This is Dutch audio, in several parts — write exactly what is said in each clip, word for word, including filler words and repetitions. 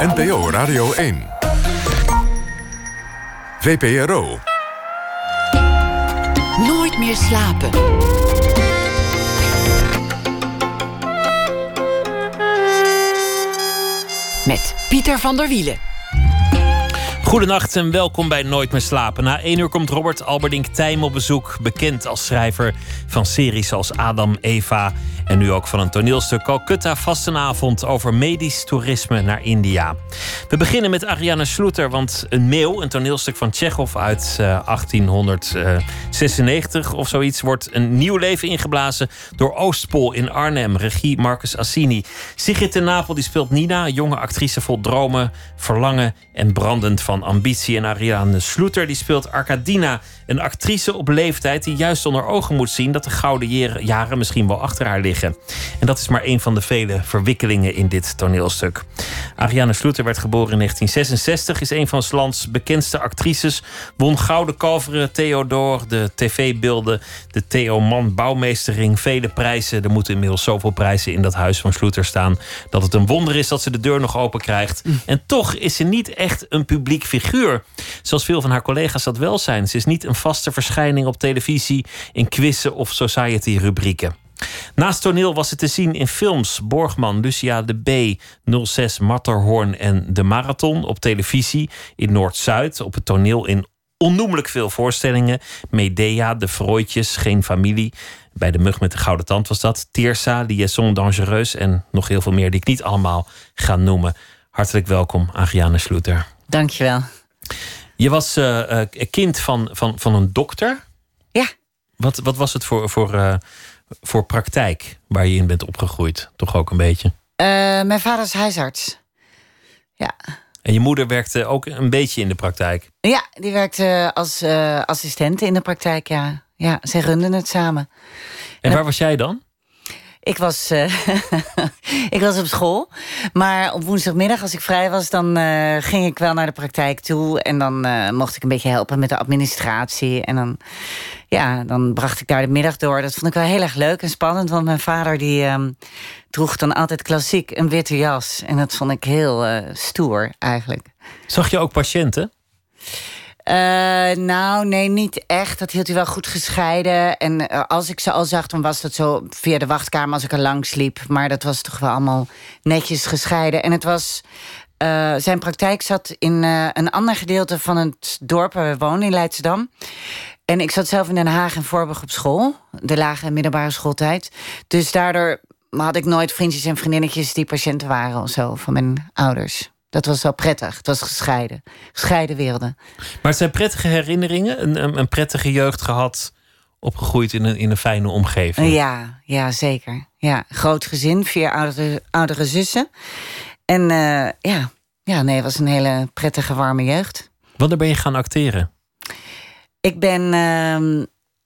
N P O Radio één. V P R O. Nooit meer slapen. Met Pieter van der Wielen. Goedenacht en welkom bij Nooit meer slapen. Na één uur komt Robert Alberdink Tijm op bezoek. Bekend als schrijver van series als Adam, Eva. En nu ook van een toneelstuk Calcutta Vastenavond over medisch toerisme naar India. We beginnen met Ariane Sluter, want Een Meeuw, een toneelstuk van Tsjechov uit uh, achttienhonderdzesennegentig of zoiets, wordt een nieuw leven ingeblazen door Oostpol in Arnhem. Regie Marcus Assini. Sigrid ten Napel die speelt Nina, jonge actrice vol dromen, verlangen en brandend van ambitie. En Ariane Sluter die speelt Arkadina, een actrice op leeftijd die juist onder ogen moet zien dat de gouden jaren misschien wel achter haar liggen. En dat is maar een van de vele verwikkelingen in dit toneelstuk. Ariane Sluter werd geboren in negentien zesenzestig, is een van 's lands bekendste actrices, won Gouden Kalveren, Theodor, de tv-beelden, de Theo Mann Bouwmeestering, vele prijzen. Er moeten inmiddels zoveel prijzen in dat huis van Sluter staan dat het een wonder is dat ze de deur nog open krijgt. Mm. En toch is ze niet echt een publiek figuur, zoals veel van haar collega's dat wel zijn. Ze is niet een vaste verschijning op televisie, in quizzen of society-rubrieken. Naast toneel was het te zien in films. Borgman, Lucia de B, nul zes Matterhorn en De Marathon. Op televisie in Noord-Zuid. Op het toneel in onnoemelijk veel voorstellingen. Medea, De Freudjes, Geen Familie. Bij De Mug met de Gouden Tand was dat. Tirsa, Liaison Dangereuse en nog heel veel meer die ik niet allemaal ga noemen. Hartelijk welkom, Ariane Sluter. Dankjewel. Je was uh, uh, kind van, van, van een dokter. Ja. Wat, wat was het voor... voor uh, Voor praktijk waar je in bent opgegroeid, toch ook een beetje? Uh, mijn vader is huisarts. Ja. En je moeder werkte ook een beetje in de praktijk? Ja, die werkte als uh, assistent in de praktijk, ja. Ja, ze runden het samen. En waar uh, was jij dan? Ik was, uh, ik was op school. Maar op woensdagmiddag, als ik vrij was, dan uh, ging ik wel naar de praktijk toe. En dan uh, mocht ik een beetje helpen met de administratie. En dan, ja, dan bracht ik daar de middag door. Dat vond ik wel heel erg leuk en spannend. Want mijn vader die um, droeg dan altijd klassiek een witte jas. En dat vond ik heel uh, stoer eigenlijk. Zag je ook patiënten? Uh, nou, nee, niet echt. Dat hield hij wel goed gescheiden. En uh, als ik ze al zag, dan was dat zo via de wachtkamer als ik er langs liep. Maar dat was toch wel allemaal netjes gescheiden. En het was... Uh, zijn praktijk zat in uh, een ander gedeelte van het dorp waar we woonden, in Leidschendam. En ik zat zelf in Den Haag en Voorburg op school. De lage en middelbare schooltijd. Dus daardoor had ik nooit vriendjes en vriendinnetjes die patiënten waren of zo van mijn ouders. Dat was wel prettig. Het was gescheiden. Gescheiden werelden. Maar het zijn prettige herinneringen? Een, een, een prettige jeugd gehad, opgegroeid in een, in een fijne omgeving? Ja, ja, zeker. Ja, groot gezin, vier oudere, oudere zussen. En uh, ja, ja, nee, het was een hele prettige, warme jeugd. Wanneer ben je gaan acteren? Ik ben, uh,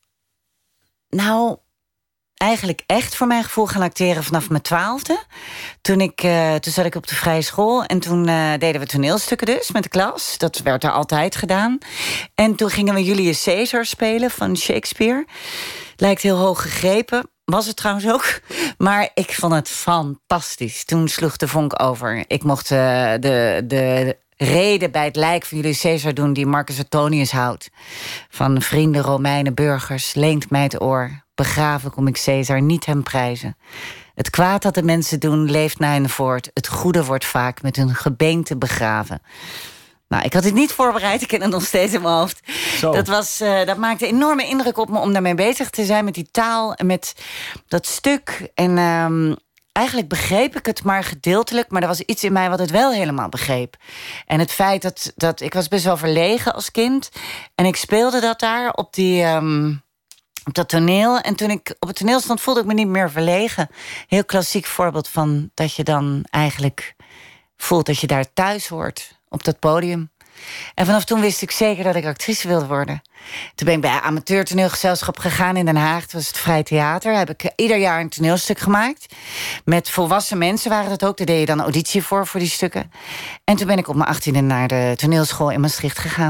nou... eigenlijk echt voor mijn gevoel gaan acteren vanaf mijn twaalfde. Toen, ik, uh, toen zat ik op de vrije school. En toen uh, deden we toneelstukken dus met de klas. Dat werd er altijd gedaan. En toen gingen we Julius Caesar spelen van Shakespeare. Lijkt heel hoog gegrepen. Was het trouwens ook. Maar ik vond het fantastisch. Toen sloeg de vonk over. Ik mocht uh, de... de reden bij het lijk van Julius Caesar doen die Marcus Antonius houdt. Van vrienden, Romeinen, burgers, leent mij het oor. Begraven kom ik Caesar, niet hem prijzen. Het kwaad dat de mensen doen, leeft na hen voort. Het goede wordt vaak met hun gebeente begraven. Nou, ik had het niet voorbereid, ik ken het nog steeds in mijn hoofd. Zo. Dat, was, uh, dat maakte enorme indruk op me om daarmee bezig te zijn... met die taal en met dat stuk. En um, eigenlijk begreep ik het maar gedeeltelijk... maar er was iets in mij wat het wel helemaal begreep. En het feit dat, dat ik was best wel verlegen als kind... en ik speelde dat daar op die... Um, op dat toneel. En toen ik op het toneel stond, voelde ik me niet meer verlegen. Heel klassiek voorbeeld van dat je dan eigenlijk voelt dat je daar thuis hoort. Op dat podium. En vanaf toen wist ik zeker dat ik actrice wilde worden. Toen ben ik bij amateurtoneelgezelschap gegaan in Den Haag. Het was het Vrij Theater. Daar heb ik ieder jaar een toneelstuk gemaakt. Met volwassen mensen waren dat ook. Daar deed je dan auditie voor, voor die stukken. En toen ben ik op mijn achttiende naar de toneelschool in Maastricht gegaan.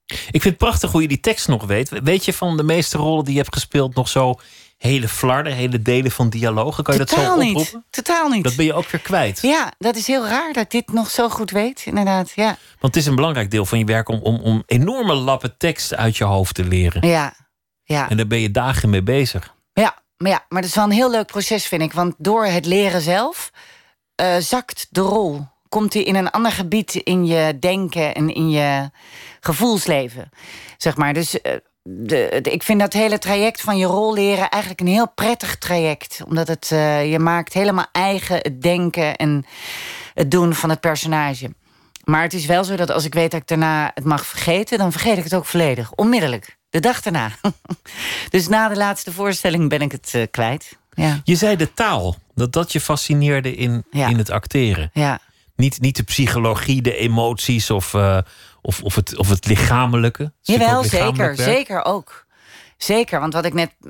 Ik vind het prachtig hoe je die tekst nog weet. Weet je van de meeste rollen die je hebt gespeeld nog zo hele flarden, hele delen van dialogen? Kan je Totaal dat zo niet. oproepen? Totaal niet. Dat ben je ook weer kwijt. Ja, dat is heel raar dat ik dit nog zo goed weet, inderdaad. Ja, Want het is een belangrijk deel van je werk om, om, om enorme lappen tekst uit je hoofd te leren. ja, ja. En daar ben je dagen mee bezig. Ja, maar ja, maar dat is wel een heel leuk proces, vind ik. Want door het leren zelf uh, zakt de rol. Komt hij in een ander gebied in je denken en in je gevoelsleven, zeg maar. Dus uh, de, de, ik vind dat hele traject van je rol leren eigenlijk een heel prettig traject. Omdat het, uh, je maakt helemaal eigen het denken en het doen van het personage. Maar het is wel zo dat als ik weet dat ik daarna het mag vergeten, dan vergeet ik het ook volledig. Onmiddellijk. De dag daarna. Dus na de laatste voorstelling ben ik het uh, kwijt. Ja. Je zei de taal, dat dat je fascineerde in, Ja. in het acteren. Ja. Niet, niet de psychologie, de emoties of, uh, of, of, het, of het lichamelijke. Het is Jawel, natuurlijk ook zeker. lichamelijk werk. Zeker ook. Zeker, want wat ik net...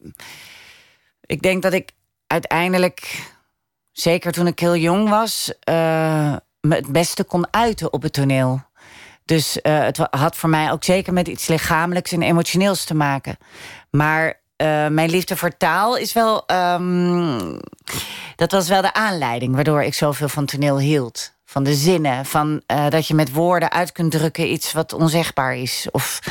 Ik denk dat ik uiteindelijk, zeker toen ik heel jong was, Uh, me het beste kon uiten op het toneel. Dus uh, het had voor mij ook zeker met iets lichamelijks en emotioneels te maken. Maar uh, mijn liefde voor taal is wel... Um, dat was wel de aanleiding waardoor ik zoveel van toneel hield. Van de zinnen, van uh, dat je met woorden uit kunt drukken iets wat onzegbaar is. Of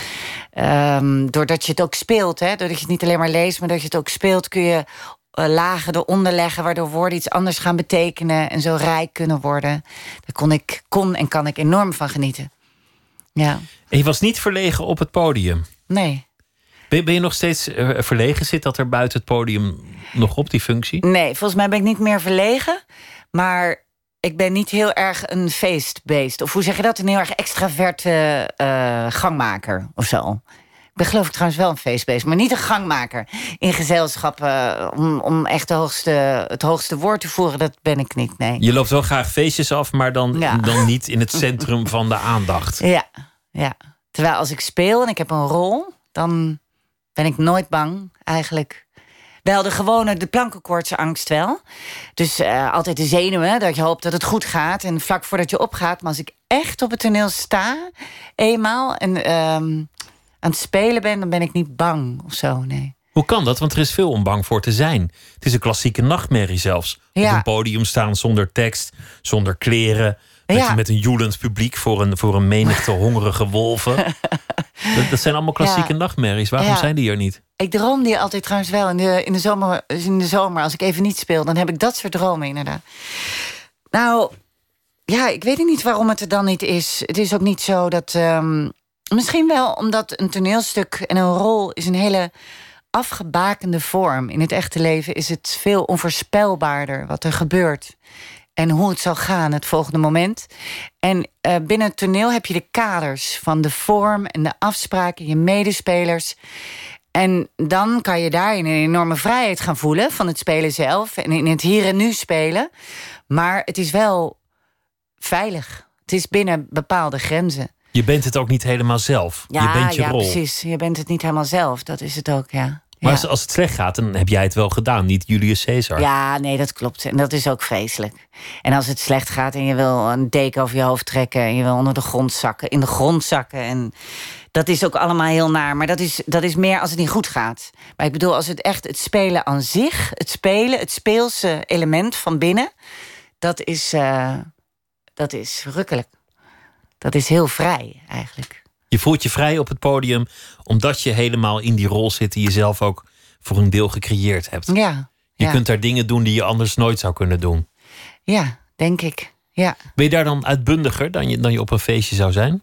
um, doordat je het ook speelt, hè, doordat je het niet alleen maar leest, maar dat je het ook speelt, kun je uh, lagen eronder leggen, waardoor woorden iets anders gaan betekenen en zo rijk kunnen worden. Daar kon ik, kon en kan ik enorm van genieten. Ja. En je was niet verlegen op het podium. Nee. Ben, ben je nog steeds uh, verlegen? Zit dat er buiten het podium nog op, die functie? Nee, volgens mij ben ik niet meer verlegen. Maar ik ben niet heel erg een feestbeest. Of hoe zeg je dat? Een heel erg extraverte uh, gangmaker of zo. Ik ben geloof ik trouwens wel een feestbeest, maar niet een gangmaker. In gezelschappen, uh, om, om echt de hoogste, het hoogste woord te voeren, dat ben ik niet, nee. Je loopt wel graag feestjes af, maar dan, Ja. dan niet in het centrum van de aandacht. Ja, ja. Terwijl als ik speel en ik heb een rol, dan ben ik nooit bang, eigenlijk. Wel de gewone, de plankenkoortsangst wel. Dus uh, altijd de zenuwen, dat je hoopt dat het goed gaat. En vlak voordat je opgaat. Maar als ik echt op het toneel sta, eenmaal, en um, aan het spelen ben, dan ben ik niet bang of zo, nee. Hoe kan dat? Want er is veel om bang voor te zijn. Het is een klassieke nachtmerrie zelfs. Ja. Op een podium staan zonder tekst, zonder kleren. Met, Ja. met een joelend publiek voor een, voor een menigte hongerige wolven. dat, dat zijn allemaal klassieke Ja. nachtmerries. Waarom Ja. zijn die er niet? Ik droom die altijd trouwens wel in de, in, de zomer, in de zomer. Als ik even niet speel, dan heb ik dat soort dromen inderdaad. Nou, ja, ik weet niet waarom het er dan niet is. Het is ook niet zo dat... Um, misschien wel omdat een toneelstuk en een rol is een hele afgebakende vorm. In het echte leven is het veel onvoorspelbaarder wat er gebeurt. En hoe het zal gaan het volgende moment. En uh, binnen het toneel heb je de kaders van de vorm en de afspraken, je medespelers. En dan kan je daarin een enorme vrijheid gaan voelen van het spelen zelf. En in het hier en nu spelen. Maar het is wel veilig. Het is binnen bepaalde grenzen. Je bent het ook niet helemaal zelf. Ja, je bent je ja, rol. precies. Je bent het niet helemaal zelf. Dat is het ook, ja. Maar ja. als, als het slecht gaat, dan heb jij het wel gedaan. Niet Julius Caesar. Ja, nee, dat klopt. En dat is ook vreselijk. En als het slecht gaat en je wil een deken over je hoofd trekken... en je wil onder de grond zakken, in de grond zakken... en dat is ook allemaal heel naar. Maar dat is, dat is meer als het niet goed gaat. Maar ik bedoel, als het echt het spelen aan zich... het spelen, het speelse element van binnen... dat is, uh, dat is verrukkelijk. Dat is heel vrij, eigenlijk. Je voelt je vrij op het podium... omdat je helemaal in die rol zit... die je zelf ook voor een deel gecreëerd hebt. Ja. Je ja. kunt daar dingen doen die je anders nooit zou kunnen doen. Ja, denk ik. Ja. Ben je daar dan uitbundiger dan je, dan je op een feestje zou zijn?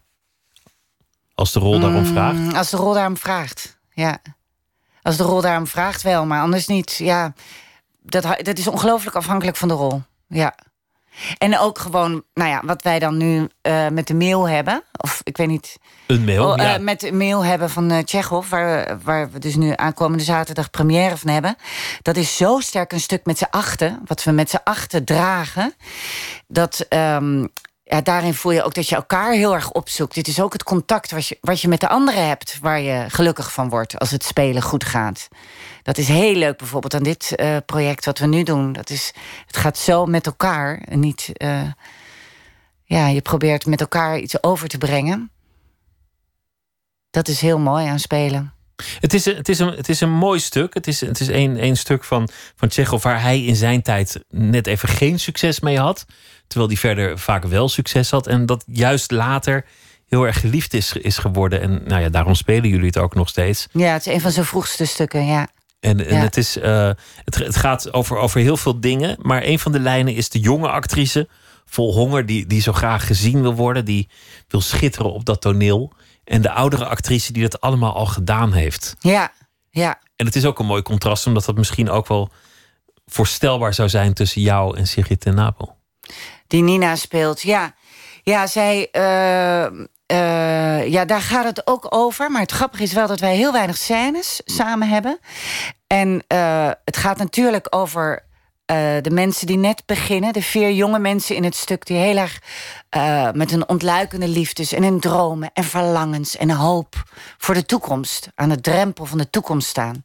Als de rol daarom vraagt? Mm, als de rol daarom vraagt, ja. Als de rol daarom vraagt wel, maar anders niet. Ja, dat, dat is ongelooflijk afhankelijk van de rol. Ja. En ook gewoon, nou ja, wat wij dan nu uh, met de mail hebben. Of ik weet niet. Een mail, oh, uh, ja. Met de mail hebben van uh, Tsjechov, waar, waar we dus nu aankomende zaterdag première van hebben. Dat is zo sterk een stuk met z'n achten. Wat we met z'n achten dragen. Dat... Um, Ja, daarin voel je ook dat je elkaar heel erg opzoekt. Dit is ook het contact wat je, wat je met de anderen hebt... waar je gelukkig van wordt als het spelen goed gaat. Dat is heel leuk bijvoorbeeld aan dit uh, project wat we nu doen. Dat is, het gaat zo met elkaar. En niet, uh, ja, je probeert met elkaar iets over te brengen. dat is heel mooi aan spelen. Het is, een, het, is een, het is een mooi stuk. Het is, het is een, een stuk van, van Tchekhov waar hij in zijn tijd net even geen succes mee had. Terwijl hij verder vaak wel succes had. En dat juist later heel erg geliefd is, is geworden. En nou ja, daarom spelen jullie het ook nog steeds. Ja, het is een van zijn vroegste stukken, ja. En, en ja. het, is, uh, het, het gaat over, over heel veel dingen. Maar een van de lijnen is de jonge actrice vol honger, die, die zo graag gezien wil worden. Die wil schitteren op dat toneel. En de oudere actrice die dat allemaal al gedaan heeft. Ja, ja. En het is ook een mooi contrast, omdat dat misschien ook wel voorstelbaar zou zijn tussen jou en Sigrid ten Napel. Die Nina speelt, ja. Ja, zij... Uh, uh, ja, daar gaat het ook over. Maar het grappige is wel dat wij heel weinig scènes samen hebben. En uh, het gaat natuurlijk over uh, de mensen die net beginnen. De vier jonge mensen in het stuk die heel erg uh, met hun ontluikende liefdes en hun dromen en verlangens en hoop voor de toekomst, aan de drempel van de toekomst staan.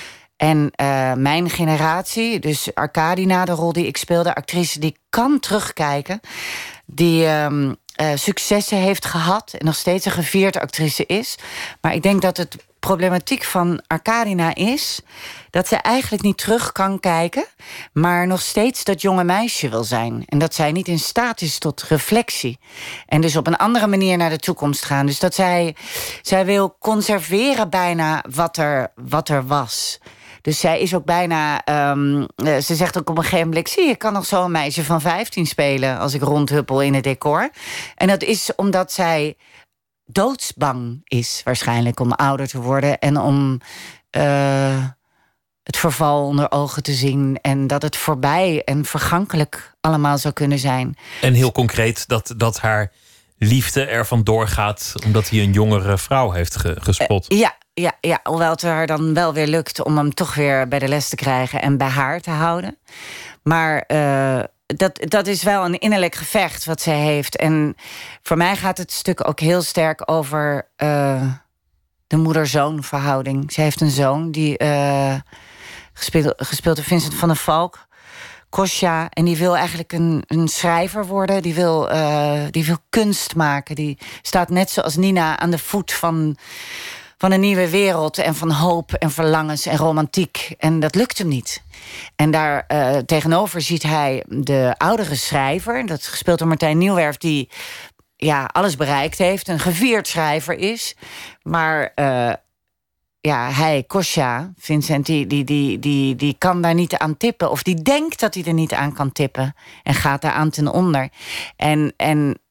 En uh, mijn generatie, dus Arkadina, de rol die ik speelde, actrice die kan terugkijken, die um, uh, successen heeft gehad en nog steeds een gevierde actrice is. Maar ik denk dat het problematiek van Arkadina is dat ze eigenlijk niet terug kan kijken, maar nog steeds dat jonge meisje wil zijn. En dat zij niet in staat is tot reflectie. En dus op een andere manier naar de toekomst gaan. Dus dat zij, zij wil conserveren bijna wat er, wat er was. Dus zij is ook bijna... Um, ze zegt ook op een gegeven moment, zie je, ik kan nog zo een meisje van vijftien spelen als ik rondhuppel in het decor. En dat is omdat zij doodsbang is waarschijnlijk om ouder te worden en om uh, het verval onder ogen te zien en dat het voorbij en vergankelijk allemaal zou kunnen zijn. En heel concreet dat, dat haar liefde ervan doorgaat omdat hij een jongere vrouw heeft ge, gespot. Uh, ja, ja, ja, hoewel het haar dan wel weer lukt om hem toch weer bij de les te krijgen en bij haar te houden. Maar uh, dat, dat is wel een innerlijk gevecht wat zij heeft. En voor mij gaat het stuk ook heel sterk over uh, de moeder-zoon verhouding. Ze heeft een zoon die uh, gespeeld, gespeeld door Vincent van der Valk, Kostja, en die wil eigenlijk een, een schrijver worden. Die wil, uh, die wil kunst maken. Die staat net zoals Nina aan de voet van, van een nieuwe wereld en van hoop en verlangens en romantiek. En dat lukt hem niet. En daar uh, tegenover ziet hij de oudere schrijver, dat is gespeeld door Martijn Nieuwwerf, die ja, alles bereikt heeft, een gevierd schrijver is. Maar uh, ja, hij, Kostja, Vincent, die, die, die, die, die kan daar niet aan tippen. Of die denkt dat hij er niet aan kan tippen. En gaat daar aan ten onder. En, en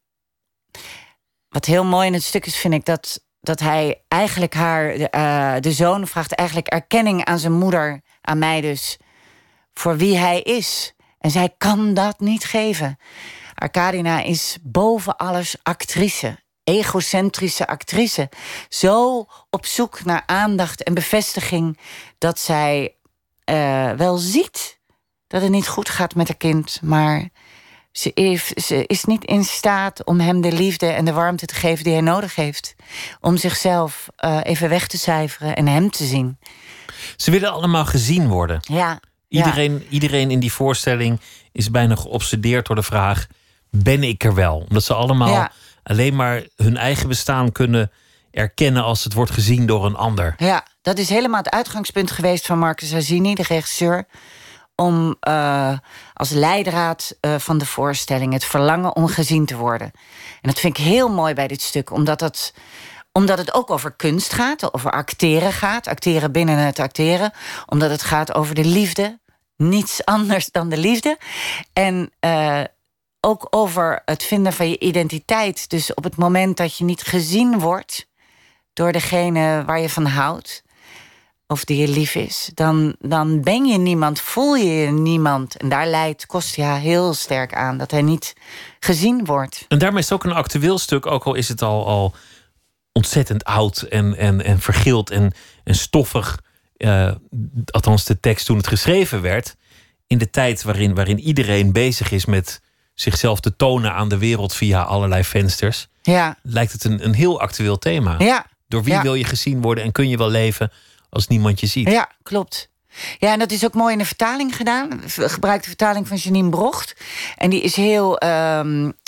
wat heel mooi in het stuk is, vind ik, dat, dat hij eigenlijk haar, uh, de zoon vraagt eigenlijk erkenning aan zijn moeder, aan mij dus, voor wie hij is. En zij kan dat niet geven. Arkadina is boven alles actrice. Egocentrische actrice. Zo op zoek naar aandacht en bevestiging dat zij uh, wel ziet dat het niet goed gaat met haar kind, maar ze, heeft, ze is niet in staat om hem de liefde en de warmte te geven die hij nodig heeft. Om zichzelf uh, even weg te cijferen en hem te zien. Ze willen allemaal gezien worden. Ja. Iedereen, ja. iedereen in die voorstelling is bijna geobsedeerd door de vraag, ben ik er wel? Omdat ze allemaal ja. alleen maar hun eigen bestaan kunnen erkennen als het wordt gezien door een ander. Ja, dat is helemaal het uitgangspunt geweest van Marcus Hazini, de regisseur, om uh, als leidraad uh, van de voorstelling het verlangen om gezien te worden. En dat vind ik heel mooi bij dit stuk, omdat het, omdat het ook over kunst gaat, over acteren gaat, acteren binnen het acteren, omdat het gaat over de liefde, niets anders dan de liefde. En uh, ook over het vinden van je identiteit. Dus op het moment dat je niet gezien wordt door degene waar je van houdt, of die je lief is, dan, dan ben je niemand, voel je je niemand. En daar leidt Kostja heel sterk aan, dat hij niet gezien wordt. En daarmee is het ook een actueel stuk, ook al is het al, al ontzettend oud en, en, en vergild en, en stoffig. Uh, althans de tekst toen het geschreven werd, in de tijd waarin, waarin iedereen bezig is met zichzelf te tonen aan de wereld via allerlei vensters, ja. lijkt het een, een heel actueel thema. Ja. Door wie ja. wil je gezien worden en kun je wel leven als niemand je ziet? Ja, klopt. Ja, en dat is ook mooi in de vertaling gedaan. Gebruikt de vertaling van Janine Brocht. En die is heel um,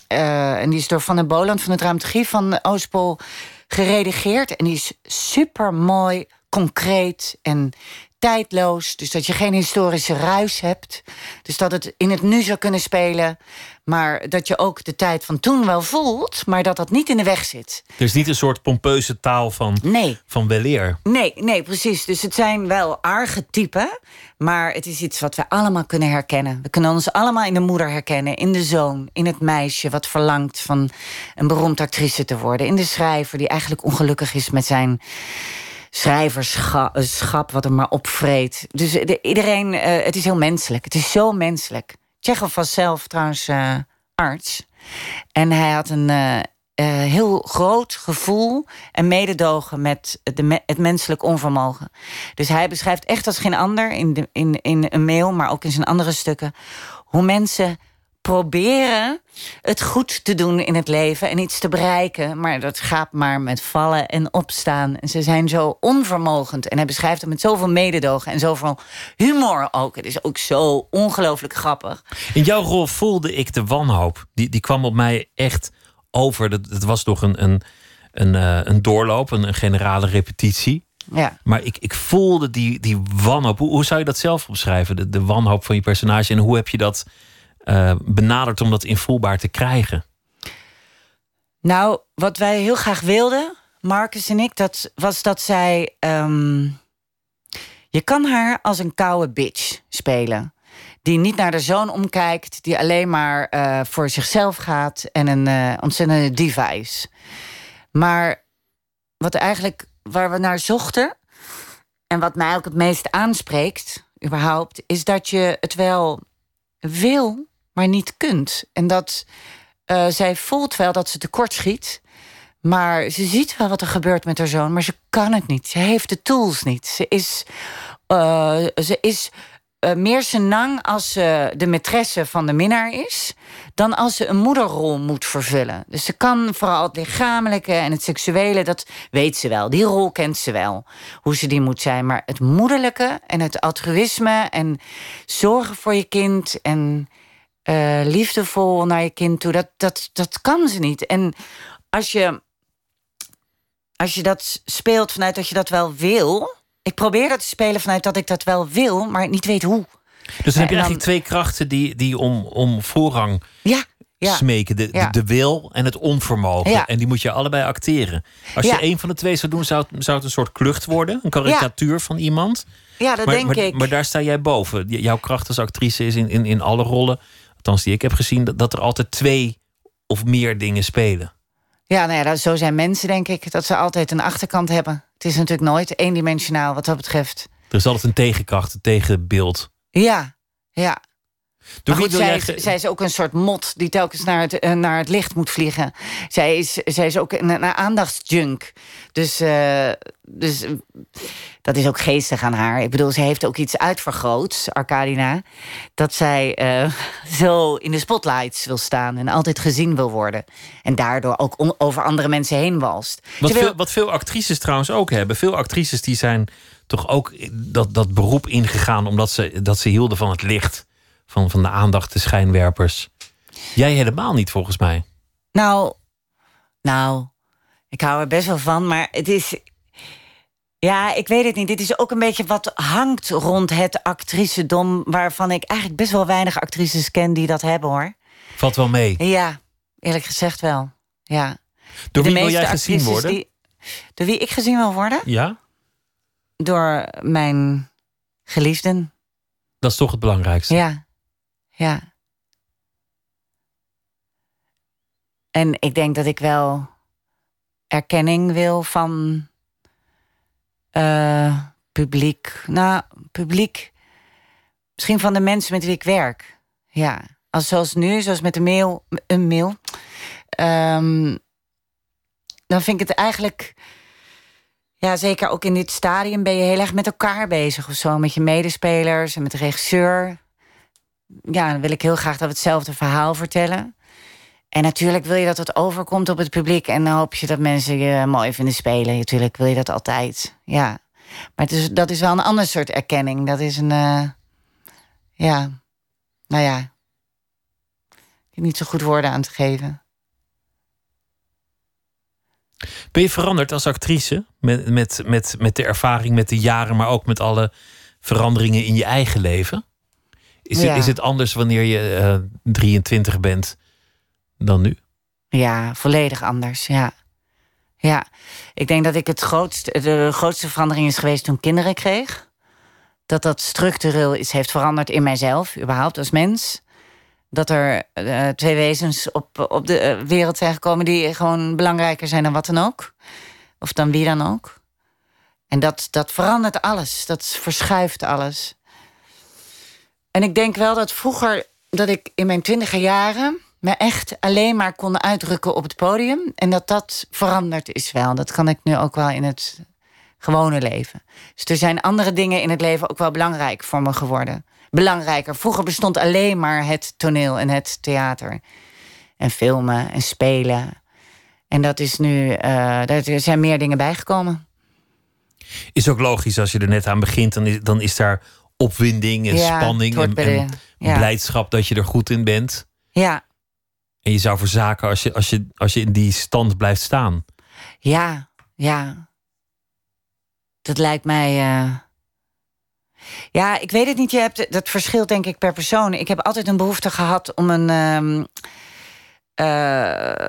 Uh, en die is door Van den Boland van de dramaturgie van Oostpol geredigeerd. En die is super mooi, concreet en tijdloos. Dus dat je geen historische ruis hebt. Dus dat het in het nu zou kunnen spelen. Maar dat je ook de tijd van toen wel voelt. Maar dat dat niet in de weg zit. Er is niet een soort pompeuze taal van, nee. van weleer. Nee, nee, precies. Dus het zijn wel archetypen. Maar het is iets wat we allemaal kunnen herkennen. We kunnen ons allemaal in de moeder herkennen. In de zoon, in het meisje wat verlangt van een beroemd actrice te worden. In de schrijver die eigenlijk ongelukkig is met zijn schrijverschap wat hem maar opvreet. Dus de, iedereen, uh, het is heel menselijk. Het is zo menselijk. Tchekhov was zelf trouwens uh, arts. En hij had een uh, uh, heel groot gevoel en mededogen met de me- het menselijk onvermogen. Dus hij beschrijft echt als geen ander in, de, in, in een mail, maar ook in zijn andere stukken, hoe mensen proberen het goed te doen in het leven en iets te bereiken. Maar dat gaat maar met vallen en opstaan. En ze zijn zo onvermogend. En hij beschrijft het met zoveel mededogen en zoveel humor ook. Het is ook zo ongelooflijk grappig. In jouw rol voelde ik de wanhoop. Die, die kwam op mij echt over. Dat, dat was toch een, een, een, uh, een doorloop, een, een generale repetitie. Ja. Maar ik, ik voelde die, die wanhoop. Hoe, hoe zou je dat zelf omschrijven? De, de wanhoop van je personage. En hoe heb je dat Uh, benaderd om dat invoelbaar te krijgen? Nou, wat wij heel graag wilden, Marcus en ik, dat was dat zij Um, je kan haar als een koude bitch spelen. Die niet naar de zoon omkijkt, die alleen maar uh, voor zichzelf gaat en een uh, ontzettende diva is. Maar wat eigenlijk waar we naar zochten en wat mij ook het meest aanspreekt, überhaupt, is dat je het wel wil, maar niet kunt. En dat uh, zij voelt wel dat ze tekort schiet, maar ze ziet wel wat er gebeurt met haar zoon, maar ze kan het niet. Ze heeft de tools niet. Ze is, uh, ze is uh, meer senang als ze de maîtresse van de minnaar is, dan als ze een moederrol moet vervullen. Dus ze kan vooral het lichamelijke en het seksuele, dat weet ze wel. Die rol kent ze wel, hoe ze die moet zijn. Maar het moederlijke en het altruïsme en zorgen voor je kind en uh, liefdevol naar je kind toe, dat, dat, dat kan ze niet. En als je, als je dat speelt vanuit dat je dat wel wil, ik probeer dat te spelen vanuit dat ik dat wel wil, maar niet weet hoe. Dus dan heb je eigenlijk twee krachten die, die om, om voorrang ja, ja, smeken. De, ja. de, de wil en het onvermogen. Ja. En die moet je allebei acteren. Als je ja. één van de twee zou doen, zou het, zou het een soort klucht worden. Een karikatuur ja. van iemand. Ja, dat maar, denk maar, ik. Maar daar sta jij boven. Jouw kracht als actrice is in, in, in alle rollen, althans die ik heb gezien, dat, dat er altijd twee of meer dingen spelen. Ja, nou ja, dat, zo zijn mensen, denk ik. Dat ze altijd een achterkant hebben. Het is natuurlijk nooit eendimensionaal wat dat betreft. Er is altijd een tegenkracht, een tegenbeeld. Ja, ja. Door maar goed, zij, jij... zij is ook een soort mot die telkens naar het, uh, naar het licht moet vliegen. Zij is, zij is ook een, een aandachtsjunk. Dus, uh, dus uh, dat is ook geestig aan haar. Ik bedoel, ze heeft ook iets uitvergroot, Arkadina, dat zij uh, zo in de spotlights wil staan en altijd gezien wil worden. En daardoor ook on- over andere mensen heen walst. Wat, wil... veel, wat veel actrices trouwens ook hebben. Veel actrices die zijn toch ook dat, dat beroep ingegaan omdat ze, dat ze hielden van het licht. Van, van de aandacht, de schijnwerpers. Jij helemaal niet, volgens mij. Nou, nou, ik hou er best wel van, maar het is... Ja, ik weet het niet. Dit is ook een beetje wat hangt rond het actricedom, waarvan ik eigenlijk best wel weinig actrices ken die dat hebben, hoor. Valt wel mee. Ja, eerlijk gezegd wel. Ja. Door de wie wil jij meeste gezien worden? Die, door wie ik gezien wil worden? Ja? Door mijn geliefden. Dat is toch het belangrijkste. Ja. Ja. En ik denk dat ik wel erkenning wil van uh, publiek. Nou, publiek. Misschien van de mensen met wie ik werk. Ja. Als zoals nu, zoals met de mail, een mail. Um, dan vind ik het eigenlijk... Ja, zeker ook in dit stadium ben je heel erg met elkaar bezig of zo. Met je medespelers en met de regisseur. Ja, dan wil ik heel graag dat we hetzelfde verhaal vertellen. En natuurlijk wil je dat het overkomt op het publiek. En dan hoop je dat mensen je mooi vinden spelen. Natuurlijk wil je dat altijd, ja. Maar het is, dat is wel een ander soort erkenning. Dat is een, uh, ja, nou ja. niet zo goed woorden aan te geven. Ben je veranderd als actrice? Met, met, met, met de ervaring, met de jaren, maar ook met alle veranderingen in je eigen leven? Is, ja. het, is het anders wanneer je uh, drieëntwintig bent dan nu? Ja, volledig anders, ja. Ja, ik denk dat ik het grootste, de grootste verandering is geweest toen ik kinderen kreeg. Dat dat structureel is, heeft veranderd in mijzelf, überhaupt als mens. Dat er uh, twee wezens op, op de uh, wereld zijn gekomen die gewoon belangrijker zijn dan wat dan ook. Of dan wie dan ook. En dat, dat verandert alles, dat verschuift alles. En ik denk wel dat vroeger, dat ik in mijn twintiger jaren me echt alleen maar kon uitdrukken op het podium. En dat dat veranderd is wel. Dat kan ik nu ook wel in het gewone leven. Dus er zijn andere dingen in het leven ook wel belangrijk voor me geworden. Belangrijker. Vroeger bestond alleen maar het toneel en het theater. En filmen en spelen. En dat is nu, uh, er zijn meer dingen bijgekomen. Is ook logisch als je er net aan begint. Dan is, dan is daar opwinding en ja, spanning en, de, en ja. blijdschap dat je er goed in bent. Ja. En je zou verzaken als je, als je, als je in die stand blijft staan. Ja, ja. Dat lijkt mij... Uh... Ja, ik weet het niet. Je hebt, dat verschilt denk ik per persoon. Ik heb altijd een behoefte gehad om een... Um, uh,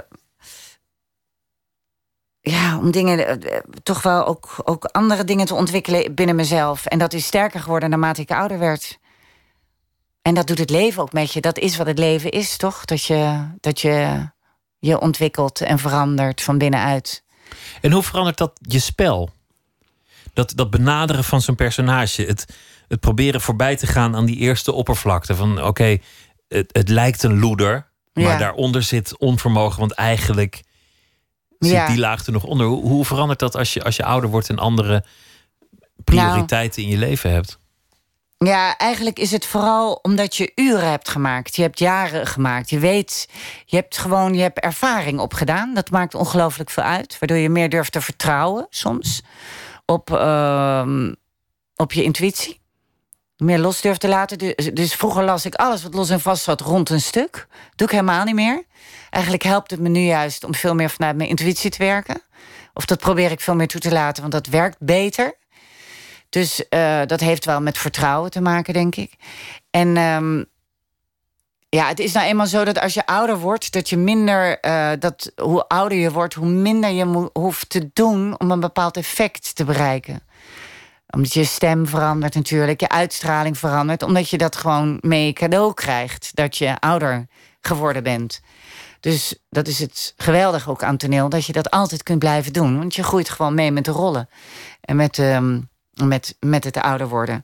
ja, om dingen... Uh, toch wel ook, ook andere dingen te ontwikkelen binnen mezelf. En dat is sterker geworden naarmate ik ouder werd. En dat doet het leven ook met je. Dat is wat het leven is, toch? Dat je dat je, je ontwikkelt en verandert van binnenuit. En hoe verandert dat je spel? Dat, dat benaderen van zo'n personage. Het, het proberen voorbij te gaan aan die eerste oppervlakte. Van oké, okay, het, het lijkt een loeder. Maar ja. daaronder zit onvermogen. Want eigenlijk zit ja. die laag er nog onder. Hoe, hoe verandert dat als je, als je ouder wordt en andere prioriteiten nou, in je leven hebt? Ja, eigenlijk is het vooral omdat je uren hebt gemaakt. Je hebt jaren gemaakt. Je weet, je hebt gewoon, je hebt ervaring opgedaan. Dat maakt ongelooflijk veel uit. Waardoor je meer durft te vertrouwen soms op, uh, op je intuïtie. Meer los durft te laten. Dus, dus vroeger las ik alles wat los en vast zat rond een stuk. Doe ik helemaal niet meer. Eigenlijk helpt het me nu juist om veel meer vanuit mijn intuïtie te werken. Of dat probeer ik veel meer toe te laten, want dat werkt beter. Dus uh, dat heeft wel met vertrouwen te maken, denk ik. En um, ja, het is nou eenmaal zo dat als je ouder wordt, dat je minder, uh, dat hoe ouder je wordt, hoe minder je mo- hoeft te doen om een bepaald effect te bereiken. Omdat je stem verandert natuurlijk, je uitstraling verandert, omdat je dat gewoon mee cadeau krijgt, dat je ouder geworden bent. Dus dat is het geweldige ook aan toneel, dat je dat altijd kunt blijven doen. Want je groeit gewoon mee met de rollen en met um, Met, met het ouder worden.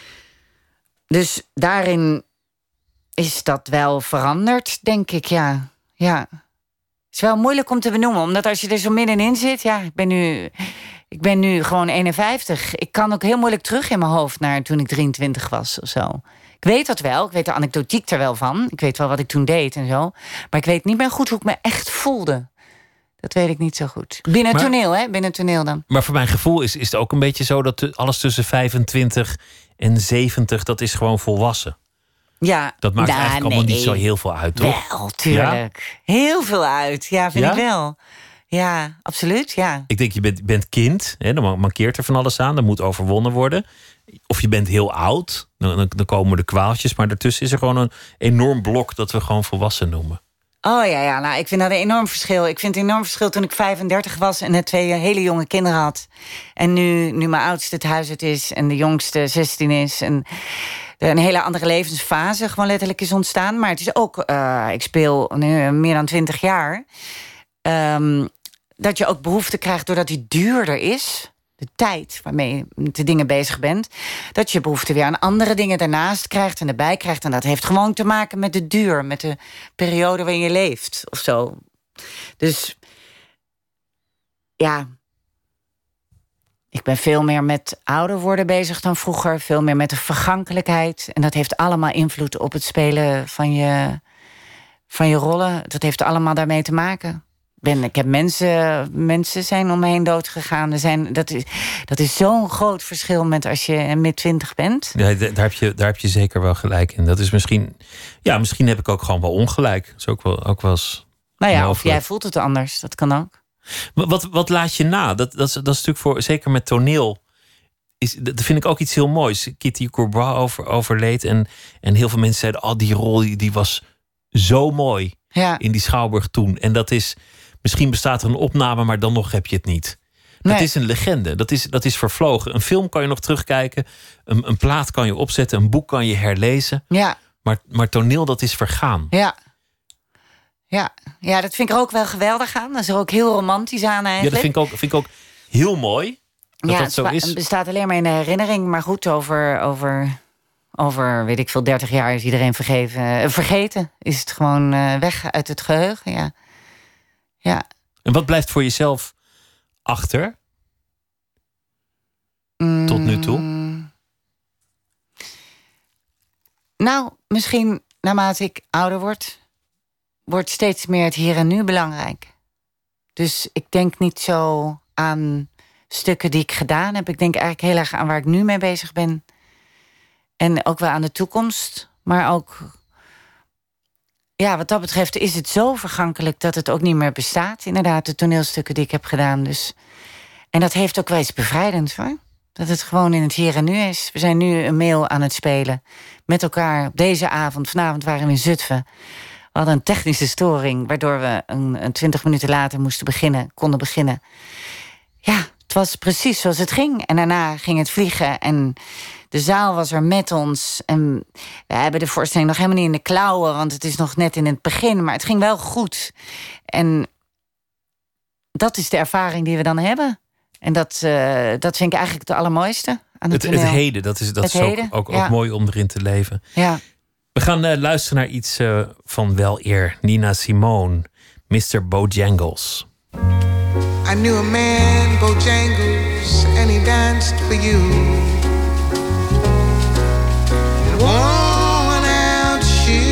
Dus daarin is dat wel veranderd, denk ik, ja. ja. Het is wel moeilijk om te benoemen, omdat als je er zo middenin zit... ja, ik ben nu, ik ben nu gewoon eenenvijftig. Ik kan ook heel moeilijk terug in mijn hoofd naar toen ik drieëntwintig was of zo. Ik weet dat wel, ik weet de anekdotiek er wel van. Ik weet wel wat ik toen deed en zo. Maar ik weet niet meer goed hoe ik me echt voelde. Dat weet ik niet zo goed. Binnen maar, toneel, hè? Binnen toneel dan. Maar voor mijn gevoel is, is het ook een beetje zo dat alles tussen vijfentwintig en zeventig, dat is gewoon volwassen. Ja. Dat maakt nah, eigenlijk nee. allemaal niet zo heel veel uit, toch? Wel, tuurlijk. Ja? Heel veel uit. Ja, vind ja? ik wel. Ja, absoluut, ja. Ik denk, je bent, bent kind, hè, dan mankeert er van alles aan. Dat moet overwonnen worden. Of je bent heel oud, dan, dan, dan komen de kwaaltjes. Maar daartussen is er gewoon een enorm blok dat we gewoon volwassen noemen. Oh ja, ja, nou, ik vind dat een enorm verschil. Ik vind het een enorm verschil toen ik vijfendertig was en net twee hele jonge kinderen had. En nu, nu mijn oudste het huis uit is en de jongste zestien is. En er een hele andere levensfase gewoon letterlijk is ontstaan. Maar het is ook, uh, ik speel nu meer dan twintig jaar. Um, dat je ook behoefte krijgt doordat die duurder is. De tijd waarmee je met de dingen bezig bent. Dat je behoefte weer aan andere dingen daarnaast krijgt en erbij krijgt. En dat heeft gewoon te maken met de duur. Met de periode waarin je leeft of zo. Dus ja. Ik ben veel meer met ouder worden bezig dan vroeger. Veel meer met de vergankelijkheid. En dat heeft allemaal invloed op het spelen van je, van je rollen. Dat heeft allemaal daarmee te maken. Ben, ik heb mensen, mensen zijn om me heen dood gegaan. Er zijn, dat is, dat is zo'n groot verschil met als je mid twintig bent. Ja, daar, heb je, daar heb je zeker wel gelijk in. Dat is misschien... Ja, misschien heb ik ook gewoon wel ongelijk. Dat is ook wel, ook wel eens Nou ja, mogelijk. of jij voelt het anders. Dat kan ook. Wat, wat laat je na? Dat, dat, is, dat is natuurlijk voor... Zeker met toneel... Is, dat vind ik ook iets heel moois. Kitty Courbois over, overleed. En, en heel veel mensen zeiden... Oh, die rol die, die was zo mooi. Ja. In die Schouwburg toen. En dat is... Misschien bestaat er een opname, maar dan nog heb je het niet. Dat Nee. is een legende. Dat is, dat is vervlogen. Een film kan je nog terugkijken. Een, een plaat kan je opzetten. Een boek kan je herlezen. Ja, Maar, maar toneel, dat is vergaan. ja. Ja. ja, dat vind ik er ook wel geweldig aan. Dat is er ook heel romantisch aan Ja, eigenlijk. dat vind ik ook, vind ik ook heel mooi. Dat ja, dat zo het is. Het bestaat alleen maar in de herinnering. Maar goed, over, over, over weet ik veel, dertig jaar is iedereen vergeven, eh, vergeten. Is het gewoon eh, weg uit het geheugen, ja. Ja. En wat blijft voor jezelf achter? Tot nu toe? Mm. Nou, misschien naarmate ik ouder word... wordt steeds meer het hier en nu belangrijk. Dus ik denk niet zo aan stukken die ik gedaan heb. Ik denk eigenlijk heel erg aan waar ik nu mee bezig ben. En ook wel aan de toekomst. Maar ook... Ja, wat dat betreft is het zo vergankelijk... dat het ook niet meer bestaat. Inderdaad, de toneelstukken die ik heb gedaan. Dus. En dat heeft ook wel iets bevrijdends, hoor. Dat het gewoon in het hier en nu is. We zijn nu een mail aan het spelen. Met elkaar op deze avond. Vanavond waren we in Zutphen. We hadden een technische storing... waardoor we een, een twintig minuten later moesten beginnen, konden beginnen. Ja, het was precies zoals het ging. En daarna ging het vliegen en de zaal was er met ons. En we hebben de voorstelling nog helemaal niet in de klauwen... want het is nog net in het begin, maar het ging wel goed. En dat is de ervaring die we dan hebben. En dat, uh, dat vind ik eigenlijk het allermooiste aan het Het, toneel. het heden, dat is, dat Het is ook, heden, ook, ook ja. mooi om erin te leven. Ja. We gaan uh, luisteren naar iets uh, van wel eer. Nina Simone, mister Bojangles. I knew a man, Bojangles, and he danced for you. In worn-out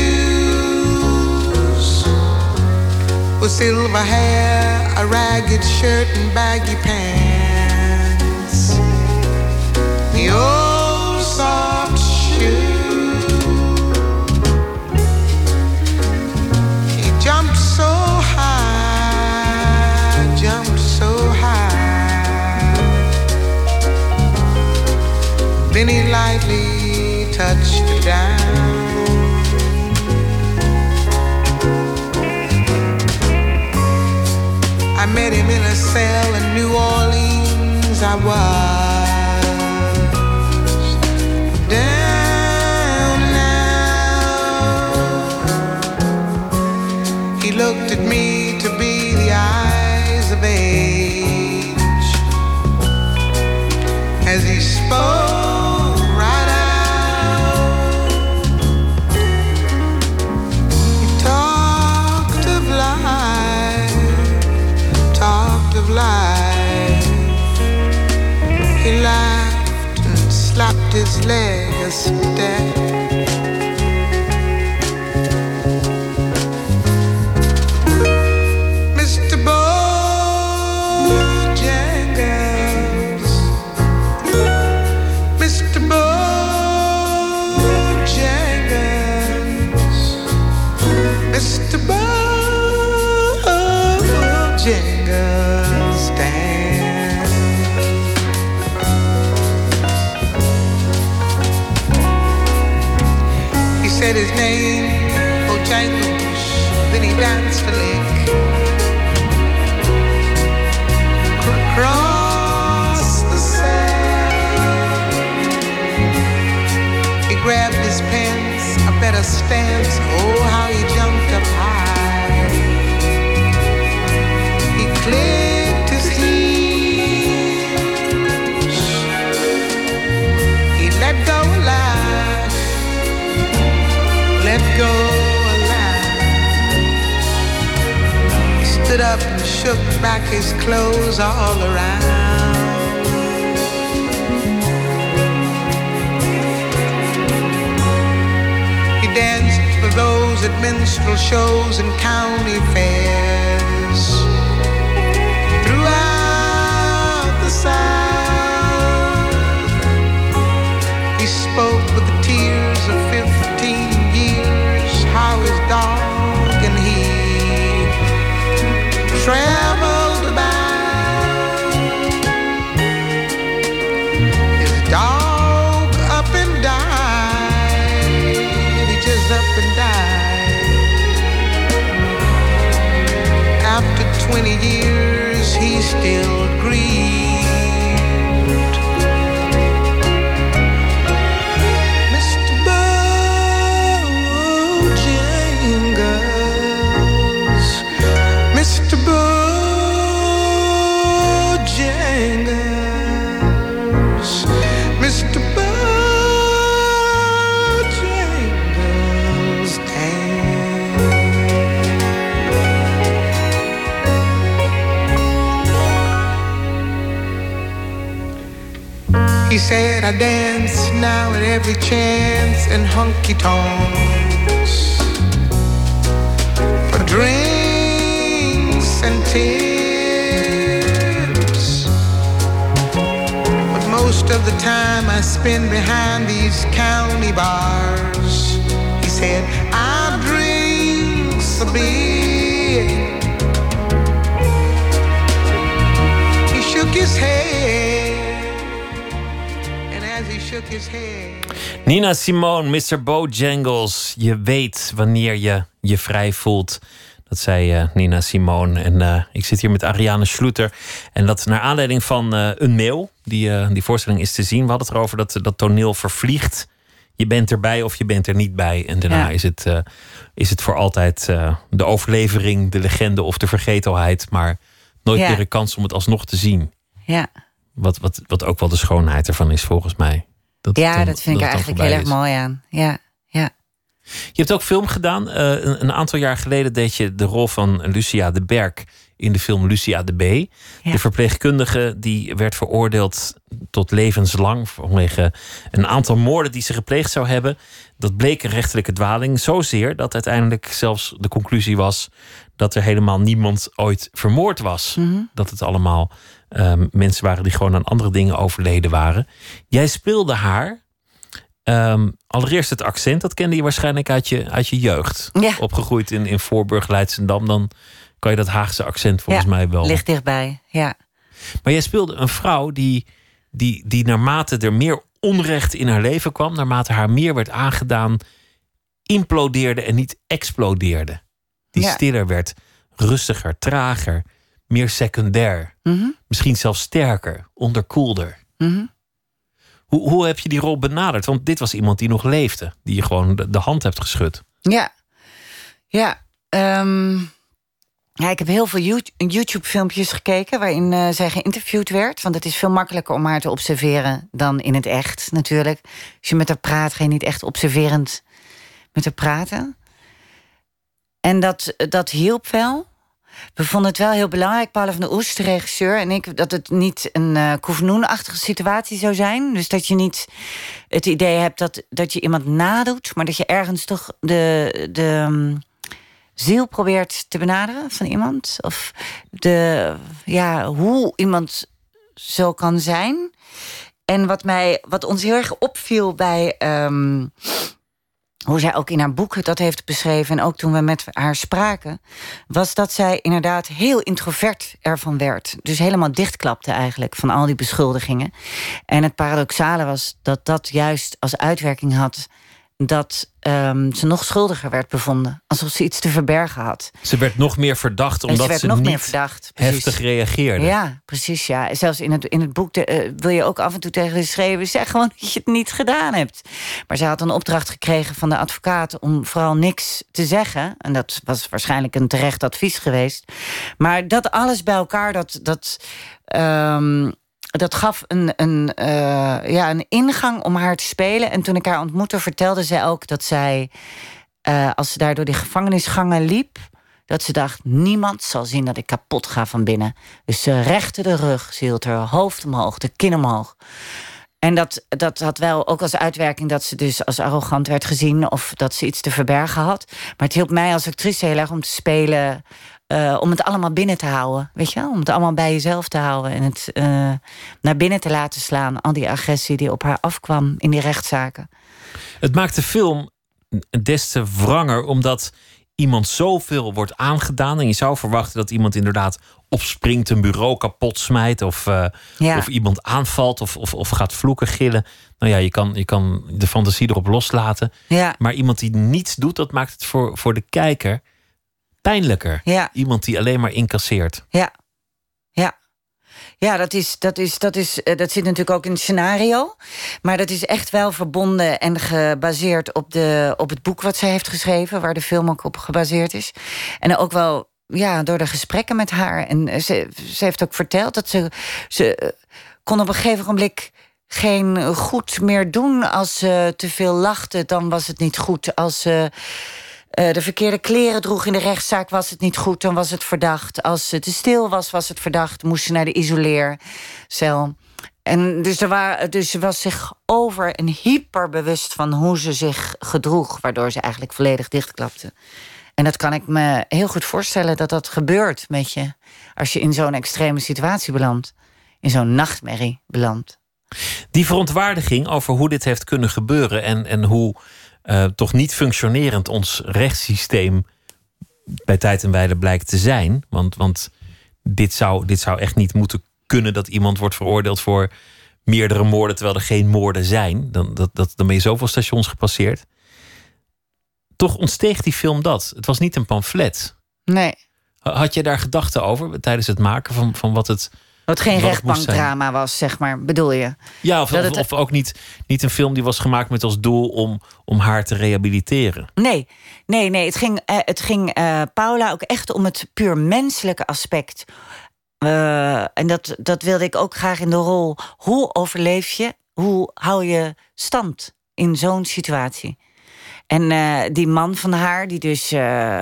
shoes, with silver hair, a ragged shirt and baggy pants. The old soft shoe. He jumped so high, jumped so high. Then he lightly touched the down. I met him in a cell in New Orleans. I was down now. He looked at me to be the eyes of age as he spoke right out. He talked of life, talked of life. He laughed and slapped his leg a step. Mister Bojangles, Mister Bojangles, Mister Bojangles, stand. He said his name, Bojangles, then he danced a lick. Across the sand, he grabbed his pants, a better stance. Oh, how he jumped up high. He clicked his heels. He let go a laugh, let go a laugh. He stood up and shook back his clothes all around. He danced for those at minstrel shows and county fairs. twenty years he's still grieved. Mister Bojangles, Mister Bojangles, Mister Bojangles. He said, I dance now at every chance in honky-tonks for drinks and tips. But most of the time I spend behind these county bars. He said, I drink so big. He shook his head. Nina Simone, mister Bojangles. Je weet wanneer je je vrij voelt. Dat zei uh, Nina Simone. En uh, ik zit hier met Ariane Schluter. En dat naar aanleiding van uh, een mail. Die, uh, die voorstelling is te zien. We hadden het erover dat dat toneel vervliegt. Je bent erbij of je bent er niet bij. En daarna ja. is, het, uh, is het voor altijd uh, de overlevering, de legende of de vergetelheid. Maar nooit ja. meer een kans om het alsnog te zien. Ja. Wat, wat, wat ook wel de schoonheid ervan is, volgens mij. Dat ja, dan, dat vind ik er eigenlijk heel erg mooi aan. Ja, ja. Je hebt ook film gedaan. Uh, een, een aantal jaar geleden deed je de rol van Lucia de Berg in de film Lucia de B. Ja. De verpleegkundige die werd veroordeeld tot levenslang vanwege een aantal moorden die ze gepleegd zou hebben. Dat bleek een rechterlijke dwaling. Zozeer dat uiteindelijk zelfs de conclusie was dat er helemaal niemand ooit vermoord was. Mm-hmm. Dat het allemaal um, mensen waren die gewoon aan andere dingen overleden waren. Jij speelde haar. Um, allereerst het accent, dat kende je waarschijnlijk uit je, uit je jeugd. Ja. Opgegroeid in, in Voorburg, Leidschendam, dan kan je dat Haagse accent volgens ja, mij wel. Ligt dichtbij, ja. Maar jij speelde een vrouw die, die, die naarmate er meer onrecht in haar leven kwam, naarmate haar meer werd aangedaan, implodeerde en niet explodeerde. Die ja. stiller werd, rustiger, trager, meer secundair. Mm-hmm. Misschien zelfs sterker, onderkoelder. Mm-hmm. Hoe, hoe heb je die rol benaderd? Want dit was iemand die nog leefde. Die je gewoon de, de hand hebt geschud. Ja. Ja. Um, ja ik heb heel veel YouTube-filmpjes gekeken waarin uh, zij geïnterviewd werd. Want het is veel makkelijker om haar te observeren dan in het echt natuurlijk. Als je met haar praat, ga je niet echt observerend met haar praten. En dat, dat hielp wel. We vonden het wel heel belangrijk, Paula van der Oest, de regisseur en ik, dat het niet een uh, Koefnoen-achtige situatie zou zijn. Dus dat je niet het idee hebt dat, dat je iemand nadoet, maar dat je ergens toch de, de um, ziel probeert te benaderen van iemand. Of de, ja, hoe iemand zo kan zijn. En wat, mij, wat ons heel erg opviel bij Um, hoe zij ook in haar boek dat heeft beschreven en ook toen we met haar spraken, was dat zij inderdaad heel introvert ervan werd. Dus helemaal dichtklapte eigenlijk van al die beschuldigingen. En het paradoxale was dat dat juist als uitwerking had dat um, ze nog schuldiger werd bevonden. Alsof ze iets te verbergen had. Ze werd nog meer verdacht omdat ze, werd ze nog niet meer verdacht, heftig reageerde. Ja, precies. Ja. Zelfs in het, in het boek de, uh, wil je ook af en toe tegen de schreeuwen, zeg gewoon dat je het niet gedaan hebt. Maar zij had een opdracht gekregen van de advocaat om vooral niks te zeggen. En dat was waarschijnlijk een terecht advies geweest. Maar dat alles bij elkaar, dat dat Um, Dat gaf een, een, uh, ja, een ingang om haar te spelen. En toen ik haar ontmoette, vertelde zij ook dat zij, uh, als ze daar door die gevangenisgangen liep, dat ze dacht, niemand zal zien dat ik kapot ga van binnen. Dus ze rechtte de rug, ze hield haar hoofd omhoog, de kin omhoog. En dat, dat had wel ook als uitwerking dat ze dus als arrogant werd gezien of dat ze iets te verbergen had. Maar het hielp mij als actrice heel erg om te spelen, Uh, om het allemaal binnen te houden, weet je wel? Om het allemaal bij jezelf te houden en het uh, naar binnen te laten slaan. Al die agressie die op haar afkwam in die rechtszaken. Het maakt de film des te wranger, omdat iemand zoveel wordt aangedaan. En je zou verwachten dat iemand inderdaad opspringt, een bureau kapot smijt, of, uh, ja. of iemand aanvalt of, of, of gaat vloeken, gillen. Nou ja, je kan, je kan de fantasie erop loslaten. Ja. Maar iemand die niets doet, dat maakt het voor, voor de kijker Pijnlijker. Ja. Iemand die alleen maar incasseert. Ja, ja. Ja, dat, is, dat, is, dat, is, dat zit natuurlijk ook in het scenario. Maar dat is echt wel verbonden en gebaseerd op, de, op het boek wat zij heeft geschreven, waar de film ook op gebaseerd is. En ook wel ja, door de gesprekken met haar. En ze, ze heeft ook verteld dat ze, ze kon op een gegeven moment geen goed meer doen. Als ze te veel lachte, dan was het niet goed. Als ze uh, de verkeerde kleren droeg in de rechtszaak, was het niet goed. Dan was het verdacht. Als ze te stil was, was het verdacht. Moest ze naar de isoleercel. En dus, er waren, dus ze was zich over en hyper bewust van hoe ze zich gedroeg, waardoor ze eigenlijk volledig dichtklapte. En dat kan ik me heel goed voorstellen dat dat gebeurt met je als je in zo'n extreme situatie belandt. In zo'n nachtmerrie belandt. Die verontwaardiging over hoe dit heeft kunnen gebeuren en, en hoe uh, toch niet functionerend ons rechtssysteem bij tijd en wijle blijkt te zijn. Want, want dit, zou, dit zou echt niet moeten kunnen dat iemand wordt veroordeeld voor meerdere moorden terwijl er geen moorden zijn. Dan, dat, dat, dan ben je zoveel stations gepasseerd. Toch ontsteeg die film dat. Het was niet een pamflet. Nee. Had je daar gedachten over tijdens het maken van, van wat het... Wat geen rechtbankdrama was, zeg maar, bedoel je? Ja, of, het... of, of ook niet, niet een film die was gemaakt met als doel om, om haar te rehabiliteren. Nee, nee, nee. Het ging, uh, het ging uh, Paula ook echt om het puur menselijke aspect. Uh, en dat, dat wilde ik ook graag in de rol. Hoe overleef je? Hoe hou je stand in zo'n situatie? En uh, die man van haar, die dus... Uh,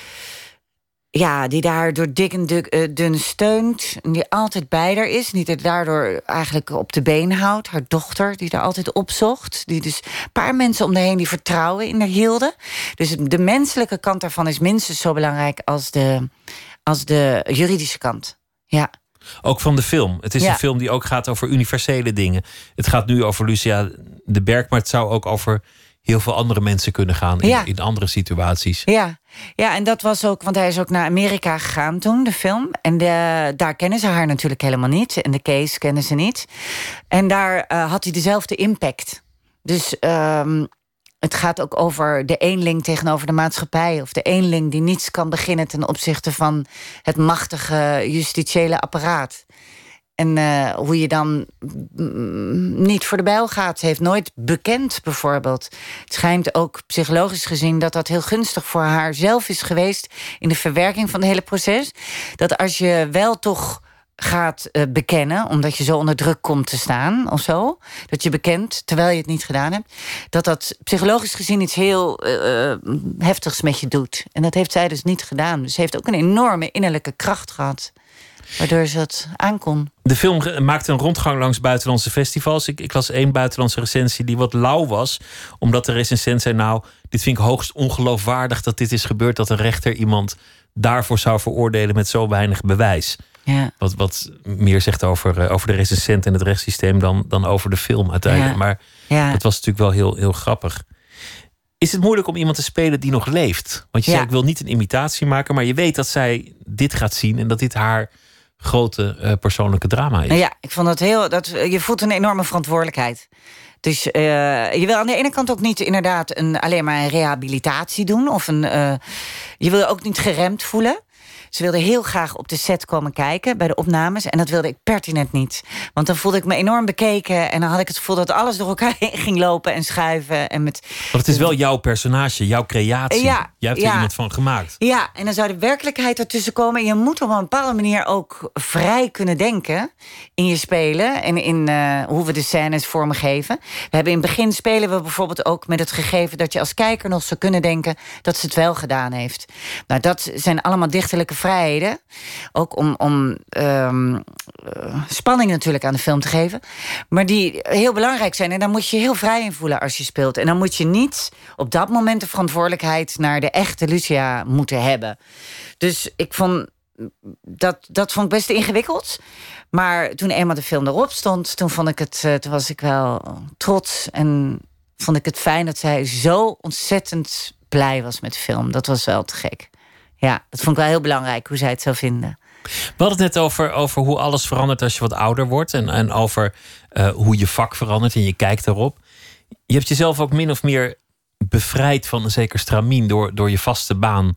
Ja, die daar door dik en dun, uh, dun steunt. En die altijd bij haar is. Die er daardoor eigenlijk op de been houdt. Haar dochter, die er altijd opzocht. Die dus een paar mensen om de heen die vertrouwen in haar hielden. Dus de menselijke kant daarvan is minstens zo belangrijk als de, als de juridische kant. Ja. Ook van de film. Het is ja. een film die ook gaat over universele dingen. Het gaat nu over Lucia de Berg, maar het zou ook over heel veel andere mensen kunnen gaan in, ja. in andere situaties. Ja. ja, en dat was ook, want hij is ook naar Amerika gegaan toen, de film. En de, daar kennen ze haar natuurlijk helemaal niet. En de case kennen ze niet. En daar uh, had hij dezelfde impact. Dus um, het gaat ook over de eenling tegenover de maatschappij. Of de eenling die niets kan beginnen ten opzichte van het machtige justitiële apparaat. En uh, hoe je dan mm, niet voor de bijl gaat. Ze heeft nooit bekend, bijvoorbeeld. Het schijnt ook psychologisch gezien dat dat heel gunstig voor haar zelf is geweest in de verwerking van het hele proces. Dat als je wel toch gaat uh, bekennen, omdat je zo onder druk komt te staan of zo, dat je bekent terwijl je het niet gedaan hebt, dat dat psychologisch gezien iets heel uh, heftigs met je doet. En dat heeft zij dus niet gedaan. Dus ze heeft ook een enorme innerlijke kracht gehad, waardoor ze het aankon. De film maakte een rondgang langs buitenlandse festivals. Ik, ik las één buitenlandse recensie die wat lauw was, omdat de recensent zei, nou, dit vind ik hoogst ongeloofwaardig dat dit is gebeurd, dat een rechter iemand daarvoor zou veroordelen met zo weinig bewijs. Ja. Wat, wat meer zegt over, uh, over de recensent en het rechtssysteem dan, dan over de film uiteindelijk. Ja. Maar ja. het was natuurlijk wel heel, heel grappig. Is het moeilijk om iemand te spelen die nog leeft? Want je ja. zei, ik wil niet een imitatie maken, maar je weet dat zij dit gaat zien en dat dit haar grote uh, persoonlijke drama is. Ja, ik vond dat heel. Dat, je voelt een enorme verantwoordelijkheid. Dus uh, je wil aan de ene kant ook niet inderdaad een, alleen maar een rehabilitatie doen. Of een, uh, je wil je ook niet geremd voelen. Ze wilde heel graag op de set komen kijken bij de opnames. En dat wilde ik pertinent niet. Want dan voelde ik me enorm bekeken. En dan had ik het gevoel dat alles door elkaar heen ging lopen en schuiven. En met, Want het is wel jouw personage, jouw creatie. Ja, Jij hebt er ja. iemand van gemaakt. Ja, en dan zou de werkelijkheid ertussen komen. En je moet op een bepaalde manier ook vrij kunnen denken in je spelen. En in uh, hoe we de scènes vormgeven. We hebben in het begin spelen we bijvoorbeeld ook met het gegeven dat je als kijker nog zou kunnen denken dat ze het wel gedaan heeft. Nou, dat zijn allemaal dichterlijke vrijheden. Ook om, om um, uh, spanning natuurlijk aan de film te geven. Maar die heel belangrijk zijn. En daar moet je heel vrij in voelen als je speelt. En dan moet je niet op dat moment de verantwoordelijkheid naar de echte Lucia moeten hebben. Dus ik vond dat, dat vond ik best ingewikkeld. Maar toen eenmaal de film erop stond, toen vond ik het, uh, toen was ik wel trots. En vond ik het fijn dat zij zo ontzettend blij was met de film. Dat was wel te gek. Ja, dat vond ik wel heel belangrijk, hoe zij het zou vinden. We hadden het net over, over hoe alles verandert als je wat ouder wordt. En, en over uh, hoe je vak verandert en je kijkt erop. Je hebt jezelf ook min of meer bevrijd van een zeker stramien door, door je vaste baan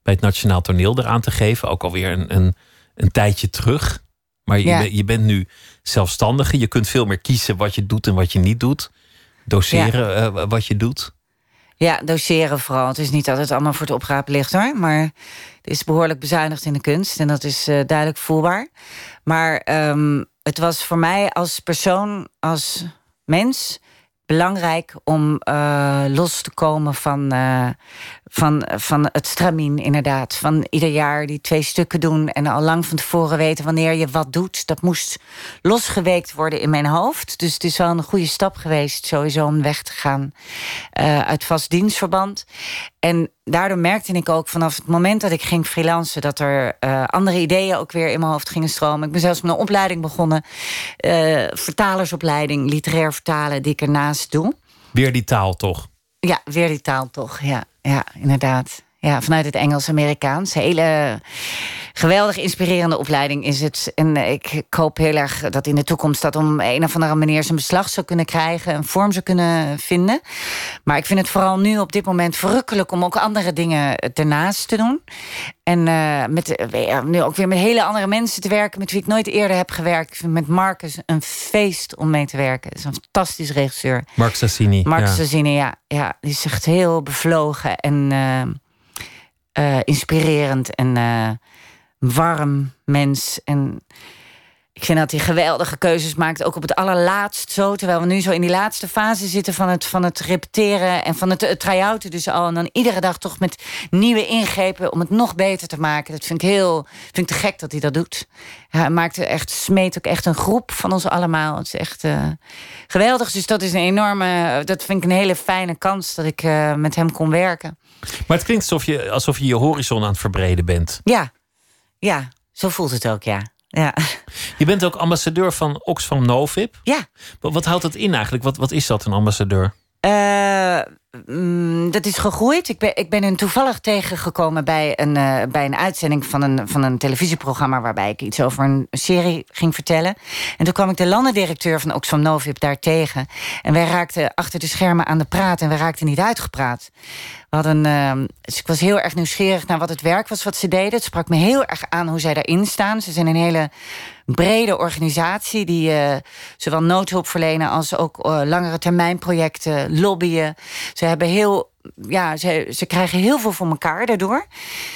bij het Nationaal Toneel eraan te geven. Ook alweer een, een, een tijdje terug. Maar je, Ja. ben- je bent nu zelfstandige. Je kunt veel meer kiezen wat je doet en wat je niet doet. Doseren eh, wat je doet. Ja, doseren vooral. Het is niet altijd allemaal voor het oprapen ligt hoor. Maar het is behoorlijk bezuinigd in de kunst. En dat is uh, duidelijk voelbaar. Maar um, het was voor mij als persoon, als mens, belangrijk om uh, los te komen van, uh, van, van het stramien, inderdaad. Van ieder jaar die twee stukken doen en al lang van tevoren weten wanneer je wat doet. Dat moest losgeweekt worden in mijn hoofd. Dus het is wel een goede stap geweest, sowieso, om weg te gaan uh, uit vast dienstverband. En daardoor merkte ik ook vanaf het moment dat ik ging freelancen dat er uh, andere ideeën ook weer in mijn hoofd gingen stromen. Ik ben zelfs met een opleiding begonnen, uh, vertalersopleiding, literair vertalen, die ik ernaast doe. Weer die taal toch? Ja, weer die taal toch. Ja, ja, inderdaad. Ja, vanuit het Engels-Amerikaans. Hele geweldig inspirerende opleiding is het. En ik, ik hoop heel erg dat in de toekomst dat om een of andere manier zijn beslag zou kunnen krijgen, een vorm zou kunnen vinden. Maar ik vind het vooral nu op dit moment verrukkelijk om ook andere dingen ernaast te doen. En uh, met, uh, nu ook weer met hele andere mensen te werken met wie ik nooit eerder heb gewerkt. Ik vind met Marcus een feest om mee te werken. Het is een fantastisch regisseur. Mark Sassini. Mark ja. Sassini, ja, ja. Die is echt heel bevlogen en uh, uh, inspirerend en uh, warm mens. En ik vind dat hij geweldige keuzes maakt, ook op het allerlaatst zo. Terwijl we nu zo in die laatste fase zitten van het, van het repeteren en van het, het try-outen dus al. En dan iedere dag toch met nieuwe ingrepen om het nog beter te maken. Dat vind ik heel vind ik te gek dat hij dat doet. Ja, hij maakt echt, smeet ook echt een groep van ons allemaal. Het is echt uh, geweldig. Dus dat is een enorme, dat vind ik een hele fijne kans dat ik uh, met hem kon werken. Maar het klinkt alsof je, alsof je je horizon aan het verbreden bent. Ja, ja, zo voelt het ook, ja. Ja. Je bent ook ambassadeur van Oxfam Novib. Ja. Wat, wat houdt dat in eigenlijk? Wat, wat is dat, een ambassadeur? Uh, mm, dat is gegroeid. Ik ben, ik ben hen toevallig tegengekomen bij een, uh, bij een uitzending van een, van een televisieprogramma waarbij ik iets over een serie ging vertellen. En toen kwam ik de landendirecteur van Oxfam Novib daar tegen. En wij raakten achter de schermen aan de praat en wij raakten niet uitgepraat. We hadden, uh, dus ik was heel erg nieuwsgierig naar wat het werk was wat ze deden. Het sprak me heel erg aan hoe zij daarin staan. Ze zijn een hele brede organisatie die uh, zowel noodhulp verlenen als ook uh, langere termijn projecten lobbyen. Ze hebben heel, ja, ze, ze krijgen heel veel voor elkaar daardoor.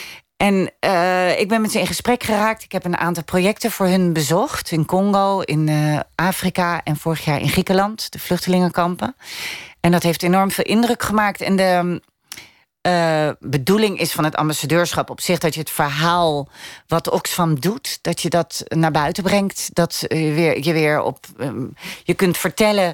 En uh, ik ben met ze in gesprek geraakt. Ik heb een aantal projecten voor hun bezocht. In Congo, in uh, Afrika en vorig jaar in Griekenland. De vluchtelingenkampen. En dat heeft enorm veel indruk gemaakt. En de uh, bedoeling is van het ambassadeurschap op zich dat je het verhaal wat Oxfam doet, dat je dat naar buiten brengt. Dat je weer, je weer op. Um, je kunt vertellen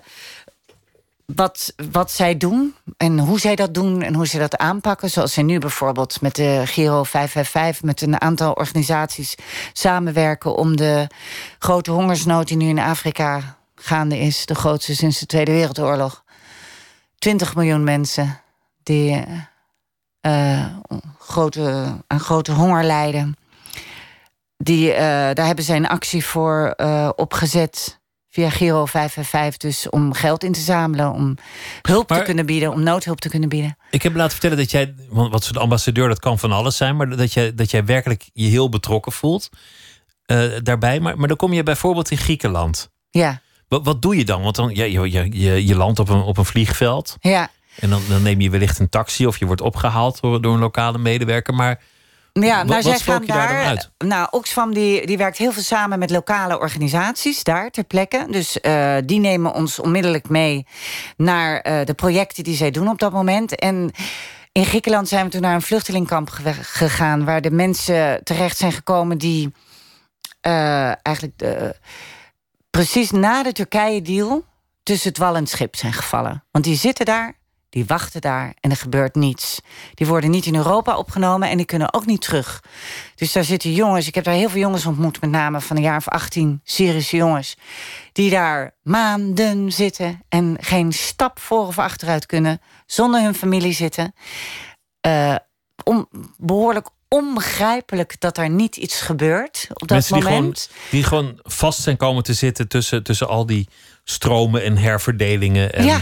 Wat, wat zij doen en hoe zij dat doen en hoe ze dat aanpakken. Zoals ze nu bijvoorbeeld met de Giro vijf vijf vijf... met een aantal organisaties samenwerken om de grote hongersnood die nu in Afrika gaande is, de grootste sinds de Tweede Wereldoorlog. twintig miljoen mensen die uh, grote, aan grote honger lijden. Die, uh, daar hebben zij een actie voor uh, opgezet via Giro vijf vijf vijf, dus om geld in te zamelen, om hulp maar, te kunnen bieden, om noodhulp te kunnen bieden. Ik heb laten vertellen dat jij, want wat soort ambassadeur, dat kan van alles zijn, maar dat jij, dat jij werkelijk je heel betrokken voelt uh, daarbij. Maar, maar dan kom je bijvoorbeeld in Griekenland. Ja. Wat, wat doe je dan? Want dan, ja, je, je, je landt op een, op een vliegveld. Ja. En dan, dan neem je wellicht een taxi of je wordt opgehaald door, door een lokale medewerker. Maar Ja, nou, wat, zij wat gaan spook je daar, daar dan uit? Nou, Oxfam die, die werkt heel veel samen met lokale organisaties daar ter plekke. Dus uh, die nemen ons onmiddellijk mee naar uh, de projecten die zij doen op dat moment. En in Griekenland zijn we toen naar een vluchtelingkamp ge- gegaan, waar de mensen terecht zijn gekomen die uh, eigenlijk de, precies na de Turkije-deal tussen het wal en het schip zijn gevallen. Want die zitten daar, die wachten daar en er gebeurt niets. Die worden niet in Europa opgenomen en die kunnen ook niet terug. Dus daar zitten jongens, ik heb daar heel veel jongens ontmoet, met name van een jaar of achttien, Syrische jongens, die daar maanden zitten en geen stap voor of achteruit kunnen, zonder hun familie zitten. Uh, om, behoorlijk onbegrijpelijk dat er niet iets gebeurt op dat Mensen moment. Die gewoon, die gewoon vast zijn komen te zitten tussen, tussen al die stromen en herverdelingen. En Ja.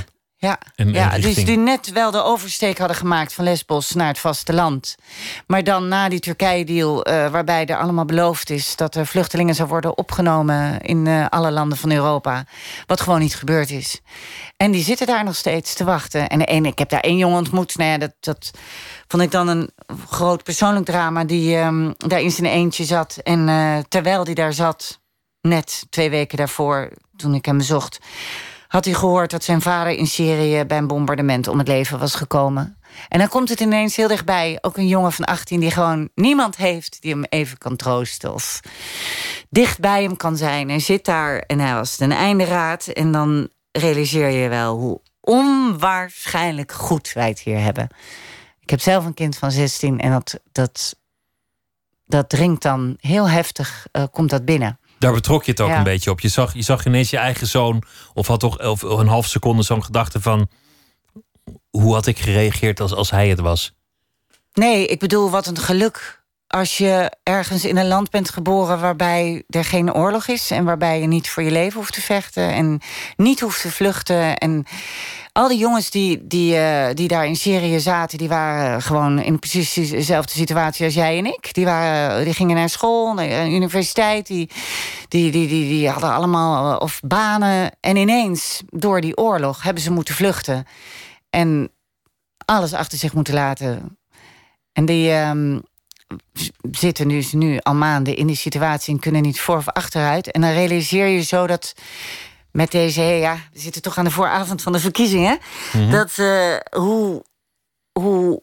Ja, En- en ja richting- dus die net wel de oversteek hadden gemaakt van Lesbos naar het vasteland. Maar dan na die Turkije-deal, uh, waarbij er allemaal beloofd is dat er vluchtelingen zou worden opgenomen in uh, alle landen van Europa. Wat gewoon niet gebeurd is. En die zitten daar nog steeds te wachten. En de ene, ik heb daar één jongen ontmoet. Nou ja, dat, dat vond ik dan een groot persoonlijk drama. Die um, daar in zijn eentje zat. En uh, terwijl die daar zat, net twee weken daarvoor, toen ik hem bezocht, had hij gehoord dat zijn vader in Syrië bij een bombardement om het leven was gekomen. En dan komt het ineens heel dichtbij. Ook een jongen van achttien die gewoon niemand heeft die hem even kan troosten of dicht bij hem kan zijn. En zit daar en hij was ten einde raad. En dan realiseer je wel hoe onwaarschijnlijk goed wij het hier hebben. Ik heb zelf een kind van zestien en dat, dat, dat dringt dan heel heftig, uh, komt dat binnen. Daar betrok je het ook Ja. een beetje op. Je zag, je zag ineens je eigen zoon, of had toch of een half seconde zo'n gedachte van, hoe had ik gereageerd als, als hij het was? Nee, ik bedoel, wat een geluk als je ergens in een land bent geboren waarbij er geen oorlog is en waarbij je niet voor je leven hoeft te vechten en niet hoeft te vluchten. En al die jongens die, die, uh, die daar in Syrië zaten, die waren gewoon in precies dezelfde situatie als jij en ik. Die, waren, die gingen naar school, naar de universiteit, die, die, die, die, die hadden allemaal uh, of banen. En ineens, door die oorlog, hebben ze moeten vluchten en alles achter zich moeten laten. En die um, zitten dus nu al maanden in die situatie en kunnen niet voor of achteruit. En dan realiseer je zo dat met deze, ja, we zitten toch aan de vooravond van de verkiezingen, mm-hmm. dat uh, hoe, hoe,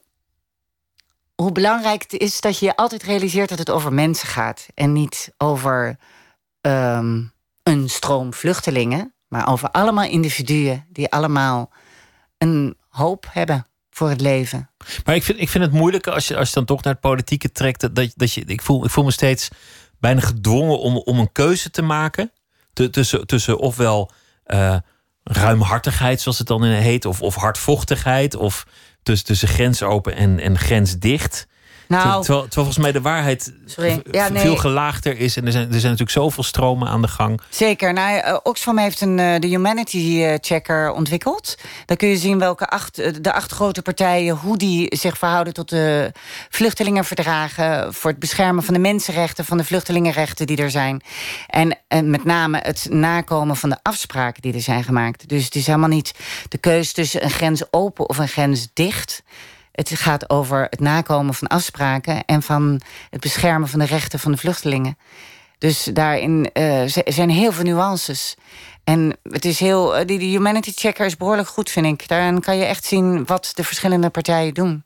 hoe belangrijk het is dat je je altijd realiseert dat het over mensen gaat. En niet over um, een stroom vluchtelingen, maar over allemaal individuen die allemaal een hoop hebben voor het leven. Maar ik vind, ik vind het moeilijk als je, als je dan toch naar het politieke trekt. Dat, dat je, ik, voel, ik voel me steeds bijna gedwongen om, om een keuze te maken. Te, tussen, tussen ofwel uh, ruimhartigheid, zoals het dan heet, of, of hardvochtigheid. Of tussen, tussen grens open en, en grens dicht. Nou, terwijl, terwijl volgens mij de waarheid sorry. Ja, nee. veel gelaagder is. En er zijn, er zijn natuurlijk zoveel stromen aan de gang. Zeker. Nou, uh, Oxfam heeft een, uh, de Humanity Checker ontwikkeld. Daar kun je zien welke acht, uh, de acht grote partijen, hoe die zich verhouden tot de vluchtelingenverdragen, voor het beschermen van de mensenrechten, van de vluchtelingenrechten die er zijn. En, en met name het nakomen van de afspraken die er zijn gemaakt. Dus het is helemaal niet de keus tussen een grens open of een grens dicht. Het gaat over het nakomen van afspraken en van het beschermen van de rechten van de vluchtelingen. Dus daarin uh, zijn heel veel nuances. En het is heel, uh, die, die Humanity Checker is behoorlijk goed, vind ik. Daarin kan je echt zien wat de verschillende partijen doen.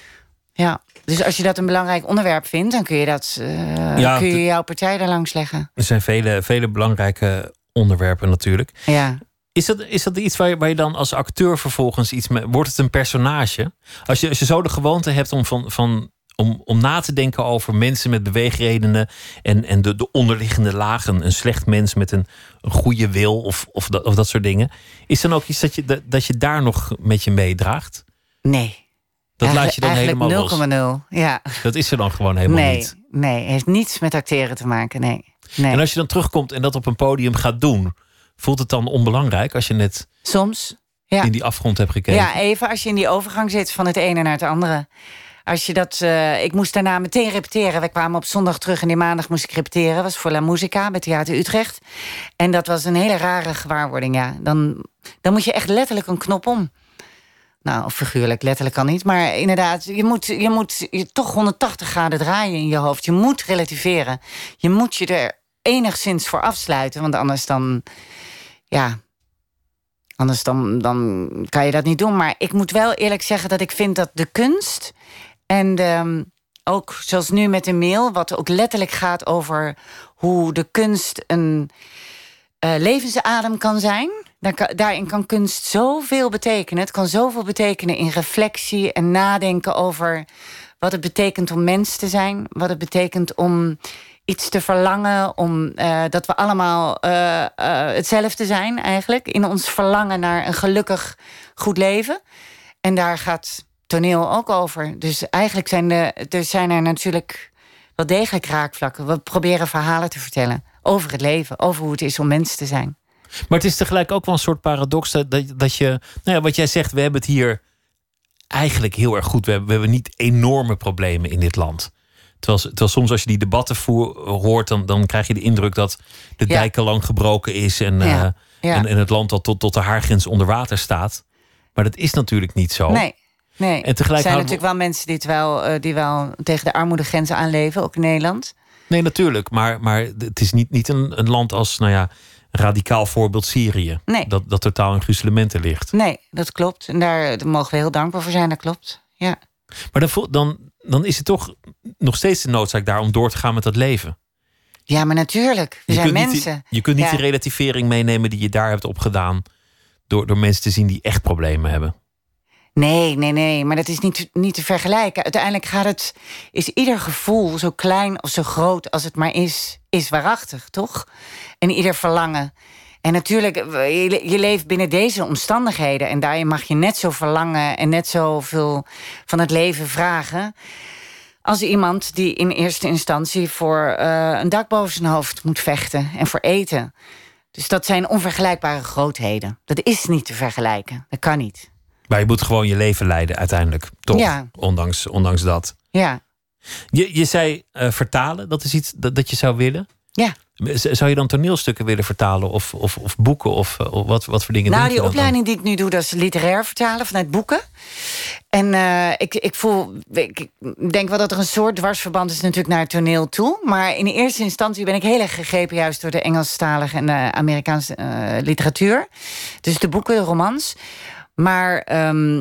Ja, dus als je dat een belangrijk onderwerp vindt, dan kun je, dat, uh, ja, kun je jouw partij daar langs leggen. Er zijn vele, vele belangrijke onderwerpen natuurlijk. Ja. Is dat, is dat iets waar je, waar je dan als acteur vervolgens iets mee... Wordt het een personage? Als je, als je zo de gewoonte hebt om, van, van, om, om na te denken over mensen met beweegredenen en, en de, de onderliggende lagen. Een slecht mens met een, een goede wil of, of, dat, of dat soort dingen. Is dan ook iets dat je, dat, dat je daar nog met je meedraagt? Nee. Dat Eigen, laat je dan helemaal nul komma nul. los? Ja. Dat is er dan gewoon helemaal nee, niet? Nee, heeft niets met acteren te maken, nee. nee. En als je dan terugkomt en dat op een podium gaat doen, voelt het dan onbelangrijk als je net soms ja. in die afgrond hebt gekeken? Ja, even als je in die overgang zit van het ene naar het andere. Als je dat, uh, ik moest daarna meteen repeteren. We kwamen op zondag terug en die maandag moest ik repeteren. Dat was voor La Musica bij Theater Utrecht. En dat was een hele rare gewaarwording, ja. Dan, dan moet je echt letterlijk een knop om. Nou, figuurlijk, letterlijk kan niet. Maar inderdaad, je moet, je moet je toch honderdtachtig graden draaien in je hoofd. Je moet relativeren. Je moet je er enigszins voor afsluiten. Want anders dan... Ja, anders dan, dan kan je dat niet doen. Maar ik moet wel eerlijk zeggen dat ik vind dat de kunst... en de, ook zoals nu met de mail... wat ook letterlijk gaat over hoe de kunst een uh, levensadem kan zijn... Daar, daarin kan kunst zoveel betekenen. Het kan zoveel betekenen in reflectie en nadenken over... wat het betekent om mens te zijn. Wat het betekent om... iets te verlangen, om uh, dat we allemaal uh, uh, hetzelfde zijn eigenlijk. In ons verlangen naar een gelukkig, goed leven. En daar gaat toneel ook over. Dus eigenlijk zijn, de, er zijn er natuurlijk wel degelijk raakvlakken. We proberen verhalen te vertellen over het leven. Over hoe het is om mens te zijn. Maar het is tegelijk ook wel een soort paradox dat, dat je... Nou ja, wat jij zegt, we hebben het hier eigenlijk heel erg goed. We hebben, we hebben niet enorme problemen in dit land. Terwijl, terwijl soms als je die debatten voer, hoort... Dan, dan krijg je de indruk dat de Ja. dijk al lang gebroken is... En, Ja. uh, Ja. en, en het land al tot, tot de haargrens onder water staat. Maar dat is natuurlijk niet zo. Nee, nee. En tegelijk er zijn houden we- natuurlijk wel mensen die, het wel, uh, die wel tegen de armoedegrens aanleven, ook in Nederland. Nee, natuurlijk. Maar, maar het is niet, niet een, een land als, nou ja, radicaal voorbeeld Syrië. Nee. Dat, dat totaal in gruzelementen ligt. Nee, dat klopt. En daar, daar mogen we heel dankbaar voor zijn, dat klopt. Ja. Maar dan, voel- dan, dan is het toch nog steeds de noodzaak daar om door te gaan met dat leven. Ja, maar natuurlijk. We Je zijn kunt niet mensen. die- je kunt niet Ja. die relativering meenemen die je daar hebt opgedaan. Door, door mensen te zien die echt problemen hebben. Nee, nee, nee. Maar dat is niet, niet te vergelijken. Uiteindelijk gaat het, is ieder gevoel, zo klein of zo groot als het maar is, is waarachtig, toch? En ieder verlangen. En natuurlijk, je, je leeft binnen deze omstandigheden. En daarin mag je net zo verlangen en net zoveel van het leven vragen. Als iemand die in eerste instantie voor uh, een dak boven zijn hoofd moet vechten en voor eten. Dus dat zijn onvergelijkbare grootheden. Dat is niet te vergelijken. Dat kan niet. Maar je moet gewoon je leven leiden uiteindelijk. Toch? Ja. Ondanks, ondanks dat. Ja, Je, je zei uh, vertalen, dat is iets dat, dat je zou willen. ja. Z- Zou je dan toneelstukken willen vertalen of, of, of boeken? Of, uh, of wat, wat voor dingen Nou, denk je die dan opleiding die ik nu doe, dat is literair vertalen vanuit boeken. En uh, ik, ik voel, ik denk wel dat er een soort dwarsverband is natuurlijk naar het toneel toe. Maar in eerste instantie ben ik heel erg gegrepen juist door de Engelstalige en de Amerikaanse uh, literatuur. Dus de boeken, de romans. Maar um,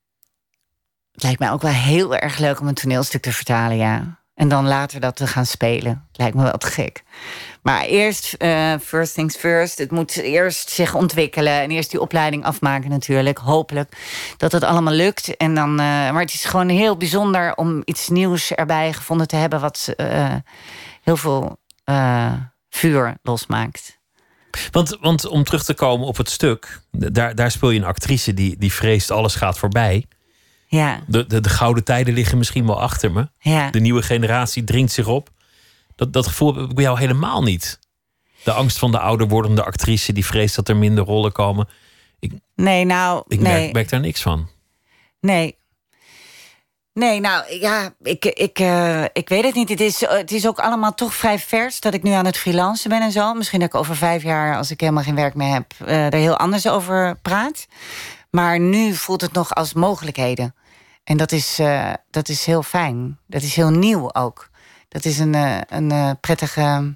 het lijkt mij ook wel heel erg leuk om een toneelstuk te vertalen, ja. En dan later dat te gaan spelen. Lijkt me wel te gek. Maar eerst, uh, first things first. Het moet eerst zich ontwikkelen. En eerst die opleiding afmaken natuurlijk. Hopelijk dat het allemaal lukt. En dan, uh, maar het is gewoon heel bijzonder om iets nieuws erbij gevonden te hebben... wat uh, heel veel uh, vuur losmaakt. Want, want om terug te komen op het stuk... daar, daar speel je een actrice die, die vreest alles gaat voorbij... Ja. De, de, de gouden tijden liggen misschien wel achter me. Ja. De nieuwe generatie dringt zich op. Dat, dat gevoel heb ik bij jou helemaal niet. De angst van de ouder wordende actrice... die vreest dat er minder rollen komen. Ik, nee, nou... ik nee. merk, merk daar niks van. Nee. Nee, nou, ja, ik, ik, uh, ik weet het niet. Het is, het is ook allemaal toch vrij vers... dat ik nu aan het freelancen ben en zo. Misschien dat ik over vijf jaar, als ik helemaal geen werk meer heb... Uh, er heel anders over praat. Maar nu voelt het nog als mogelijkheden. En dat is, uh, dat is heel fijn. Dat is heel nieuw ook. Dat is een, uh, een uh, prettige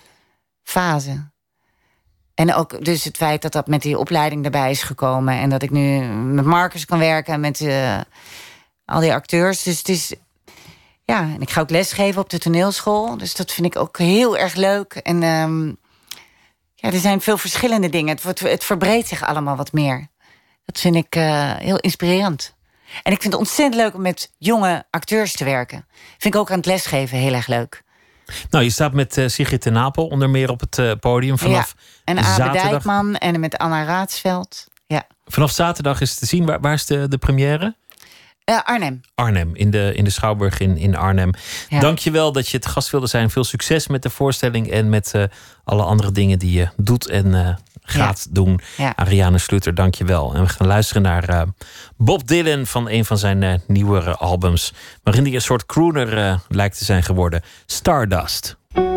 fase. En ook dus het feit dat dat met die opleiding erbij is gekomen... en dat ik nu met Marcus kan werken en met uh, al die acteurs. Dus het is... Ja, en ik ga ook lesgeven op de toneelschool. Dus dat vind ik ook heel erg leuk. En um, ja, er zijn veel verschillende dingen. Het, wordt, het verbreedt zich allemaal wat meer. Dat vind ik uh, heel inspirerend. En ik vind het ontzettend leuk om met jonge acteurs te werken. Vind ik ook aan het lesgeven heel erg leuk. Nou, je staat met uh, Sigrid ten Apel onder meer op het uh, podium vanaf ja, en Abe zaterdag. Dijkman en met Anna Raadsveld. Ja. Vanaf zaterdag is het te zien. Waar, waar is de, de première? Uh, Arnhem. Arnhem, in de, in de Schouwburg in, in Arnhem. Ja. Dank je wel dat je het gast wilde zijn. Veel succes met de voorstelling en met uh, alle andere dingen die je doet en uh, gaat ja. doen. Ja. Ariane Slutter, dank je wel. En we gaan luisteren naar uh, Bob Dylan van een van zijn uh, nieuwere albums. Waarin hij een soort crooner uh, lijkt te zijn geworden. Stardust.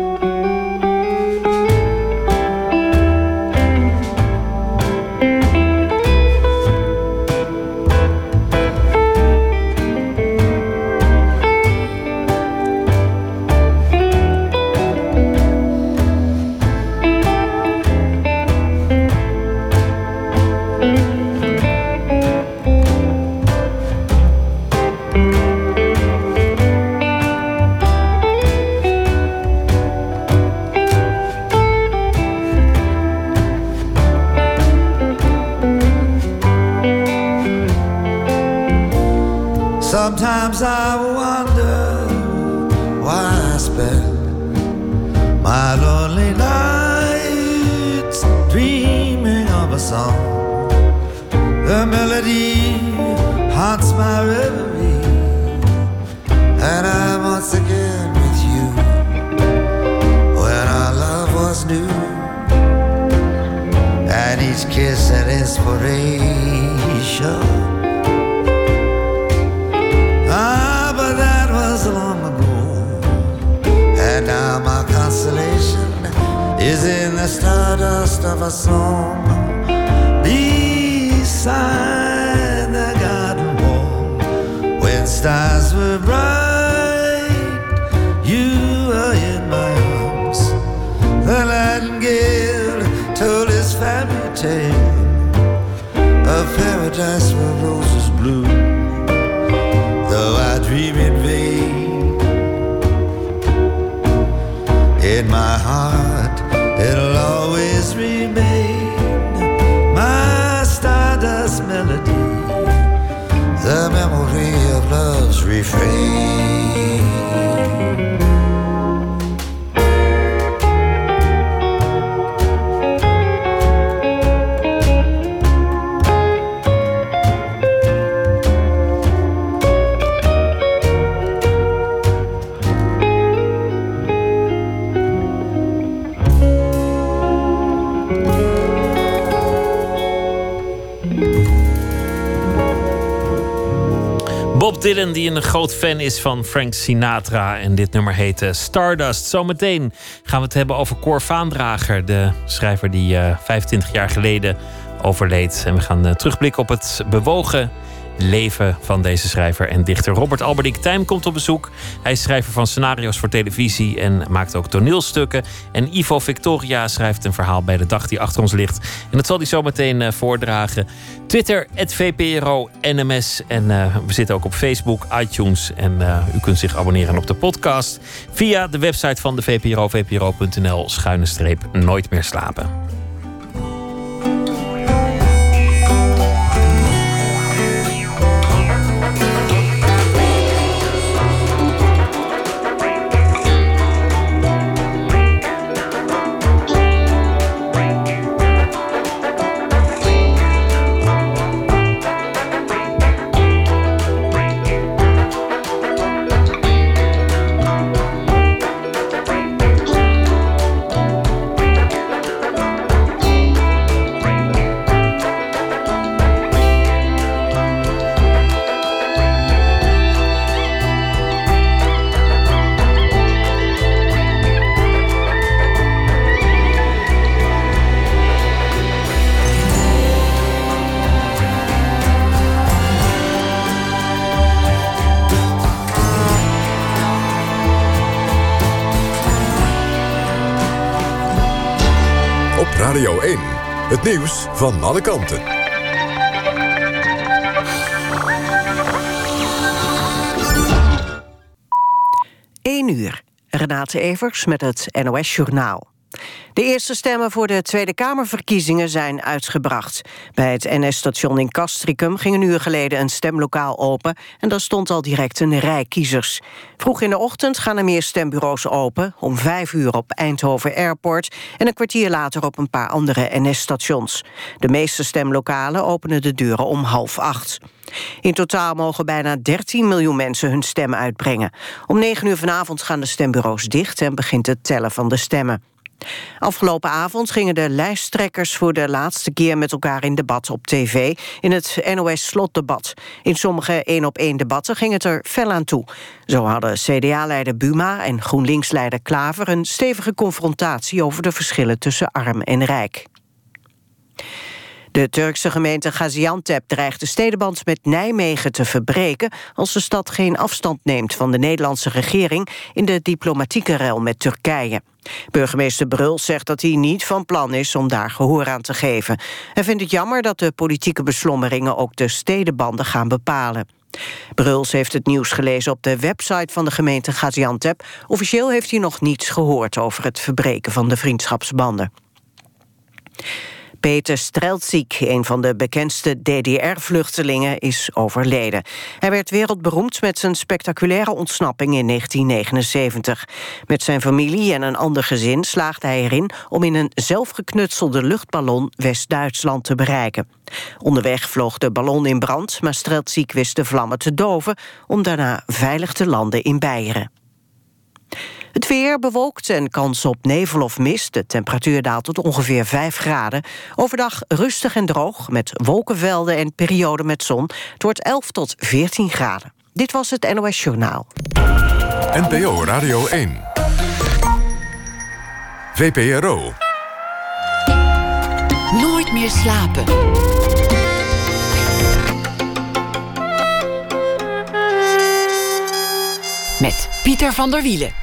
Sometimes I wonder why I spend my lonely nights dreaming of a song. The melody haunts my reverie, and I'm once again with you when our love was new. each kiss an inspiration. Ah, but that was long ago. And now my consolation is in the stardust of a song beside the garden wall. When stars were bright, you were in my arms. The nightingale told his fairy tale of paradise where roses bloom, though I dream in vain. In my heart it'll always remain my stardust melody, the memory of love's refrain. Bob Dylan, die een groot fan is van Frank Sinatra. En dit nummer heet uh, Stardust. Zometeen gaan we het hebben over Cor Vaandrager, de schrijver die uh, vijfentwintig jaar geleden overleed. En we gaan uh, terugblikken op het bewogen leven van deze schrijver en dichter. Robert Alberdink Tijm komt op bezoek. Hij is schrijver van scenario's voor televisie en maakt ook toneelstukken. En Ivo Victoria schrijft een verhaal bij de dag die achter ons ligt. En dat zal hij zo meteen uh, voordragen. Twitter, at V P R O N M S. En uh, we zitten ook op Facebook, iTunes. En uh, u kunt zich abonneren op de podcast via de website van de V P R O, v p r o punt n l schuine streep nooit meer slapen. Radio één. Het nieuws van alle kanten. één uur. Renate Evers met het N O S-journaal. De eerste stemmen voor de Tweede Kamerverkiezingen zijn uitgebracht. Bij het N S-station in Castricum ging een uur geleden een stemlokaal open en daar stond al direct een rij kiezers. Vroeg in de ochtend gaan er meer stembureaus open, om vijf uur op Eindhoven Airport en een kwartier later op een paar andere N S-stations. De meeste stemlokalen openen de deuren om half acht. In totaal mogen bijna dertien miljoen mensen hun stem uitbrengen. Om negen uur vanavond gaan de stembureaus dicht en begint het tellen van de stemmen. Afgelopen avond gingen de lijsttrekkers voor de laatste keer met elkaar in debat op tv in het N O S-slotdebat. In sommige één-op-één debatten ging het er fel aan toe. Zo hadden C D A-leider Buma en GroenLinks-leider Klaver een stevige confrontatie over de verschillen tussen arm en rijk. De Turkse gemeente Gaziantep dreigt de stedenband met Nijmegen te verbreken als de stad geen afstand neemt van de Nederlandse regering in de diplomatieke ruil met Turkije. Burgemeester Bruls zegt dat hij niet van plan is om daar gehoor aan te geven. Hij vindt het jammer dat de politieke beslommeringen ook de stedenbanden gaan bepalen. Bruls heeft het nieuws gelezen op de website van de gemeente Gaziantep. Officieel heeft hij nog niets gehoord over het verbreken van de vriendschapsbanden. Peter Streltsik, een van de bekendste D D R-vluchtelingen, is overleden. Hij werd wereldberoemd met zijn spectaculaire ontsnapping in negentien negenenzeventig. Met zijn familie en een ander gezin slaagde hij erin om in een zelfgeknutselde luchtballon West-Duitsland te bereiken. Onderweg vloog de ballon in brand, maar Streltsik wist de vlammen te doven om daarna veilig te landen in Beieren. Het weer bewolkt en kans op nevel of mist. De temperatuur daalt tot ongeveer vijf graden. Overdag rustig en droog, met wolkenvelden en perioden met zon. Het wordt elf tot veertien graden. Dit was het N O S Journaal. N P O Radio één. V P R O. Nooit meer slapen. Met Pieter van der Wielen.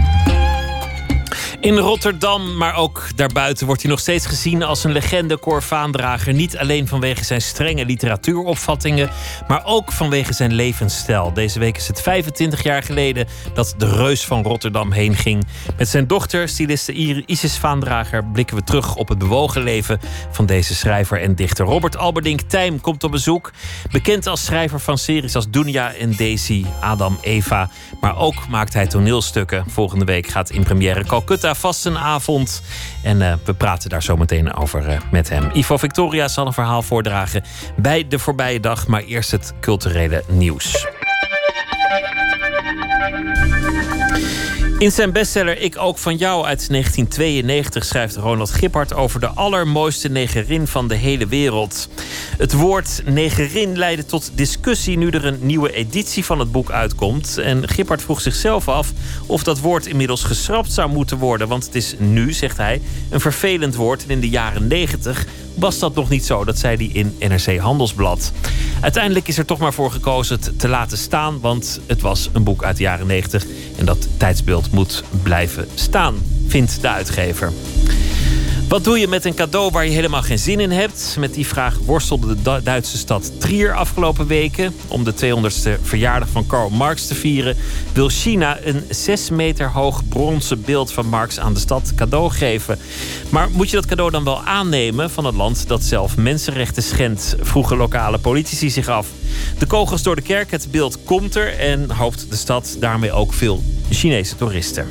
In Rotterdam, maar ook daarbuiten, wordt hij nog steeds gezien als een legende Cor-Vaandrager. Niet alleen vanwege zijn strenge literatuuropvattingen, maar ook vanwege zijn levensstijl. Deze week is het vijfentwintig jaar geleden dat de reus van Rotterdam heen ging. Met zijn dochter, styliste Isis Vaandrager, blikken we terug op het bewogen leven van deze schrijver en dichter. Robert Alberdink Tijm komt op bezoek. Bekend als schrijver van series als Dunja en Daisy, Adam, Eva. Maar ook maakt hij toneelstukken. Volgende week gaat in première Calcutta vast een avond. En uh, we praten daar zo meteen over uh, met hem. Ivo Victoria zal een verhaal voordragen bij de voorbije dag. Maar eerst het culturele nieuws. In zijn bestseller Ik ook van jou uit negentien tweeënnegentig schrijft Ronald Giphart over de allermooiste negerin van de hele wereld. Het woord negerin leidde tot discussie nu er een nieuwe editie van het boek uitkomt. En Giphart vroeg zichzelf af of dat woord inmiddels geschrapt zou moeten worden. Want het is nu, zegt hij, een vervelend woord. En in de jaren negentig was dat nog niet zo. Dat zei hij in N R C Handelsblad. Uiteindelijk is er toch maar voor gekozen het te laten staan. Want het was een boek uit de jaren negentig. En dat tijdsbeeld moet blijven staan, vindt de uitgever. Wat doe je met een cadeau waar je helemaal geen zin in hebt? Met die vraag worstelde de Duitse stad Trier afgelopen weken. Om de tweehonderdste verjaardag van Karl Marx te vieren wil China een zes meter hoog bronzen beeld van Marx aan de stad cadeau geven. Maar moet je dat cadeau dan wel aannemen van het land dat zelf mensenrechten schendt? Vroegen lokale politici zich af. De kogels door de kerk, het beeld komt er en hoopt de stad daarmee ook veel Chinese toeristen.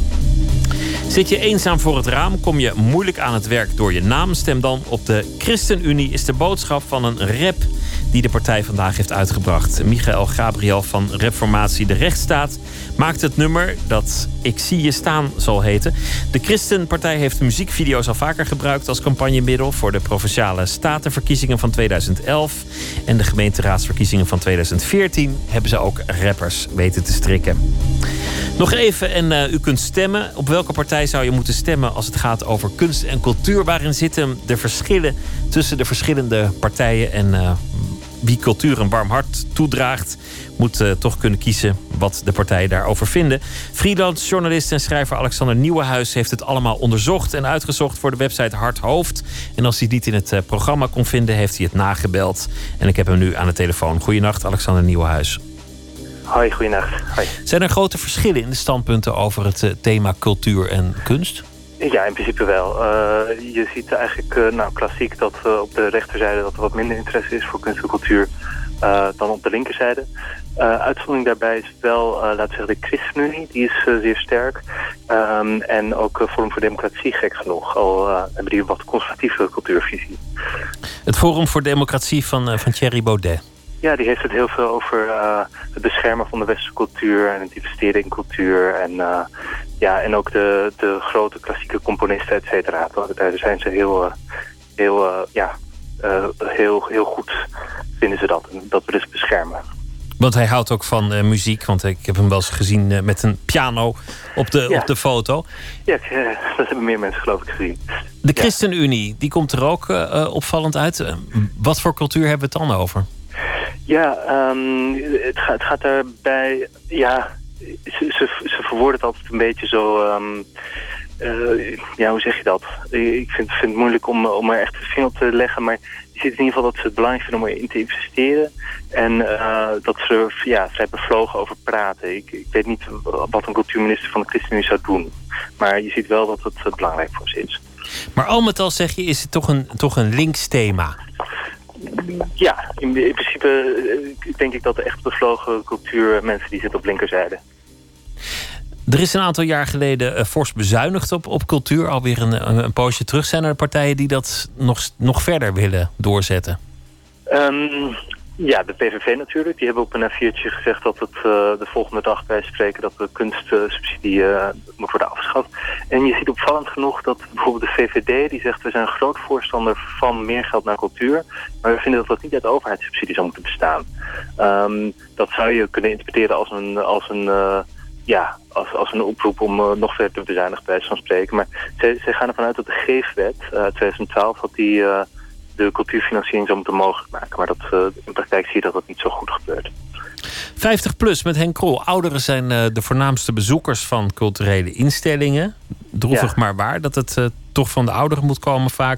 Zit je eenzaam voor het raam, kom je moeilijk aan het werk door je naam. Stem dan op de ChristenUnie is de boodschap van een rap die de partij vandaag heeft uitgebracht. Michael Gabriel van Reformatie de Rechtsstaat maakt het nummer dat Ik zie je staan zal heten. De Christenpartij heeft muziekvideo's al vaker gebruikt als campagnemiddel voor de Provinciale Statenverkiezingen van tweeduizend elf. En de gemeenteraadsverkiezingen van tweeduizend veertien hebben ze ook rappers weten te strikken. Nog even, en uh, u kunt stemmen. Op welke partij zou je moeten stemmen als het gaat over kunst en cultuur? Waarin zitten de verschillen tussen de verschillende partijen? En uh, wie cultuur een warm hart toedraagt, moet uh, toch kunnen kiezen wat de partijen daarover vinden. Freelance journalist en schrijver Alexander Nieuwenhuis heeft het allemaal onderzocht en uitgezocht voor de website Hart Hoofd. En als hij het niet in het uh, programma kon vinden, heeft hij het nagebeld. En ik heb hem nu aan de telefoon. Goedenacht, Alexander Nieuwenhuis. Hoi, goeienacht. Hoi. Zijn er grote verschillen in de standpunten over het uh, thema cultuur en kunst? Ja, in principe wel. Uh, je ziet eigenlijk uh, nou, klassiek dat uh, op de rechterzijde dat er wat minder interesse is voor kunst en cultuur uh, dan op de linkerzijde. Uh, uitzondering daarbij is wel, uh, laten we zeggen, de ChristenUnie. Die is uh, zeer sterk. Um, en ook uh, Forum voor Democratie, gek genoeg. Al uh, hebben die een wat conservatieve cultuurvisie. Het Forum voor Democratie van, uh, van Thierry Baudet. Ja, die heeft het heel veel over uh, het beschermen van de westerse cultuur en het investeren in cultuur. En, uh, ja, en ook de, de grote klassieke componisten, et cetera. Daar zijn ze heel, uh, heel, uh, ja, uh, heel, heel goed, vinden ze dat. Dat we dus beschermen. Want hij houdt ook van uh, muziek, want ik heb hem wel eens gezien uh, met een piano op de, ja. op de foto. Ja, uh, dat hebben meer mensen geloof ik gezien. De ChristenUnie, die komt er ook uh, opvallend uit. Uh, wat voor cultuur hebben we het dan over? Ja, um, het, gaat, het gaat daarbij, ja, ze, ze, ze verwoorden het altijd een beetje zo, um, uh, ja, hoe zeg je dat? Ik vind, vind het moeilijk om, om er echt de vinger op te leggen, maar je ziet in ieder geval dat ze het belangrijk vinden om erin te investeren. En uh, dat ze er ja, vrij bevlogen over praten. Ik, ik weet niet wat een cultuurminister van de ChristenUnie zou doen, maar je ziet wel dat het uh, belangrijk voor ze is. Maar al met al zeg je, is het toch een, toch een links thema? Ja, in, in principe uh, denk ik dat de echt bevlogen cultuur mensen die zitten op linkerzijde. Er is een aantal jaar geleden uh, fors bezuinigd op, op cultuur. Alweer een, een, een poosje terug. Zijn er partijen die dat nog, nog verder willen doorzetten? Um, Ja, de P V V natuurlijk. Die hebben op een F viertje gezegd dat het uh, de volgende dag bij spreken dat de kunstsubsidie uh, moet worden afgeschaft. En je ziet opvallend genoeg dat bijvoorbeeld de V V D die zegt we zijn een groot voorstander van meer geld naar cultuur, maar we vinden dat dat niet uit overheidssubsidie zou moeten bestaan. Um, dat zou je kunnen interpreteren als een, als een uh, ja, als, als een oproep om uh, nog verder te bezuinigen bij wijze van spreken. Maar ze, ze gaan ervan uit dat de Geefwet uh, twintig twaalf dat die uh, de cultuurfinanciering zou moeten mogelijk maken. Maar dat, uh, in praktijk zie je dat dat niet zo goed gebeurt. vijftig plus met Henk Krol. Ouderen zijn uh, de voornaamste bezoekers van culturele instellingen. Droevig ja. maar waar dat het uh, toch van de ouderen moet komen vaak.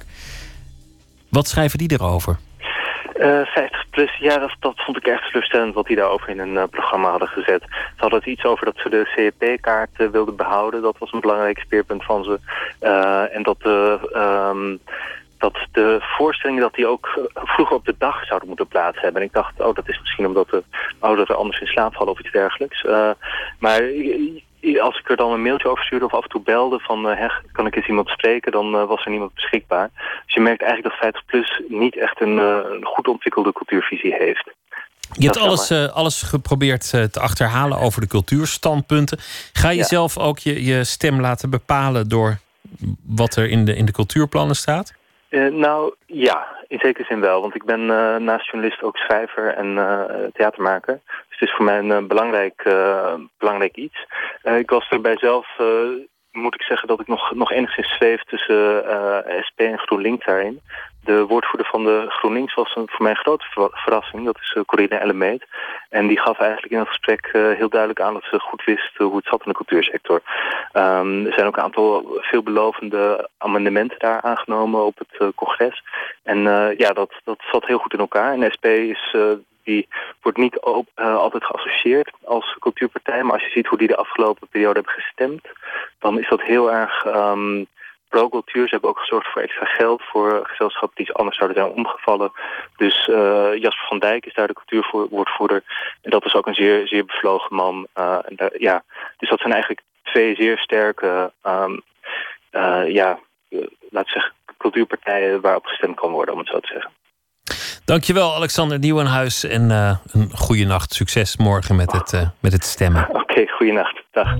Wat schrijven die erover? Uh, vijftig plus, ja, dat, dat vond ik echt teleurstellend wat die daarover in een uh, programma hadden gezet. Ze hadden het iets over dat ze de C E P-kaart uh, wilden behouden. Dat was een belangrijk speerpunt van ze. Uh, en dat de... Um, dat de voorstellingen dat die ook vroeger op de dag zouden moeten plaats hebben. En ik dacht, oh, dat is misschien omdat de ouderen anders in slaap vallen of iets dergelijks. Uh, maar als ik er dan een mailtje over stuurde of af en toe belde van uh, kan ik eens iemand spreken, dan uh, was er niemand beschikbaar. Dus je merkt eigenlijk dat vijftig plus niet echt een, uh, een goed ontwikkelde cultuurvisie heeft. Je hebt alles, uh, alles geprobeerd uh, te achterhalen over de cultuurstandpunten. Ga je ja. zelf ook je, je stem laten bepalen door wat er in de, in de cultuurplannen staat? Uh, nou, ja, in zekere zin wel. Want ik ben uh, naast journalist ook schrijver en uh, theatermaker. Dus het is voor mij een uh, belangrijk, uh, belangrijk iets. Uh, ik was erbij zelf, uh, moet ik zeggen, dat ik nog, nog enigszins zweef tussen uh, S P en GroenLinks daarin. De woordvoerder van de GroenLinks was een, voor mij een grote ver- verrassing. Dat is uh, Corinne Ellemeet. En die gaf eigenlijk in het gesprek uh, heel duidelijk aan dat ze goed wist uh, hoe het zat in de cultuursector. Um, er zijn ook een aantal veelbelovende amendementen daar aangenomen op het uh, congres. En uh, ja, dat, dat zat heel goed in elkaar. En de S P is... Uh, die wordt niet op, uh, altijd geassocieerd als cultuurpartij. Maar als je ziet hoe die de afgelopen periode hebben gestemd, dan is dat heel erg um, pro-cultuur. Ze hebben ook gezorgd voor extra geld voor gezelschappen die anders zouden zijn omgevallen. Dus uh, Jasper van Dijk is daar de cultuurwoordvoerder. En dat is ook een zeer, zeer bevlogen man. Uh, en daar, ja. Dus dat zijn eigenlijk twee zeer sterke um, uh, ja, uh, laten we zeggen, cultuurpartijen waarop gestemd kan worden, om het zo te zeggen. Dankjewel, Alexander Nieuwenhuis. En uh, een goede nacht. Succes morgen met het, uh, met het stemmen. Oké, okay, goede nacht. Dag.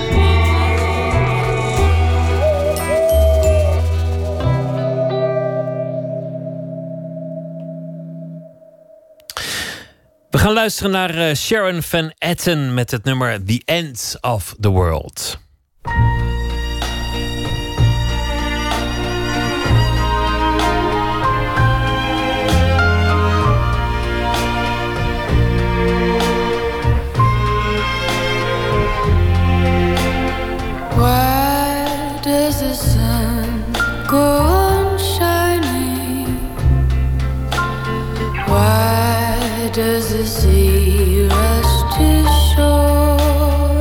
We gaan luisteren naar uh, Sharon Van Etten met het nummer The End of the World. Why does the sun go on shining? Why does the sea rush to shore?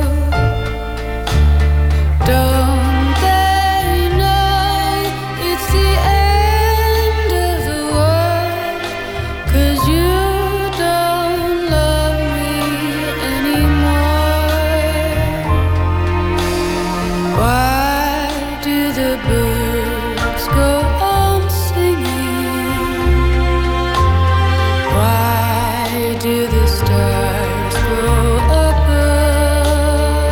Don't they know it's the end of the world? 'Cause you don't love me anymore. Why do the birds go on singing? Why do the stars grow above?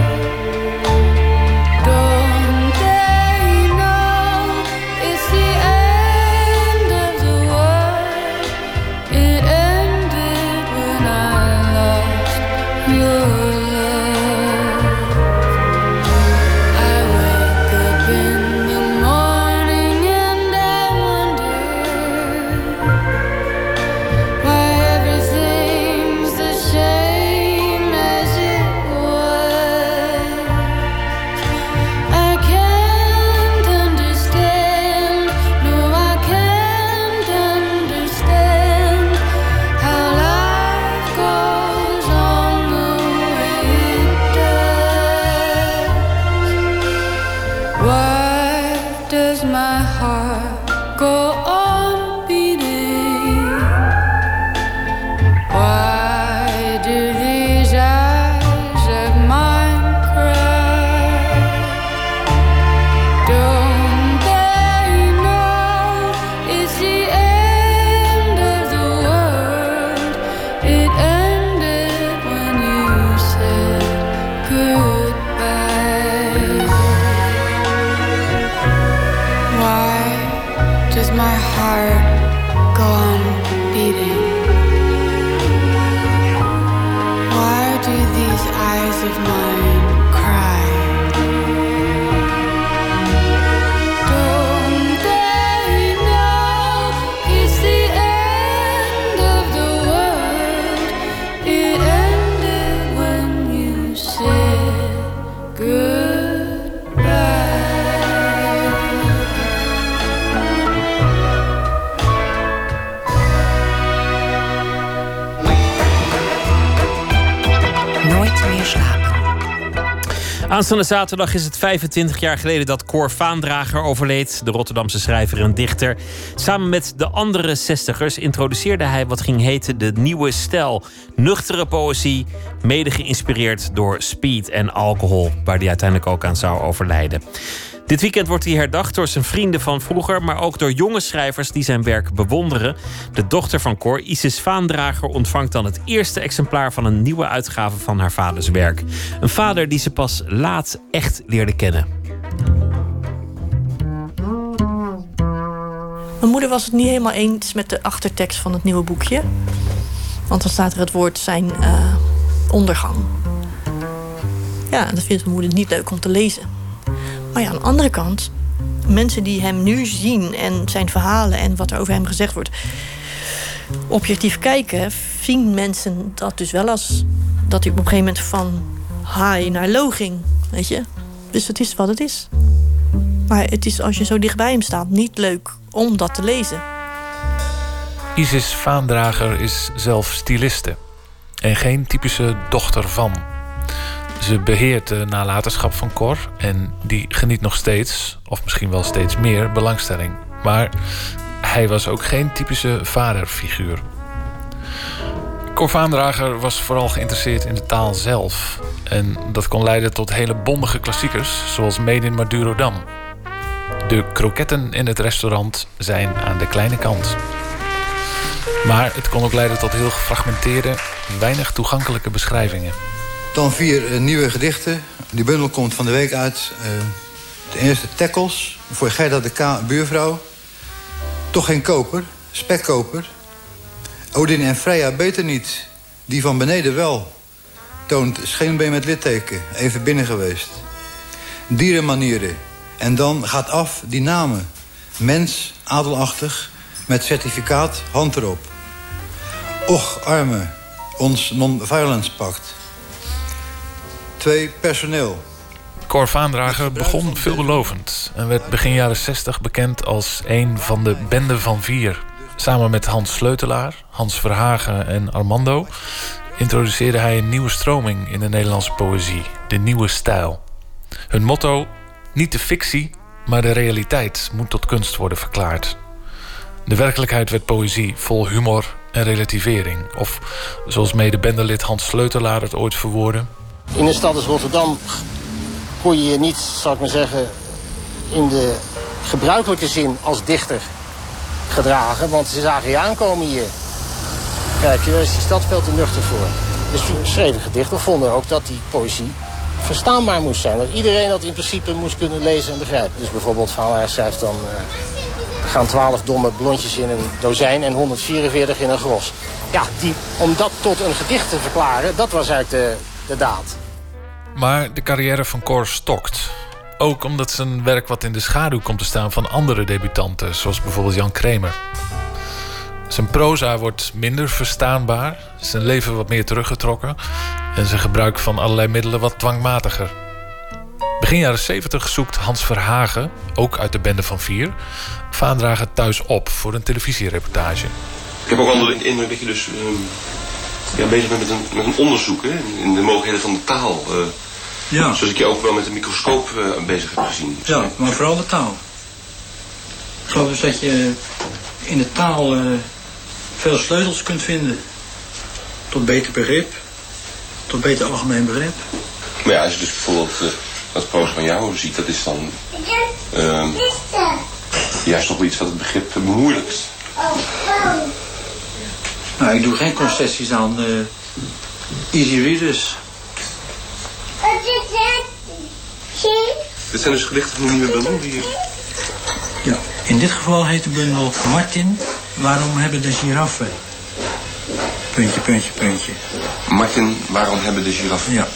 Don't they know it's the end of the world? It ended when I lost your love. I wake up in the morning and I wonder why everything's the same as it was. I can't understand, no I can't understand how life goes on the way it does. Why does my heart go on beating? Why do these eyes of mine cry? Don't they know it's the end of the world? go on beating? Why do these eyes of mine cry? Don't they know it's the end of the world? It ended when you said goodbye. Nooit meer slapen. Aanstaande zaterdag is het vijfentwintig jaar geleden dat Cor Vaandrager overleed. De Rotterdamse schrijver en dichter. Samen met de andere zestigers introduceerde hij wat ging heten de nieuwe stijl. Nuchtere poëzie, mede geïnspireerd door speed en alcohol, waar hij uiteindelijk ook aan zou overlijden. Dit weekend wordt hij herdacht door zijn vrienden van vroeger, maar ook door jonge schrijvers die zijn werk bewonderen. De dochter van Cor, Isis Vaandrager, ontvangt dan het eerste exemplaar van een nieuwe uitgave van haar vaders werk. Een vader die ze pas laat echt leerde kennen. Mijn moeder was het niet helemaal eens met de achtertekst van het nieuwe boekje. Want dan staat er het woord zijn uh, ondergang. Ja, dat vindt mijn moeder niet leuk om te lezen. Maar ja, aan de andere kant, mensen die hem nu zien en zijn verhalen en wat er over hem gezegd wordt, objectief kijken, zien mensen dat dus wel als dat hij op een gegeven moment van high naar low ging, weet je. Dus het is wat het is. Maar het is, als je zo dicht bij hem staat, niet leuk om dat te lezen. Isis Vaandrager is zelf styliste en geen typische dochter van. Ze beheert de nalatenschap van Cor en die geniet nog steeds, of misschien wel steeds meer, belangstelling. Maar hij was ook geen typische vaderfiguur. Cor Vaandrager was vooral geïnteresseerd in de taal zelf. En dat kon leiden tot hele bondige klassiekers, zoals Made in Madurodam. De kroketten in het restaurant zijn aan de kleine kant. Maar het kon ook leiden tot heel gefragmenteerde, weinig toegankelijke beschrijvingen. Dan vier uh, nieuwe gedichten. Die bundel komt van de week uit. Uh, de eerste Tackles, voor Gerda de K, buurvrouw. Toch geen koper, spekkoper. Odin en Freya beter niet, die van beneden wel. Toont scheenbeen met litteken, even binnen geweest. Dierenmanieren, en dan gaat af die namen. Mens, adelachtig, met certificaat, hand erop. Och, arme, ons non-violence pact. Twee, personeel. Cor Vaandrager begon veelbelovend en werd begin jaren zestig bekend als een van de bende van vier. Samen met Hans Sleutelaar, Hans Verhagen en Armando introduceerde hij een nieuwe stroming in de Nederlandse poëzie, de nieuwe stijl. Hun motto: niet de fictie, maar de realiteit moet tot kunst worden verklaard. De werkelijkheid werd poëzie vol humor en relativering. Of zoals mede-bendelid Hans Sleutelaar het ooit verwoordde: in een stad als Rotterdam kon je je niet, zal ik maar zeggen, in de gebruikelijke zin als dichter gedragen. Want ze zagen je aankomen hier. Kijk, daar is die stad veel te nuchter voor. Dus we schreven gedichten, vonden ook dat die poëzie verstaanbaar moest zijn. Dat iedereen dat in principe moest kunnen lezen en begrijpen. Dus bijvoorbeeld Vaandrager schrijft dan: uh, er gaan twaalf domme blondjes in een dozijn en honderdvierenveertig in een gros. Ja, die, om dat tot een gedicht te verklaren, dat was eigenlijk de, de daad. Maar de carrière van Cor stokt. Ook omdat zijn werk wat in de schaduw komt te staan van andere debutanten, zoals bijvoorbeeld Jan Kramer. Zijn proza wordt minder verstaanbaar, zijn leven wat meer teruggetrokken en zijn gebruik van allerlei middelen wat dwangmatiger. Begin jaren zeventig zoekt Hans Verhagen, ook uit de bende van vier, Vaandrager thuis op voor een televisiereportage. Ik heb ook wel de indruk dat je dus uh, ja, bezig bent met een, met een onderzoek, hè, in de mogelijkheden van de taal. Uh, ja. Zoals ik je ook wel met een microscoop uh, bezig heb gezien. Ja, maar vooral de taal. Ik geloof dus dat je in de taal uh, veel sleutels kunt vinden. Tot beter begrip. Tot beter algemeen begrip. Maar ja, als je dus bijvoorbeeld uh, dat proza van jou ziet, dat is dan uh, juist nog wel iets wat het begrip bemoeilijkt. Nou, ik doe geen concessies aan uh, easy readers. Dit zijn dus gedichten van de nieuwe bundel die... Ja, in dit geval heet de bundel Martin waarom hebben de giraffen... Puntje, puntje, puntje. Martin, waarom hebben de giraffen... Ja.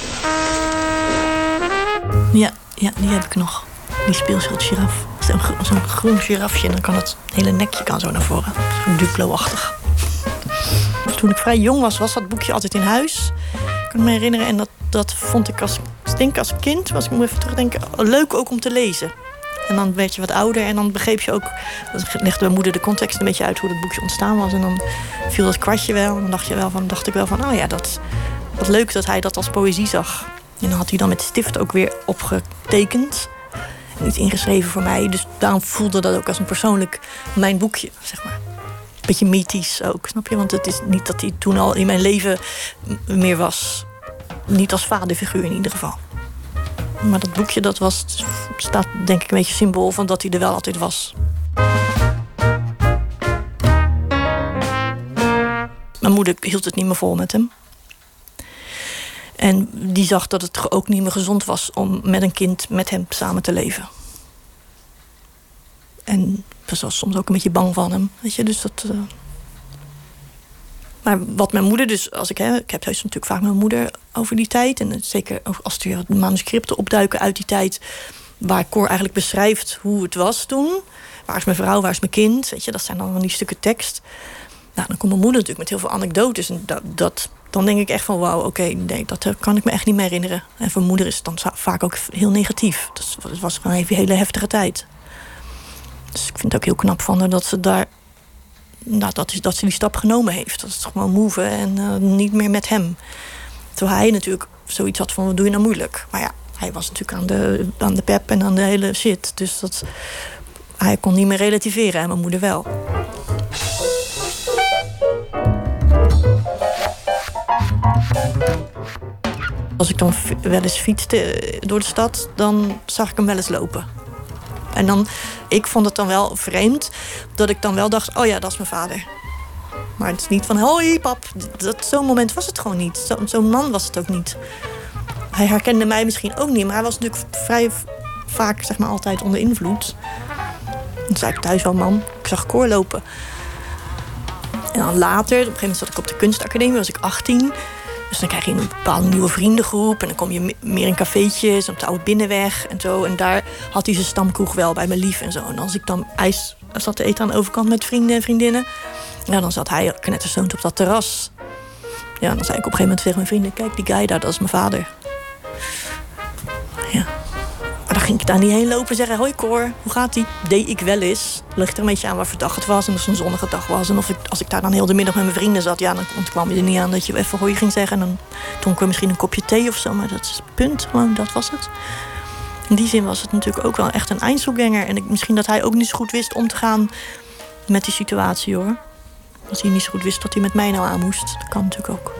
Ja, ja, die heb ik nog. Die speelschildgiraf. Zo'n zo'n groen girafje en dan kan het hele nekje kan zo naar voren. Zo'n Duplo-achtig. Dus toen ik vrij jong was, was dat boekje altijd in huis. Ik kan me herinneren. En dat, dat vond ik als, ik denk als kind, was ik moet even terugdenken, leuk ook om te lezen. En dan werd je wat ouder en dan begreep je ook... Dan legde mijn moeder de context een beetje uit hoe dat boekje ontstaan was. En dan viel dat kwartje wel. En dan dacht, je wel van, dacht ik wel van, oh ja, dat, wat leuk dat hij dat als poëzie zag. En dan had hij dan met stift ook weer opgetekend. En iets ingeschreven voor mij. Dus daarom voelde dat ook als een persoonlijk mijn boekje, zeg maar. Beetje mythisch ook, snap je? Want het is niet dat hij toen al in mijn leven meer was. Niet als vaderfiguur in ieder geval. Maar dat boekje, dat was, staat denk ik een beetje symbool van dat hij er wel altijd was. Mijn moeder hield het niet meer vol met hem. En die zag dat het ook niet meer gezond was om met een kind met hem samen te leven. En ze was soms ook een beetje bang van hem, weet je, dus dat... Uh... Maar wat mijn moeder dus, als ik, hè, ik heb thuis natuurlijk vaak met mijn moeder over die tijd. En zeker als er manuscripten opduiken uit die tijd, waar Cor eigenlijk beschrijft hoe het was toen. Waar is mijn vrouw, waar is mijn kind? Weet je, dat zijn dan van die stukken tekst. Nou, dan komt mijn moeder natuurlijk met heel veel anekdotes. En dat, dat, dan denk ik echt van, wauw, oké, okay, nee, dat kan ik me echt niet meer herinneren. En voor mijn moeder is het dan vaak ook heel negatief. Dus het was gewoon een hele heftige tijd. Dus ik vind het ook heel knap van haar dat ze daar... Nou, dat, is, dat ze die stap genomen heeft. Dat is gewoon move en uh, niet meer met hem. Terwijl hij natuurlijk zoiets had van, wat doe je nou moeilijk? Maar ja, hij was natuurlijk aan de, aan de pep en aan de hele shit. Dus dat, hij kon niet meer relativeren en mijn moeder wel. Als ik dan wel eens fietste door de stad, dan zag ik hem wel eens lopen. En dan, ik vond het dan wel vreemd dat ik dan wel dacht, oh ja, dat is mijn vader. Maar het is niet van, hoi pap. Dat, zo'n moment was het gewoon niet. Zo, zo'n man was het ook niet. Hij herkende mij misschien ook niet, maar hij was natuurlijk vrij vaak, zeg maar, altijd onder invloed. Dan zei ik thuis wel, mam, ik zag Cor lopen. En dan later, op een gegeven moment zat ik op de kunstacademie, was ik achttien. Dus dan krijg je een bepaalde nieuwe vriendengroep. En dan kom je meer in cafeetjes, op de Oude Binnenweg en zo. En daar had hij zijn stamkroeg wel bij mijn lief en zo. En als ik dan ijs zat te eten aan de overkant met vrienden en vriendinnen, ja, dan zat hij knetterzoend op dat terras. Ja, dan zei ik op een gegeven moment tegen mijn vrienden, kijk, die guy daar, dat is mijn vader. Ja. Maar dan ging ik daar niet heen lopen en zeggen, hoi Cor, hoe gaat ie? Deed ik wel eens. Ligt er een beetje aan wat voor dag het was en of het een zonnige dag was. En of ik, als ik daar dan heel de middag met mijn vrienden zat, ja, dan kwam je er niet aan dat je even hoi ging zeggen. En dan dronken we misschien een kopje thee of zo, maar dat is het punt, gewoon, dat was het. In die zin was het natuurlijk ook wel echt een eindselganger. En ik, misschien dat hij ook niet zo goed wist om te gaan met die situatie, hoor. Dat hij niet zo goed wist wat hij met mij nou aan moest. Dat kan natuurlijk ook.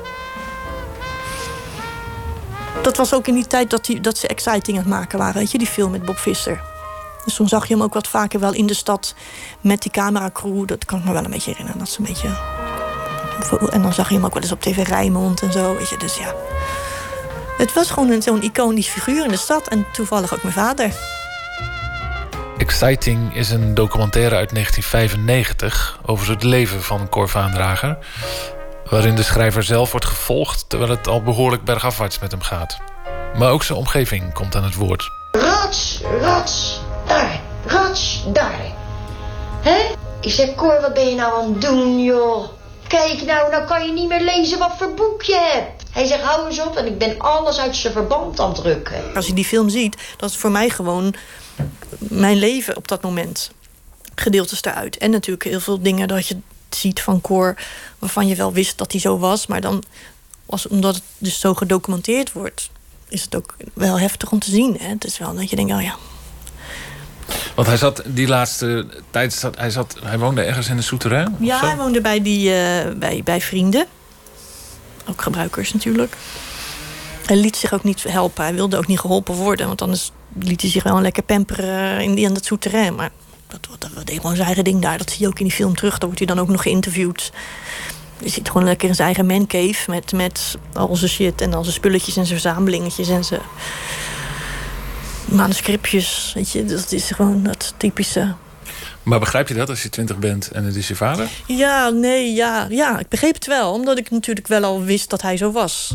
Dat was ook in die tijd dat, die, dat ze Exciting aan het maken waren. Weet je, die film met Bob Visser. Dus toen zag je hem ook wat vaker wel in de stad met die cameracrew. Dat kan ik me wel een beetje herinneren. Dat is een beetje... En dan zag je hem ook wel eens op tv Rijnmond en zo. Weet je, dus ja. Het was gewoon zo'n iconisch figuur in de stad. En toevallig ook mijn vader. Exciting is een documentaire uit negentien vijfennegentig... over het leven van Cor Vaandrager, waarin de schrijver zelf wordt gevolgd terwijl het al behoorlijk bergafwaarts met hem gaat. Maar ook zijn omgeving komt aan het woord. Rats, rats, daar, rats, daar. Hè? Ik zeg, Cor, wat ben je nou aan het doen, joh? Kijk nou, nou kan je niet meer lezen wat voor boek je hebt. Hij zegt, hou eens op en ik ben alles uit zijn verband aan het drukken. Als je die film ziet, dat is voor mij gewoon mijn leven op dat moment. Gedeeltes daaruit. En natuurlijk heel veel dingen dat je ziet van Cor waarvan je wel wist dat hij zo was. Maar dan, als, omdat het dus zo gedocumenteerd wordt, is het ook wel heftig om te zien. Hè? Het is wel dat je denkt, oh ja. Want hij zat die laatste tijd, zat, hij, zat, hij woonde ergens in de souterrain? Ja, hij woonde bij, die, uh, bij, bij vrienden. Ook gebruikers natuurlijk. Hij liet zich ook niet helpen. Hij wilde ook niet geholpen worden. Want anders liet hij zich wel lekker pamperen in, die, in dat souterrain. Maar dat, dat, dat deed gewoon zijn eigen ding daar. Dat zie je ook in die film terug. Daar wordt hij dan ook nog geïnterviewd. Hij zit gewoon lekker in zijn eigen mancave. Met, met al zijn shit en al zijn spulletjes en zijn verzamelingetjes en zijn manuscriptjes. Weet je, dat is gewoon dat typische. Maar begrijp je dat als je twintig bent en het is je vader? Ja, nee, ja, ja, ik begreep het wel. Omdat ik natuurlijk wel al wist dat hij zo was.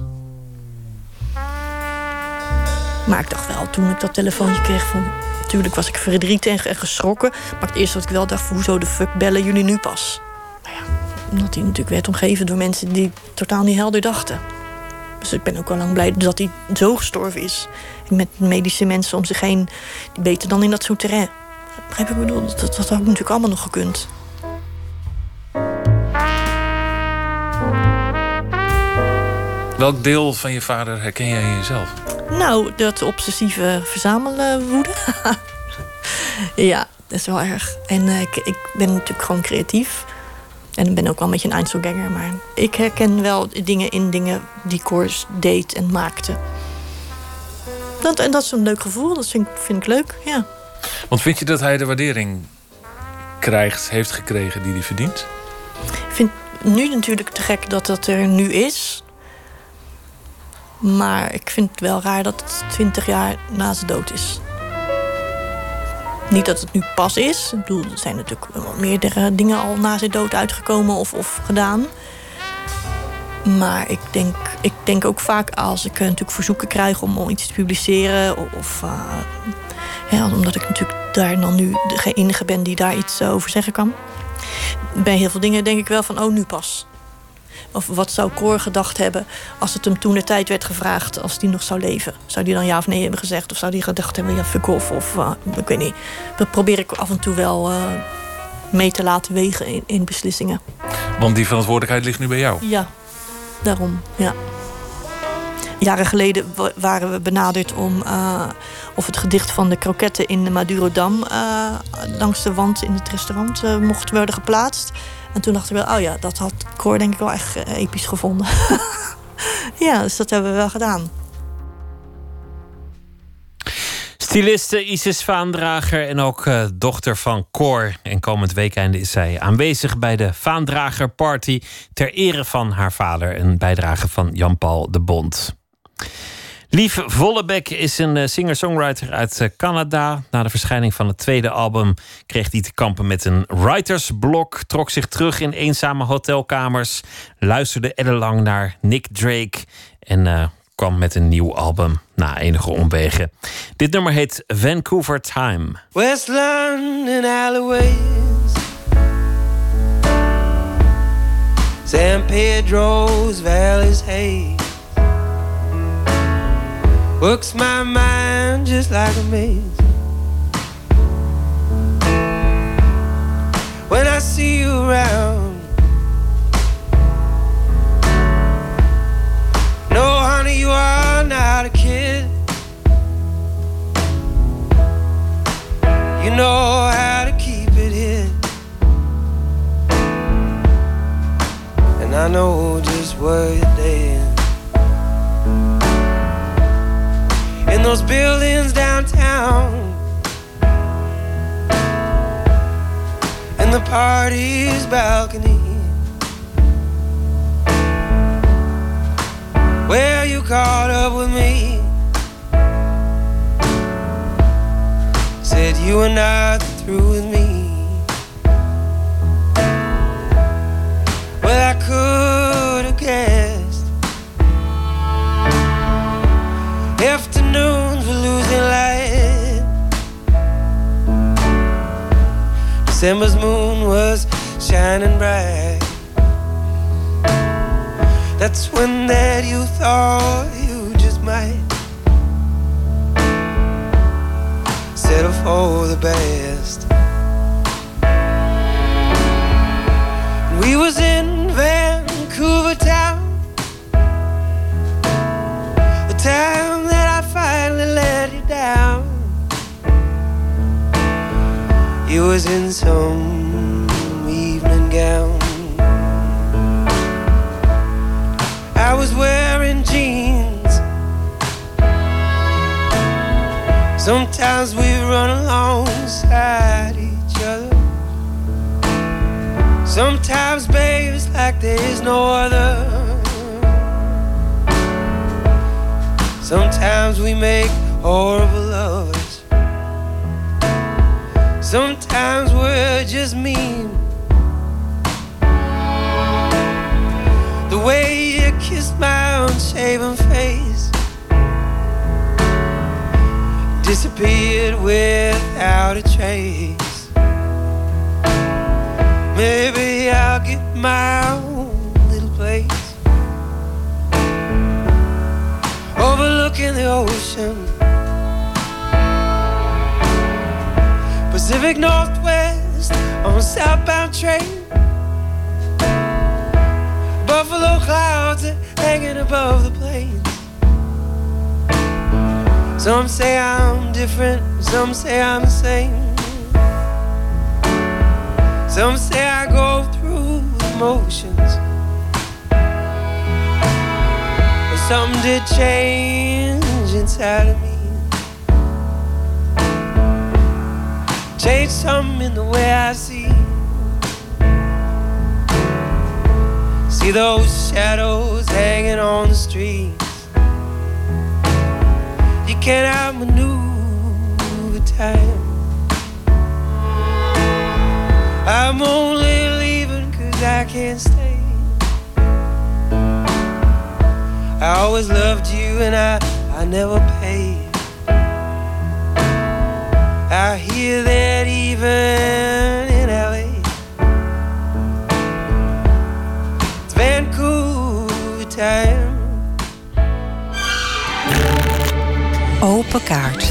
Maar ik dacht wel, toen ik dat telefoontje kreeg van... Natuurlijk was ik verdrietig en geschrokken. Maar het eerste wat ik wel dacht, hoezo de fuck bellen jullie nu pas? Nou ja, omdat hij natuurlijk werd omgeven door mensen die totaal niet helder dachten. Dus ik ben ook al lang blij dat hij zo gestorven is. En met medische mensen om zich heen, die beter dan in dat souterrain. Begrijp ik bedoel, dat, dat had natuurlijk allemaal nog gekund. Welk deel van je vader herken jij in jezelf? Nou, dat obsessieve verzamelwoede. Ja, dat is wel erg. En uh, ik, ik ben natuurlijk gewoon creatief. En ik ben ook wel een beetje een Einzelganger. Maar ik herken wel dingen in dingen die Cor deed en maakte. Dat, en dat is een leuk gevoel. Dat vind, vind ik leuk, ja. Want vind je dat hij de waardering krijgt, heeft gekregen die hij verdient? Ik vind nu natuurlijk te gek dat dat er nu is. Maar ik vind het wel raar dat het twintig jaar na zijn dood is. Niet dat het nu pas is. Ik bedoel, er zijn natuurlijk wel meerdere dingen al na zijn dood uitgekomen of, of gedaan. Maar ik denk, ik denk ook vaak als ik uh, natuurlijk verzoeken krijg om, om iets te publiceren. Of uh, ja, omdat ik natuurlijk daar dan nu de enige ben die daar iets over zeggen kan. Bij heel veel dingen denk ik wel van, oh, nu pas. Of wat zou Cor gedacht hebben als het hem toen de tijd werd gevraagd, als hij nog zou leven? Zou hij dan ja of nee hebben gezegd? Of zou hij gedacht hebben, ja, fuck off? Of uh, ik weet niet. Dat probeer ik af en toe wel uh, mee te laten wegen in, in beslissingen. Want die verantwoordelijkheid ligt nu bij jou? Ja, daarom, ja. Jaren geleden waren we benaderd om uh, of het gedicht van de kroketten in de Madurodam uh, langs de wand in het restaurant uh, mocht worden geplaatst. En toen dachten we, oh ja, dat had Cor denk ik wel echt uh, episch gevonden. Ja, dus dat hebben we wel gedaan. Styliste Isis Vaandrager en ook uh, dochter van Cor. En komend weekende is zij aanwezig bij de Vaandrager Party ter ere van haar vader. Een bijdrage van Jan-Paul de Bond. Lief Vollebek is een singer-songwriter uit Canada. Na de verschijning van het tweede album kreeg hij te kampen met een writersblok. Trok zich terug in eenzame hotelkamers. Luisterde ellenlang naar Nick Drake. En uh, kwam met een nieuw album na enige omwegen. Dit nummer heet Vancouver Time. West London alleyways, San Pedro's valleys haze works my mind just like a maze. When I see you around, no honey, you are not a kid. You know how to keep it hid, and I know just where you're dead. In those buildings downtown, in the party's balcony, where you caught up with me, said you were not through with me. Well, I could have guessed afternoons were losing light, December's moon was shining bright. That's when that you thought you just might settle for the best. We was in Vancouver town, the time that I finally let you down. You was in some evening gown, I was wearing jeans. Sometimes we run alongside each other, sometimes, babe, it's like there is no other. Sometimes we make horrible lovers, sometimes we're I just mean the way you kissed my unshaven face, disappeared without a trace. Maybe I'll get my own little place overlooking the ocean, Pacific Northwest on a southbound train. Buffalo clouds are hanging above the plains. Some say I'm different, some say I'm the same. Some say I go through the motions, but something did change inside of me. Change something in the way I see. See those shadows hanging on the streets. You can't outmaneuver time. I'm only leaving 'cause I can't stay. I always loved you and I, I never paid. I hear that even in L A it's Vancouver time. Open kaart.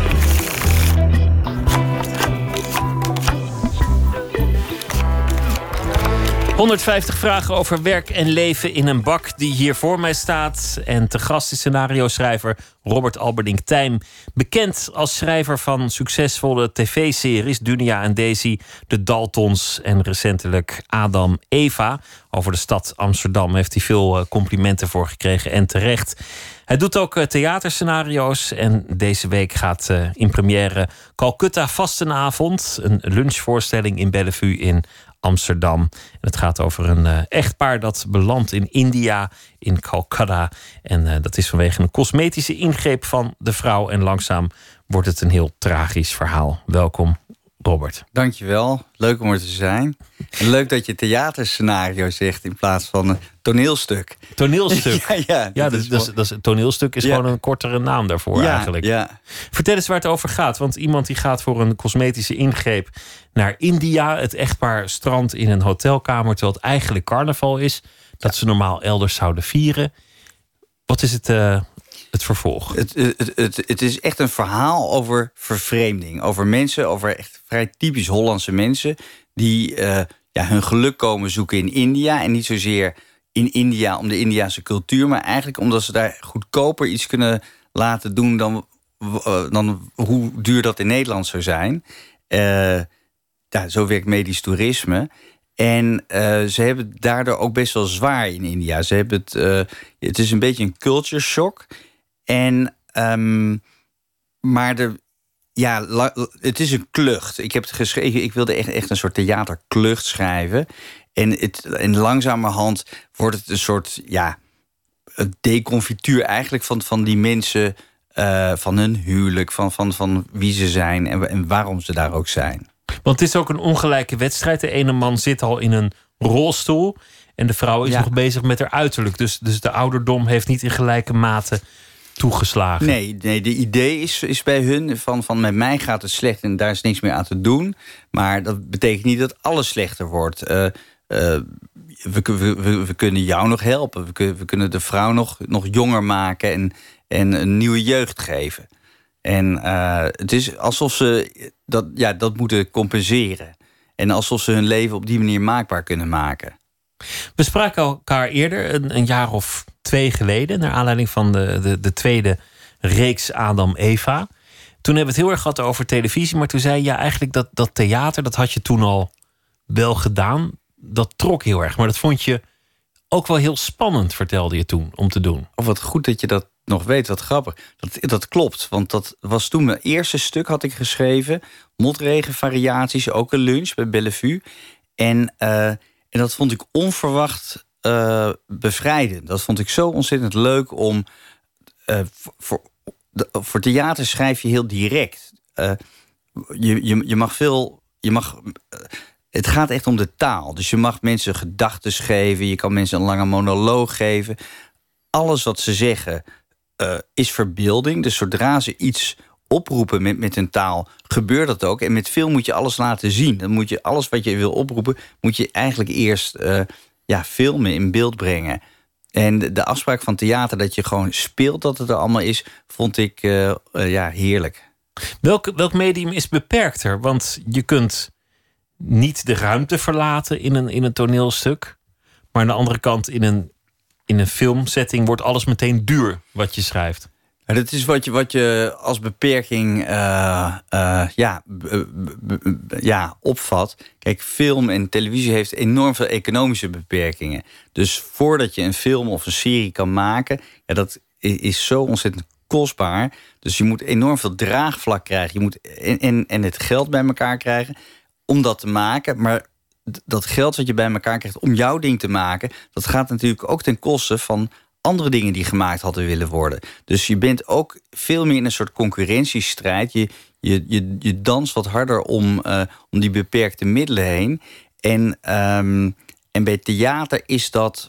honderdvijftig vragen over werk en leven in een bak die hier voor mij staat. En te gast is scenario-schrijver Robert Alberdingk Thijm. Bekend als schrijver van succesvolle tv-series Dunia en Daisy, De Daltons en recentelijk Adam Eva. Over de stad Amsterdam heeft hij veel complimenten voor gekregen en terecht. Hij doet ook theaterscenario's en deze week gaat uh, in première Calcutta Vastenavond, een lunchvoorstelling in Bellevue in Amsterdam. En het gaat over een uh, echtpaar dat belandt in India, in Calcutta. En uh, dat is vanwege een cosmetische ingreep van de vrouw. En langzaam wordt het een heel tragisch verhaal. Welkom, Robert. Dankjewel. Leuk om er te zijn. En leuk dat je theaterscenario zegt in plaats van een toneelstuk. Toneelstuk? ja, ja, ja dat, dat, dat, dat, dat toneelstuk is ja. gewoon een kortere naam daarvoor ja, eigenlijk. Ja. Vertel eens waar het over gaat. Want iemand die gaat voor een cosmetische ingreep naar India. Het echtpaar strandt in een hotelkamer terwijl het eigenlijk carnaval is. Dat ja. ze normaal elders zouden vieren. Wat is het... Uh, Het vervolg. Het, het, het, het is echt een verhaal over vervreemding. Over mensen, over echt vrij typisch Hollandse mensen die uh, ja, hun geluk komen zoeken in India. En niet zozeer in India om de Indiase cultuur, maar eigenlijk omdat ze daar goedkoper iets kunnen laten doen dan, uh, dan hoe duur dat in Nederland zou zijn. Uh, ja, zo werkt medisch toerisme. En uh, ze hebben het daardoor ook best wel zwaar in India. Ze hebben het, uh, het is een beetje een culture shock. En, um, maar de, ja, la, het is een klucht. Ik heb het geschreven, ik wilde echt, echt een soort theaterklucht schrijven. En, het, en langzamerhand wordt het een soort, ja, een deconfituur eigenlijk van, van die mensen, uh, van hun huwelijk, van, van, van wie ze zijn en, en waarom ze daar ook zijn. Want het is ook een ongelijke wedstrijd. De ene man zit al in een rolstoel en de vrouw is ja. nog bezig met haar uiterlijk. Dus, dus de ouderdom heeft niet in gelijke mate toegeslagen. Nee, nee de idee is, is bij hun van, van met mij gaat het slecht en daar is niks meer aan te doen. Maar dat betekent niet dat alles slechter wordt. Uh, uh, we, we, we, we kunnen jou nog helpen. We kunnen, we kunnen de vrouw nog, nog jonger maken en, en een nieuwe jeugd geven. En uh, het is alsof ze dat, ja, dat moeten compenseren. En alsof ze hun leven op die manier maakbaar kunnen maken. We spraken elkaar eerder, een, een jaar of twee geleden, naar aanleiding van de, de, de tweede reeks Adam Eva. Toen hebben we het heel erg gehad over televisie, maar toen zei je ja, eigenlijk dat, dat theater, dat had je toen al wel gedaan. Dat trok heel erg, maar dat vond je ook wel heel spannend, vertelde je toen, om te doen. Of wat goed dat je dat nog weet, wat grappig. Dat, dat klopt, want dat was toen mijn eerste stuk had ik geschreven. Motregenvariaties, ook een lunch bij Bellevue. En, uh, en dat vond ik onverwacht uh, bevrijdend. Dat vond ik zo ontzettend leuk om... Uh, voor, de, voor theater schrijf je heel direct. Uh, je, je, je mag veel... Je mag, het gaat echt om de taal. Dus je mag mensen gedachten geven. Je kan mensen een lange monoloog geven. Alles wat ze zeggen uh, is verbeelding. Dus zodra ze iets oproepen met, met een taal, gebeurt dat ook. En met film moet je alles laten zien. Dan moet je alles wat je wil oproepen, moet je eigenlijk eerst uh, ja, filmen, in beeld brengen. En de, de afspraak van theater, dat je gewoon speelt dat het er allemaal is, vond ik uh, uh, ja, heerlijk. Welk, welk medium is beperkter? Want je kunt niet de ruimte verlaten in een, in een toneelstuk. Maar aan de andere kant, in een, in een filmsetting wordt alles meteen duur wat je schrijft. Dat is wat je, wat je als beperking uh, uh, ja, b, b, b, ja, opvat. Kijk, film en televisie heeft enorm veel economische beperkingen. Dus voordat je een film of een serie kan maken, ja, dat is zo ontzettend kostbaar. Dus je moet enorm veel draagvlak krijgen. Je moet en, en, en het geld bij elkaar krijgen om dat te maken. Maar dat geld wat je bij elkaar krijgt om jouw ding te maken, dat gaat natuurlijk ook ten koste van andere dingen die gemaakt hadden willen worden. Dus je bent ook veel meer in een soort concurrentiestrijd. Je, je, je, je danst wat harder om, uh, om die beperkte middelen heen. En, um, en bij theater is dat,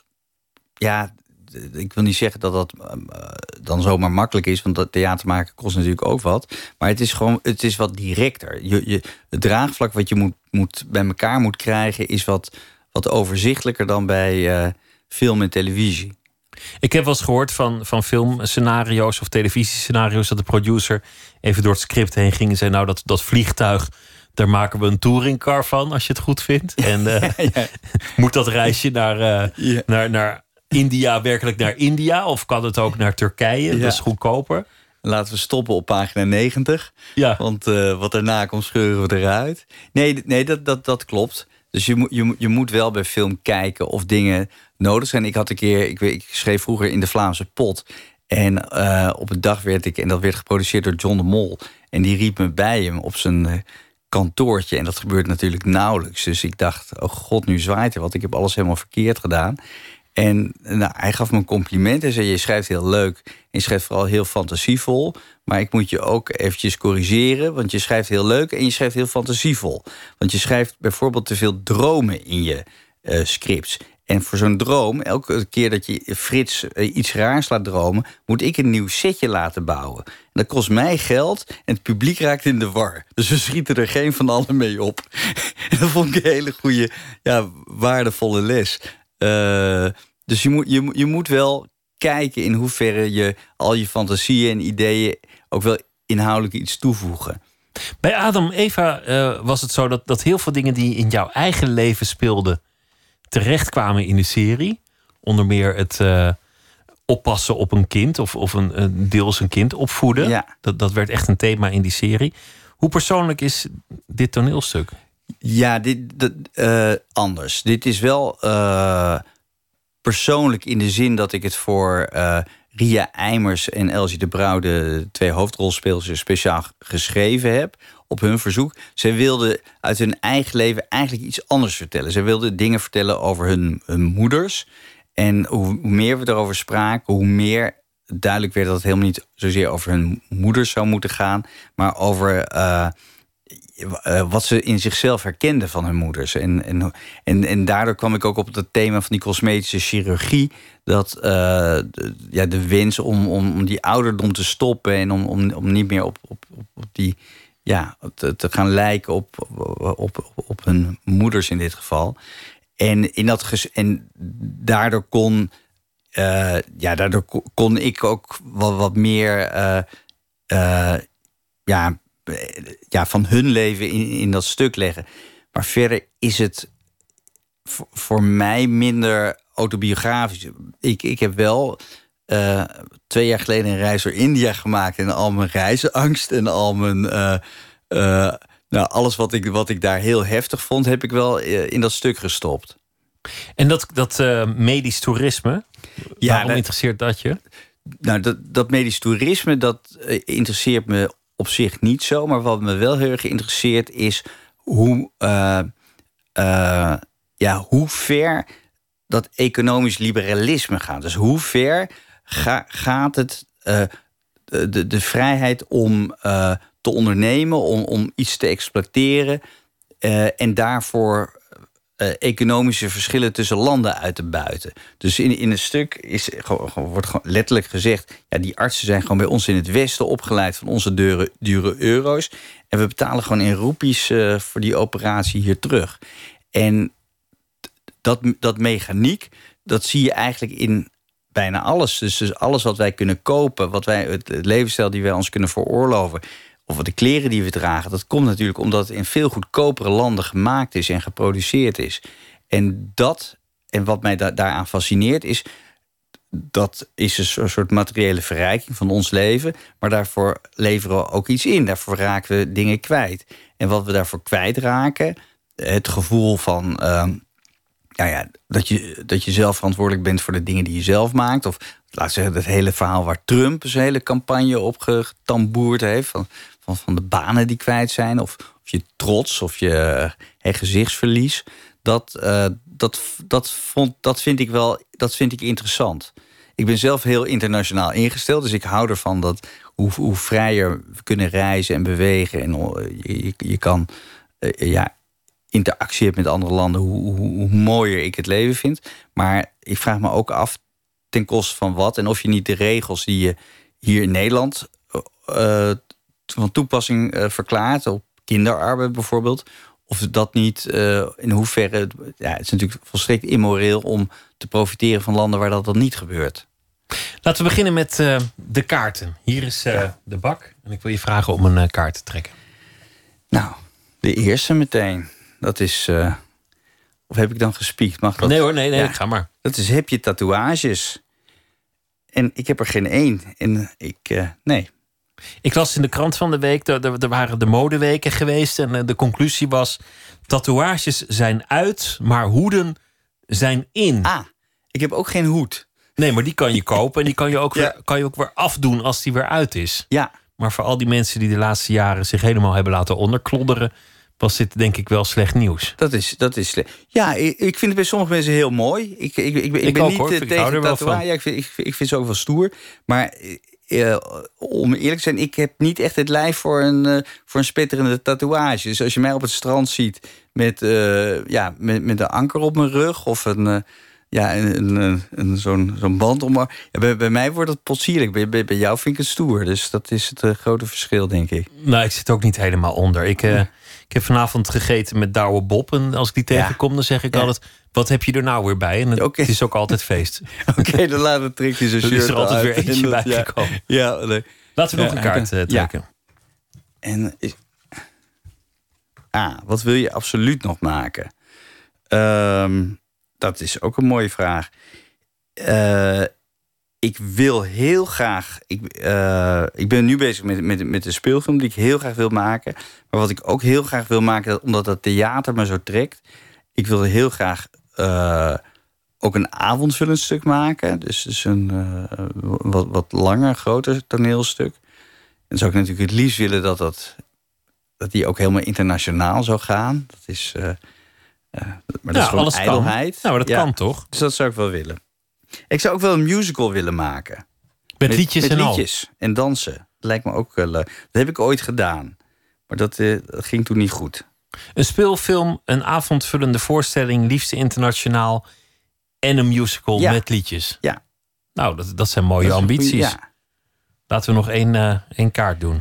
ja, ik wil niet zeggen dat dat uh, dan zomaar makkelijk is, want dat theater maken kost natuurlijk ook wat. Maar het is gewoon, het is wat directer. Je, je, het draagvlak wat je moet, moet, bij elkaar moet krijgen is wat, wat overzichtelijker dan bij uh, film en televisie. Ik heb wel eens gehoord van, van filmscenario's of televisiescenario's dat de producer even door het script heen ging en zei, nou, dat, dat vliegtuig, daar maken we een touringcar van, als je het goed vindt. En uh, ja. Moet dat reisje naar, uh, ja. naar, naar India werkelijk naar India? Of kan het ook naar Turkije? Ja. Dat is goedkoper. Laten we stoppen op pagina negentig. Ja. Want uh, wat daarna komt, scheuren we eruit. Nee, nee dat, dat, dat klopt. Dus je, je, je moet wel bij film kijken of dingen nodig zijn. Ik had een keer, ik, ik schreef vroeger in de Vlaamse Pot. En uh, op een dag werd ik, en dat werd geproduceerd door John de Mol. En die riep me bij hem op zijn uh, kantoortje. En dat gebeurt natuurlijk nauwelijks. Dus ik dacht, oh god, nu zwaait hij, want ik heb alles helemaal verkeerd gedaan. En nou, hij gaf me een compliment en zei, je schrijft heel leuk. En je schrijft vooral heel fantasievol. Maar ik moet je ook eventjes corrigeren, want je schrijft heel leuk en je schrijft heel fantasievol. Want je schrijft bijvoorbeeld te veel dromen in je uh, scripts. En voor zo'n droom, elke keer dat je Frits uh, iets raars laat dromen, moet ik een nieuw setje laten bouwen. En dat kost mij geld en het publiek raakt in de war. Dus we schieten er geen van allen mee op. En dat vond ik een hele goede, ja, waardevolle les. Uh, dus je moet, je, je moet wel kijken in hoeverre je al je fantasieën en ideeën ook wel inhoudelijk iets toevoegen. Bij Adam Eva uh, was het zo dat, dat heel veel dingen die in jouw eigen leven speelden terechtkwamen in de serie. Onder meer het uh, oppassen op een kind of, of een, een deels een kind opvoeden. Ja. Dat, dat werd echt een thema in die serie. Hoe persoonlijk is dit toneelstuk? Ja, dit, dat, uh, anders. Dit is wel uh, persoonlijk in de zin dat ik het voor uh, Ria Eimers en Elsie de Brouw, de twee hoofdrolspelers, speciaal geschreven heb. Op hun verzoek. Zij wilden uit hun eigen leven eigenlijk iets anders vertellen. Zij wilden dingen vertellen over hun, hun moeders. En hoe, hoe meer we erover spraken, hoe meer duidelijk werd dat het helemaal niet zozeer over hun moeders zou moeten gaan, maar over Uh, Uh, wat ze in zichzelf herkenden van hun moeders. En, en, en, en daardoor kwam ik ook op het thema van die cosmetische chirurgie. Dat uh, de, ja, de wens om, om, om die ouderdom te stoppen en om, om, om niet meer op, op, op, op die, ja, te, te gaan lijken op, op, op, op hun moeders in dit geval. En, in dat ges, en daardoor kon, uh, ja, daardoor kon ik ook wat, wat meer Uh, uh, ja, ja, van hun leven in, in dat stuk leggen. Maar verder is het voor, voor mij minder autobiografisch. Ik, ik heb wel uh, twee jaar geleden een reis door India gemaakt en al mijn reizenangst en al mijn Uh, uh, nou, alles wat ik, wat ik daar heel heftig vond, heb ik wel uh, in dat stuk gestopt. En dat, dat uh, medisch toerisme, ja, waarom dat interesseert dat je? Nou, dat, dat medisch toerisme, dat uh, interesseert me op zich niet zo. Maar wat me wel heel erg interesseert is hoe, uh, uh, ja, hoe ver dat economisch liberalisme gaat. Dus hoe ver ga, gaat het uh, de, de vrijheid om uh, te ondernemen, om, om iets te exploiteren Uh, en daarvoor uh, economische verschillen tussen landen uit te buiten. Dus in, in een stuk is, wordt gewoon letterlijk gezegd... ja, die artsen zijn gewoon bij ons in het Westen opgeleid... van onze dure, dure euro's. En we betalen gewoon in roepies uh, voor die operatie hier terug. En dat, dat mechaniek, dat zie je eigenlijk in bijna alles. Dus, dus alles wat wij kunnen kopen, wat wij, het, het levensstijl die wij ons kunnen veroorloven... of de kleren die we dragen, dat komt natuurlijk omdat het in veel goedkopere landen gemaakt is en geproduceerd is. En dat, en wat mij da- daaraan fascineert, is dat is een soort materiële verrijking van ons leven, maar daarvoor leveren we ook iets in. Daarvoor raken we dingen kwijt. En wat we daarvoor kwijtraken, het gevoel van Uh, Nou ja, dat je, dat je zelf verantwoordelijk bent voor de dingen die je zelf maakt. Of laat ik zeggen, het hele verhaal waar Trump zijn hele campagne op getamboerd heeft. Van, van, van de banen die kwijt zijn. Of, of je trots of je he, gezichtsverlies. Dat, uh, dat, dat, vond, dat, vind ik wel, dat vind ik interessant. Ik ben zelf heel internationaal ingesteld. Dus ik hou ervan dat hoe, hoe vrijer we kunnen reizen en bewegen. En je, je, je kan uh, ja, interactie hebt met andere landen, hoe, hoe, hoe mooier ik het leven vind. Maar ik vraag me ook af ten koste van wat. En of je niet de regels die je hier in Nederland uh, van toepassing uh, verklaart, op kinderarbeid bijvoorbeeld, of dat niet uh, in hoeverre. Ja, het is natuurlijk volstrekt immoreel om te profiteren van landen waar dat dan niet gebeurt. Laten we beginnen met uh, de kaarten. Hier is uh, ja. de bak. En ik wil je vragen om een uh, kaart te trekken. Nou, de eerste meteen. Dat is. Uh, of heb ik dan gespiekt? Mag dat? Nee hoor, nee, nee, ja, ga maar. Dat is, heb je tatoeages? En ik heb er geen één. En ik, uh, nee. Ik las in de krant van de week, er, er waren de modeweken geweest. En de conclusie was, tatoeages zijn uit, maar hoeden zijn in. Ah, ik heb ook geen hoed. Nee, maar die kan je kopen. En die kan je ook, ja. weer, kan je ook weer afdoen als die weer uit is. Ja. Maar voor al die mensen die de laatste jaren zich helemaal hebben laten onderklodderen, was dit denk ik wel slecht nieuws. Dat is, dat is slecht. Ja, ik, ik vind het bij sommige mensen heel mooi. Ik, ik, ik, ik, ik ben ook, niet hoor. tegen tatoeage. Ja, ik, vind, ik, ik vind ze ook wel stoer. Maar uh, om eerlijk te zijn, ik heb niet echt het lijf voor een, uh, voor een spetterende tatoeage. Dus als je mij op het strand ziet met, uh, ja, met, met een anker op mijn rug of een, uh, ja, een, een, een, zo'n, zo'n band om me. Ja, bij, bij mij wordt het potsierlijk. Bij, bij, bij jou vind ik het stoer. Dus dat is het uh, grote verschil, denk ik. Nou, ik zit ook niet helemaal onder. Ik, uh, ik heb vanavond gegeten met Douwe Bob. En als ik die tegenkom, dan zeg ik ja. altijd, wat heb je er nou weer bij? En het, okay. het is ook altijd feest. Oké, okay, dan laat het trekt hij zijn shirt er is er altijd uit. weer eentje bij ja, gekomen. Ja, nee. Laten we nog ja, een kaart uh, trekken. Ja. En is... Ah, wat wil je absoluut nog maken? Um, dat is ook een mooie vraag. Uh, ik wil heel graag. Ik, uh, ik ben nu bezig met, met, met een speelfilm die ik heel graag wil maken. Maar wat ik ook heel graag wil maken, omdat het theater me zo trekt. Ik wil heel graag uh, ook een avondvullend stuk maken. Dus, dus een uh, wat, wat langer, groter toneelstuk. En dan zou ik natuurlijk het liefst willen dat dat, dat die ook helemaal internationaal zou gaan. Dat is. Uh, Uh, maar dat ja, is gewoon ijdelheid. Kan. Nou, maar dat ja. kan toch? Dus dat zou ik wel willen. Ik zou ook wel een musical willen maken. Met, met liedjes met en liedjes al. en dansen. Dat lijkt me ook wel leuk. Dat heb ik ooit gedaan. Maar dat, uh, dat ging toen niet goed. Een speelfilm, een avondvullende voorstelling, liefste internationaal en een musical ja. met liedjes. Ja. Nou, dat, dat zijn mooie dat ambities. Goeie, ja. Laten we nog één, uh, één kaart doen.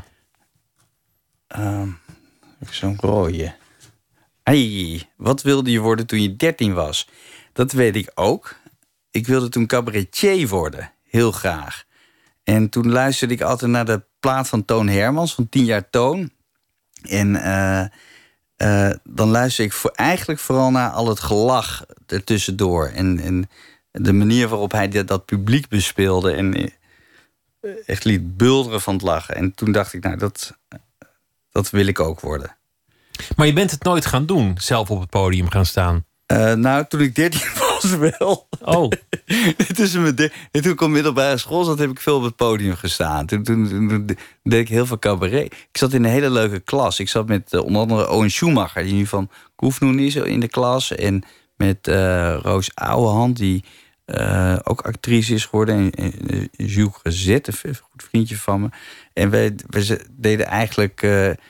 Um, Zo'n rode. Hey, wat wilde je worden toen je dertien was? Dat weet ik ook. Ik wilde toen cabaretier worden. Heel graag. En toen luisterde ik altijd naar de plaat van Toon Hermans, van tien jaar Toon. En uh, uh, dan luisterde ik voor, eigenlijk vooral naar al het gelach ertussendoor. En, en de manier waarop hij dat, dat publiek bespeelde. En uh, echt liet bulderen van het lachen. En toen dacht ik, nou, dat, dat wil ik ook worden. Maar je bent het nooit gaan doen, zelf op het podium gaan staan? Uh, nou, toen ik dertien was wel. Oh. Tussen mijn de- en toen ik op middelbare school zat, heb ik veel op het podium gestaan. Toen, toen, toen, toen deed ik heel veel cabaret. Ik zat in een hele leuke klas. Ik zat met uh, onder andere Owen Schumacher, die nu van Koefnoen is, in de klas. En met uh, Roos Ouwehand, die uh, ook actrice is geworden. En, en Jules Gezet, een goed vriendje van me. En wij, wij deden eigenlijk... Uh,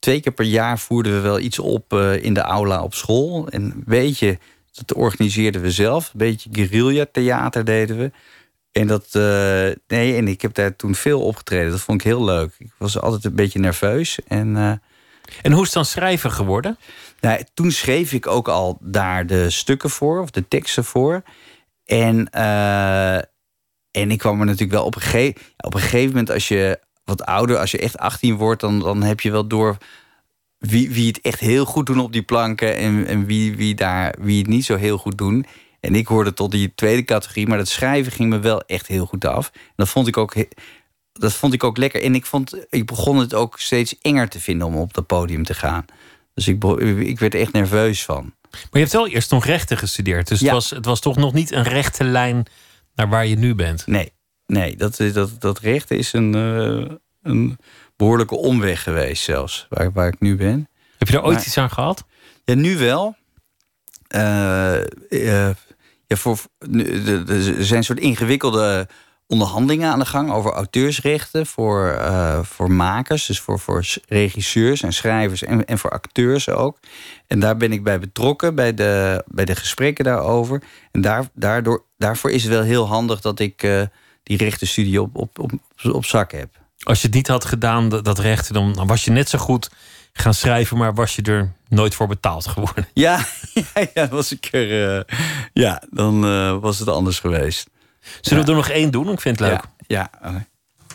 twee keer per jaar voerden we wel iets op uh, in de aula op school. En een beetje, dat organiseerden we zelf. Een beetje guerrilla-theater deden we. En dat, uh, nee, en ik heb daar toen veel opgetreden. Dat vond ik heel leuk. Ik was altijd een beetje nerveus. En, uh, en hoe is het dan schrijver geworden? Nou, toen schreef ik ook al daar de stukken voor, of de teksten voor. En, uh, en ik kwam er natuurlijk wel op een, gege- op een gegeven moment, als je wat ouder, als je echt achttien wordt, dan, dan heb je wel door wie, wie het echt heel goed doen op die planken en, en wie, wie, daar, wie het niet zo heel goed doen. En ik hoorde tot die tweede categorie, maar dat schrijven ging me wel echt heel goed af. En dat vond ik ook, dat vond ik ook lekker. En ik, vond, ik begon het ook steeds enger te vinden om op dat podium te gaan. Dus ik, ik werd er echt nerveus van. Maar je hebt wel eerst nog rechten gestudeerd. Dus ja. het, was, het was toch nog niet een rechte lijn naar waar je nu bent? Nee, nee dat, dat, dat rechten is een, uh, een behoorlijke omweg geweest zelfs, waar, waar ik nu ben. Heb je er ooit maar, iets aan gehad? Ja, nu wel. Uh, uh, ja, voor, er zijn een soort ingewikkelde onderhandelingen aan de gang over auteursrechten voor, uh, voor makers, dus voor, voor regisseurs en schrijvers en, en voor acteurs ook. En daar ben ik bij betrokken, bij de, bij de gesprekken daarover. En daar, daardoor, daarvoor is het wel heel handig dat ik uh, die rechtenstudie op, op, op, op zak heb. Als je het niet had gedaan, dat rechten, dan, dan was je net zo goed gaan schrijven, maar was je er nooit voor betaald geworden. Ja, ja, ja was ik er. Uh, ja, dan uh, was het anders geweest. Zullen we er nog één doen? Ik vind het leuk. Ja. ja.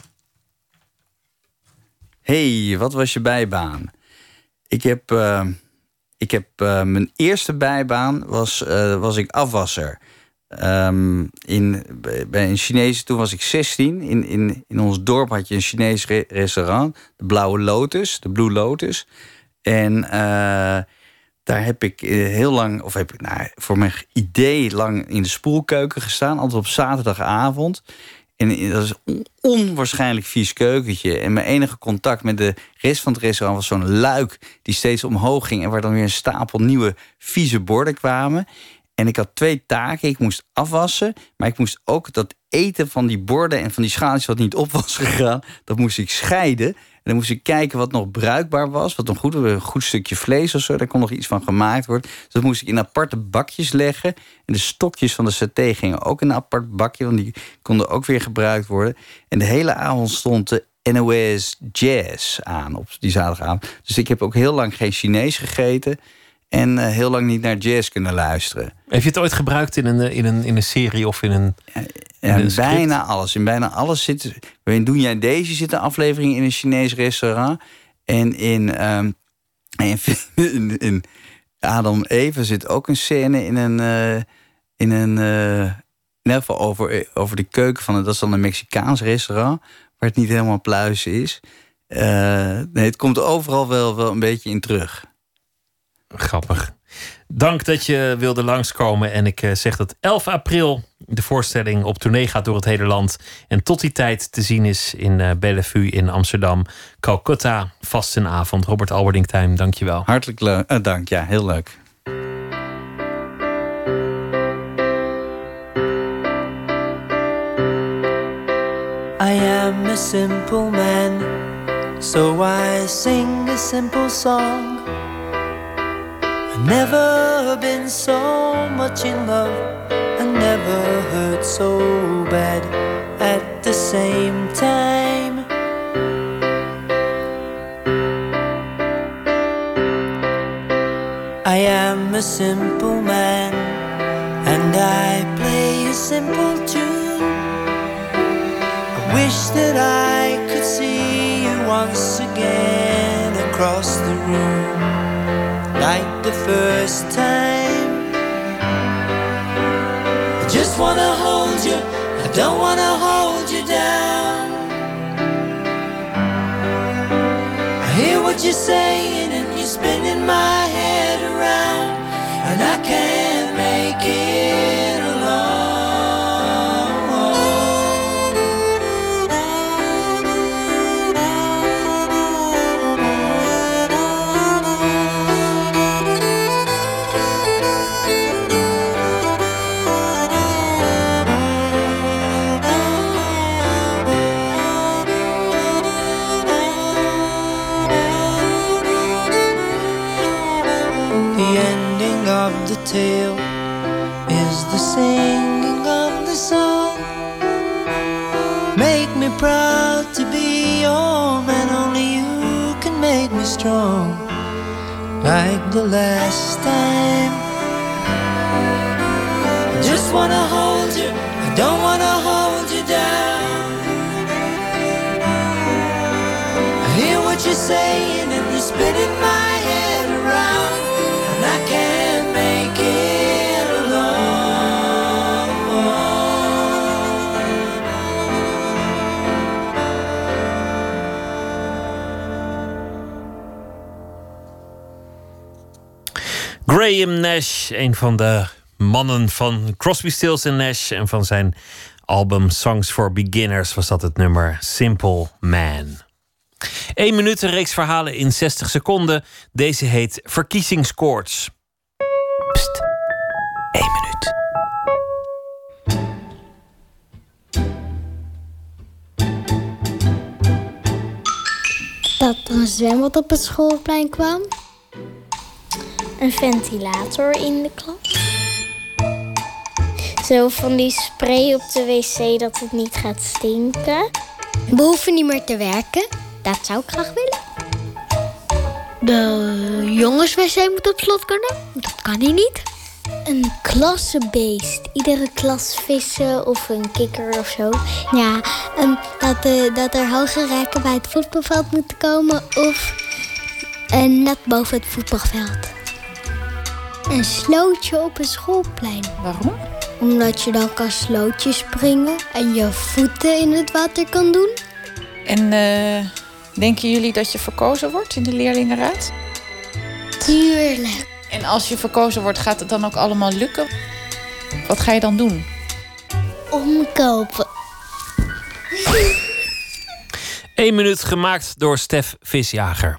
Hey, wat was je bijbaan? Ik heb, uh, ik heb uh, mijn eerste bijbaan was, uh, was ik afwasser. Um, in, bij een Chinese, toen was ik zestien. In, in, in ons dorp had je een Chinees re- restaurant. De Blauwe Lotus, de Blue Lotus. En uh, daar heb ik heel lang, of heb ik nou, voor mijn idee lang in de spoelkeuken gestaan. Altijd op zaterdagavond. En dat is een onwaarschijnlijk vies keukentje. En mijn enige contact met de rest van het restaurant was zo'n luik die steeds omhoog ging. En waar dan weer een stapel nieuwe vieze borden kwamen. En ik had twee taken. Ik moest afwassen, maar ik moest ook dat eten van die borden en van die schaaltjes wat niet op was gegaan, dat moest ik scheiden. En dan moest ik kijken wat nog bruikbaar was, wat nog goed was, een goed stukje vlees of zo, daar kon nog iets van gemaakt worden. Dus dat moest ik in aparte bakjes leggen. En de stokjes van de saté gingen ook in een apart bakje, want die konden ook weer gebruikt worden. En de hele avond stond de N O S Jazz aan op die zaterdagavond. Dus ik heb ook heel lang geen Chinees gegeten. En uh, heel lang niet naar jazz kunnen luisteren. Heb je het ooit gebruikt in een, in een, in een serie of in een, ja, in een bijna alles. In bijna alles zit. In Doen Jij Deze zit een aflevering in een Chinees restaurant. En in, um, in, in, in Adam Eva zit ook een scène in een. Uh, in een uh, in elk geval over, over de keuken van. Dat is dan een Mexicaans restaurant. Waar het niet helemaal pluis is. Uh, nee, het komt overal wel, wel een beetje in terug. Grappig. Dank dat je wilde langskomen. En ik zeg dat elf april de voorstelling op tournee gaat door het hele land. En tot die tijd te zien is in uh, Bellevue in Amsterdam. Calcutta, vastenavond. Robert Alberding Time, dank je wel. Hartelijk leuk. Uh, dank, ja, heel leuk. I am a simple man, so I sing a simple song. Never been so much in love and never hurt so bad at the same time. I am a simple man and I play a simple tune. I wish that I could see you once again across the room, like the first time. I just wanna hold you, I don't wanna hold you down. I hear what you're saying and you're spinning my head around, and I can't make it alone. the tale is the singing of the song. Make me proud to be your man, only you can make me strong, like the last time. I just wanna hold you, I don't wanna hold you down. I hear what you're saying and you're spinning my head around, and I can't make it alone. Graham Nash, een van de mannen van Crosby, Stills en Nash, en van zijn album Songs for Beginners was dat het nummer Simple Man. Eén minuut, een reeks verhalen in zestig seconden. Deze heet Verkiezingskoorts. Pst, één minuut. Dat er een zwembad op het schoolplein kwam. Een ventilator in de klas. Zo van die spray op de wc dat het niet gaat stinken. We hoeven niet meer te werken. Dat zou ik graag willen. De jongenswc moet op slot kunnen. Dat kan hij niet. Een klassenbeest. Iedere klas vissen of een kikker of zo. Ja, um, dat, uh, dat er hoge rekken bij het voetbalveld moeten komen. Of een net boven het voetbalveld. Een slootje op een schoolplein. Waarom? Omdat je dan kan slootjes springen en je voeten in het water kan doen. En uh, denken jullie dat je verkozen wordt in de leerlingenraad? Tuurlijk. En als je verkozen wordt, gaat het dan ook allemaal lukken? Wat ga je dan doen? Omkopen. Eén minuut, gemaakt door Stef Visjager.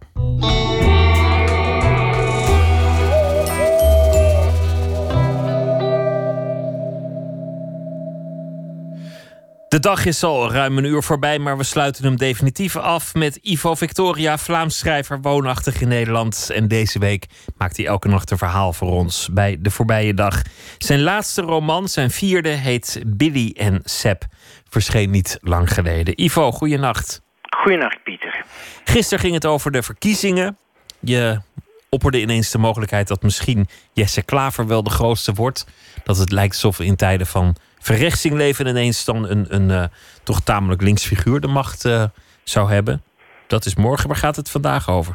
De dag is al ruim een uur voorbij, maar we sluiten hem definitief af met Ivo Victoria, Vlaams schrijver, woonachtig in Nederland. En deze week maakt hij elke nacht een verhaal voor ons bij De Voorbije Dag. Zijn laatste roman, zijn vierde, heet Billy en Seb. Verscheen niet lang geleden. Ivo, goeienacht. Goeienacht, Pieter. Gisteren ging het over de verkiezingen. Je opperde ineens de mogelijkheid dat misschien Jesse Klaver wel de grootste wordt. Dat het lijkt alsof we in tijden van verrechtsing leven en ineens dan een, een uh, toch tamelijk links figuur de macht uh, zou hebben. Dat is morgen. Waar gaat het vandaag over?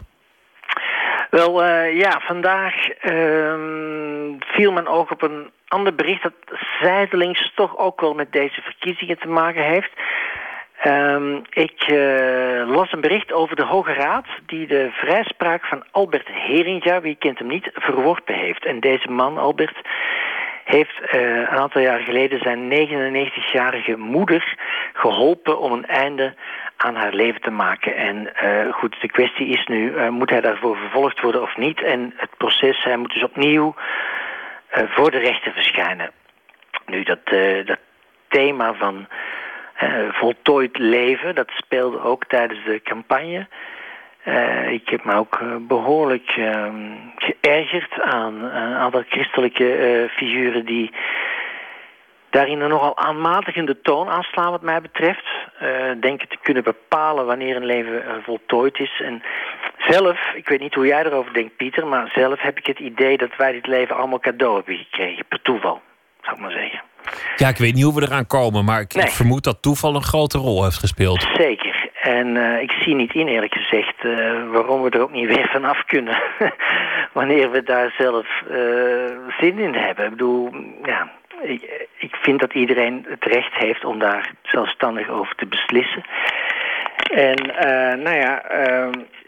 Wel, uh, ja, vandaag uh, viel mijn oog op een ander bericht dat zijdelings toch ook wel met deze verkiezingen te maken heeft. Um, ik uh, las een bericht over de Hoge Raad die de vrijspraak van Albert Heringa, wie kent hem niet, verworpen heeft. En deze man, Albert, heeft uh, een aantal jaar geleden zijn negenennegentigjarige moeder geholpen om een einde aan haar leven te maken. En uh, goed, de kwestie is nu, uh, moet hij daarvoor vervolgd worden of niet? En het proces, hij moet dus opnieuw uh, voor de rechter verschijnen. Nu, dat, uh, dat thema van uh, voltooid leven, dat speelde ook tijdens de campagne. Uh, ik heb me ook uh, behoorlijk uh, geërgerd aan een aantal christelijke uh, figuren die daarin een nogal aanmatigende toon aanslaan wat mij betreft. Uh, denken te kunnen bepalen wanneer een leven uh, voltooid is. En zelf, ik weet niet hoe jij erover denkt, Pieter, maar zelf heb ik het idee dat wij dit leven allemaal cadeau hebben gekregen. Per toeval, zou ik maar zeggen. Ja, ik weet niet hoe we eraan komen, maar ik, nee. ik vermoed dat toeval een grote rol heeft gespeeld. Zeker. En uh, ik zie niet in, eerlijk gezegd, uh, waarom we er ook niet weer vanaf kunnen. Wanneer we daar zelf uh, zin in hebben. Ik bedoel, ja, ik, ik vind dat iedereen het recht heeft om daar zelfstandig over te beslissen. En uh, nou ja, uh,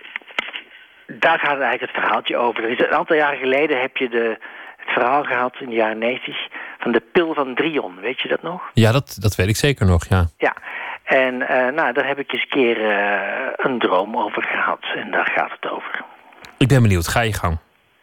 daar gaat eigenlijk het verhaaltje over. Er is een aantal jaren geleden heb je de, het verhaal gehad in de jaren negentig van de pil van Drion. Weet je dat nog? Ja, dat, dat weet ik zeker nog, ja. Ja. En uh, nou, daar heb ik eens een keer uh, een droom over gehad. En daar gaat het over. Ik ben benieuwd. Ga je gang.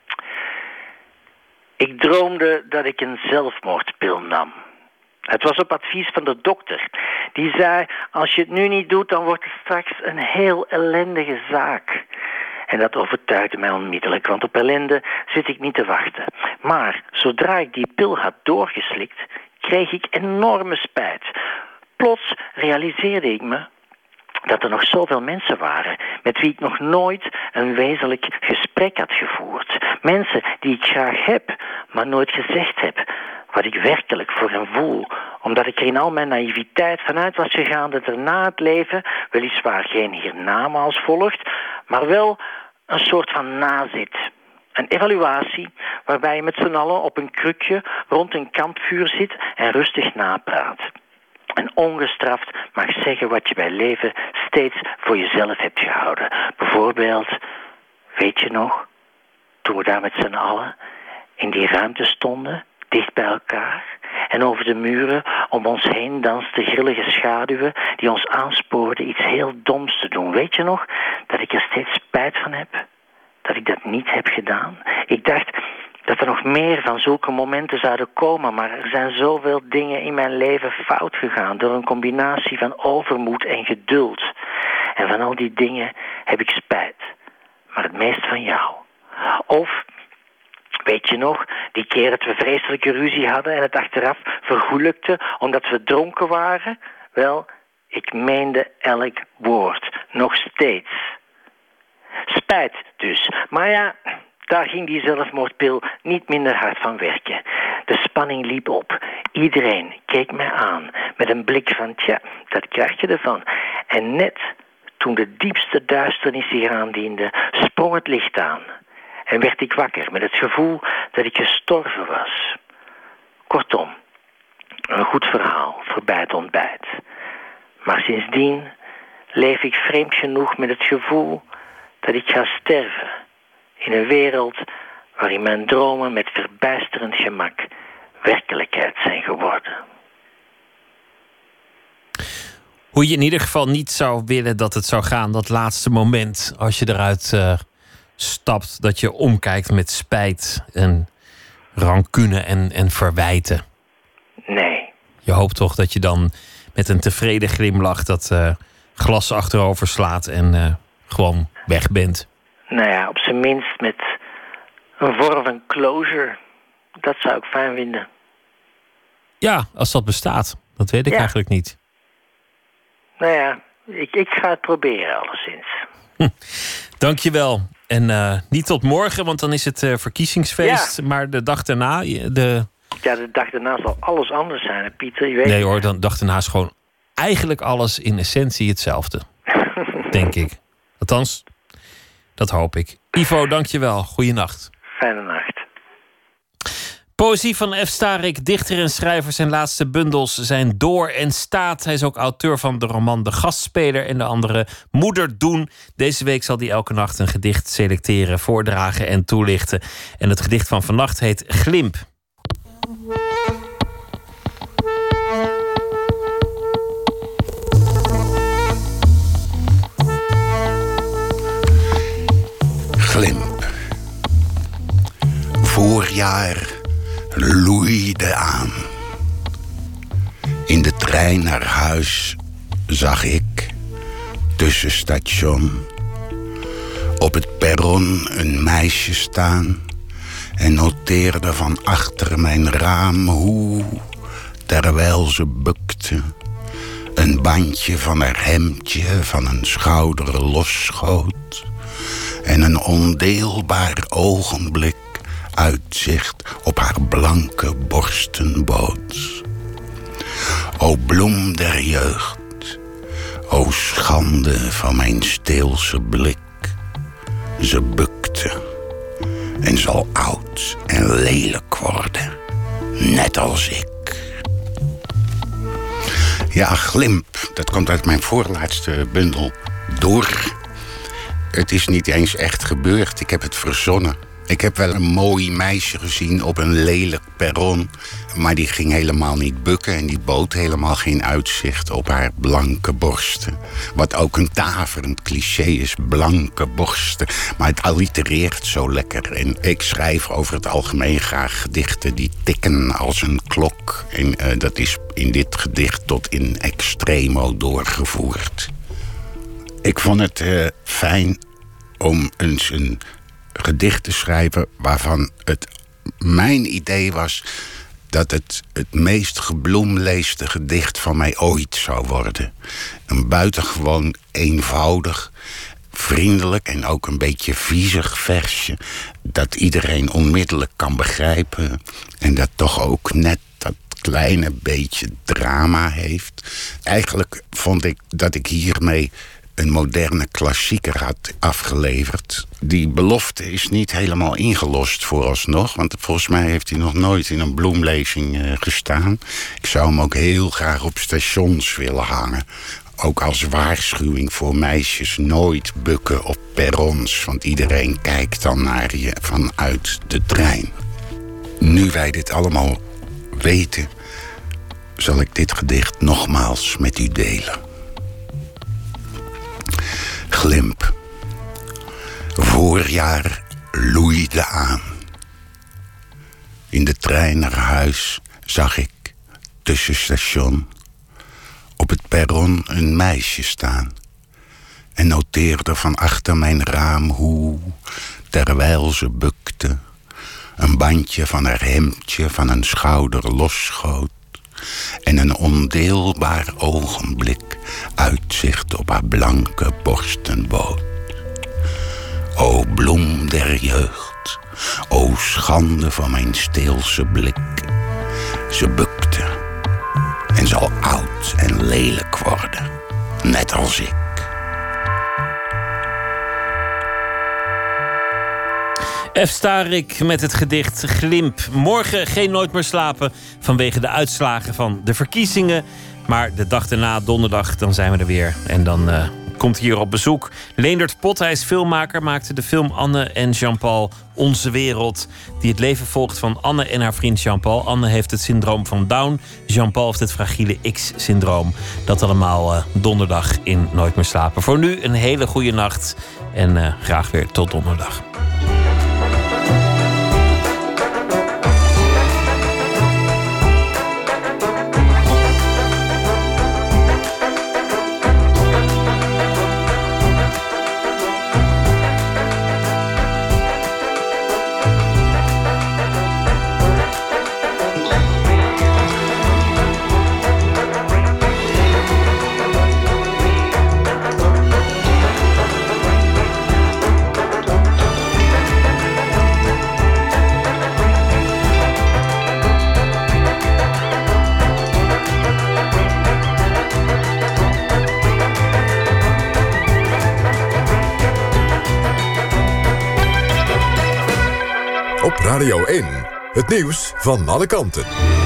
Ik droomde dat ik een zelfmoordpil nam. Het was op advies van de dokter. Die zei, als je het nu niet doet, dan wordt het straks een heel ellendige zaak. En dat overtuigde mij onmiddellijk, want op ellende zit ik niet te wachten. Maar zodra ik die pil had doorgeslikt, kreeg ik enorme spijt. Plots realiseerde ik me dat er nog zoveel mensen waren met wie ik nog nooit een wezenlijk gesprek had gevoerd. Mensen die ik graag heb, maar nooit gezegd heb wat ik werkelijk voor hen voel, omdat ik er in al mijn naïviteit vanuit was gegaan dat er na het leven weliswaar geen hiernamaals volgt, maar wel een soort van nazit. Een evaluatie waarbij je met z'n allen op een krukje rond een kampvuur zit en rustig napraat. En ongestraft mag zeggen wat je bij leven steeds voor jezelf hebt gehouden. Bijvoorbeeld, weet je nog, toen we daar met z'n allen in die ruimte stonden, dicht bij elkaar, en over de muren om ons heen dansten grillige schaduwen die ons aanspoorden iets heel doms te doen. Weet je nog dat ik er steeds spijt van heb? Dat ik dat niet heb gedaan? Ik dacht dat er nog meer van zulke momenten zouden komen, maar er zijn zoveel dingen in mijn leven fout gegaan door een combinatie van overmoed en geduld. En van al die dingen heb ik spijt, maar het meest van jou. Of, weet je nog, die keer dat we vreselijke ruzie hadden en het achteraf vergoelijkte omdat we dronken waren? Wel, ik meende elk woord, nog steeds. Spijt dus, maar ja, daar ging die zelfmoordpil niet minder hard van werken. De spanning liep op. Iedereen keek mij aan met een blik van, tja, dat krijg je ervan. En net toen de diepste duisternis zich aandiende, sprong het licht aan. En werd ik wakker met het gevoel dat ik gestorven was. Kortom, een goed verhaal voorbij het ontbijt. Maar sindsdien leef ik vreemd genoeg met het gevoel dat ik ga sterven in een wereld waarin mijn dromen met verbijsterend gemak werkelijkheid zijn geworden. Hoe je in ieder geval niet zou willen dat het zou gaan, dat laatste moment als je eruit uh, stapt, dat je omkijkt met spijt en rancune en, en verwijten. Nee. Je hoopt toch dat je dan met een tevreden glimlach dat uh, glas achterover slaat en uh, gewoon weg bent. Nou ja, op zijn minst met een vorm van closure. Dat zou ik fijn vinden. Ja, als dat bestaat. Dat weet ik ja. eigenlijk niet. Nou ja, ik, ik ga het proberen alleszins. Hm. Dank je wel. En uh, niet tot morgen, want dan is het uh, verkiezingsfeest. Ja. Maar de dag daarna... De... Ja, de dag daarna zal alles anders zijn, hè, Pieter. Je weet nee hoor, de dag daarna is gewoon eigenlijk alles in essentie hetzelfde. Denk ik. Althans, dat hoop ik. Ivo, dank je wel. Goeienacht. Fijne nacht. Poëzie van F. Starik, dichter en schrijver. Zijn laatste bundels zijn Door en Staat. Hij is ook auteur van de roman De Gastspeler en de andere Moeder Doen. Deze week zal hij elke nacht een gedicht selecteren, voordragen en toelichten. En het gedicht van vannacht heet Glimp. Glimp. Voorjaar loeide aan. In de trein naar huis zag ik tussen station op het perron een meisje staan en noteerde van achter mijn raam hoe, terwijl ze bukte, een bandje van haar hemdje van een schouder losschoot en een ondeelbaar ogenblik uitzicht op haar blanke borsten bood. O bloem der jeugd, o schande van mijn steelse blik. Ze bukte en zal oud en lelijk worden, net als ik. Ja, Glimp, dat komt uit mijn voorlaatste bundel. Door. Het is niet eens echt gebeurd, ik heb het verzonnen. Ik heb wel een mooi meisje gezien op een lelijk perron, maar die ging helemaal niet bukken en die bood helemaal geen uitzicht op haar blanke borsten. Wat ook een daverend cliché is, blanke borsten. Maar het allitereert zo lekker. En ik schrijf over het algemeen graag gedichten die tikken als een klok. En uh, dat is in dit gedicht tot in extremo doorgevoerd. Ik vond het uh, fijn om eens een gedicht te schrijven waarvan het mijn idee was dat het het meest gebloemleesde gedicht van mij ooit zou worden. Een buitengewoon eenvoudig, vriendelijk en ook een beetje viezig versje dat iedereen onmiddellijk kan begrijpen en dat toch ook net dat kleine beetje drama heeft. Eigenlijk vond ik dat ik hiermee een moderne klassieker had afgeleverd. Die belofte is niet helemaal ingelost vooralsnog, want volgens mij heeft hij nog nooit in een bloemlezing uh, gestaan. Ik zou hem ook heel graag op stations willen hangen. Ook als waarschuwing voor meisjes, nooit bukken op perrons, want iedereen kijkt dan naar je vanuit de trein. Nu wij dit allemaal weten, zal ik dit gedicht nogmaals met u delen. Glimp. Voorjaar loeide aan. In de trein naar huis zag ik tussen station op het perron een meisje staan en noteerde van achter mijn raam hoe, terwijl ze bukte, een bandje van haar hemdje van een schouder losschoot en een ondeelbaar ogenblik uitzicht op haar blanke borsten bood. O bloem der jeugd, o schande van mijn steelse blik. Ze bukte en zal oud en lelijk worden, net als ik. F. Starik met het gedicht Glimp. Morgen geen Nooit meer slapen vanwege de uitslagen van de verkiezingen. Maar de dag daarna, donderdag, dan zijn we er weer. En dan uh, komt hier op bezoek Leendert Pot. Hij is filmmaker, maakte de film Anne en Jean-Paul Onze Wereld, die het leven volgt van Anne en haar vriend Jean-Paul. Anne heeft het syndroom van Down. Jean-Paul heeft het fragiele X-syndroom. Dat allemaal uh, donderdag in Nooit meer slapen. Voor nu een hele goede nacht en uh, graag weer tot donderdag. Radio één, het nieuws van alle kanten.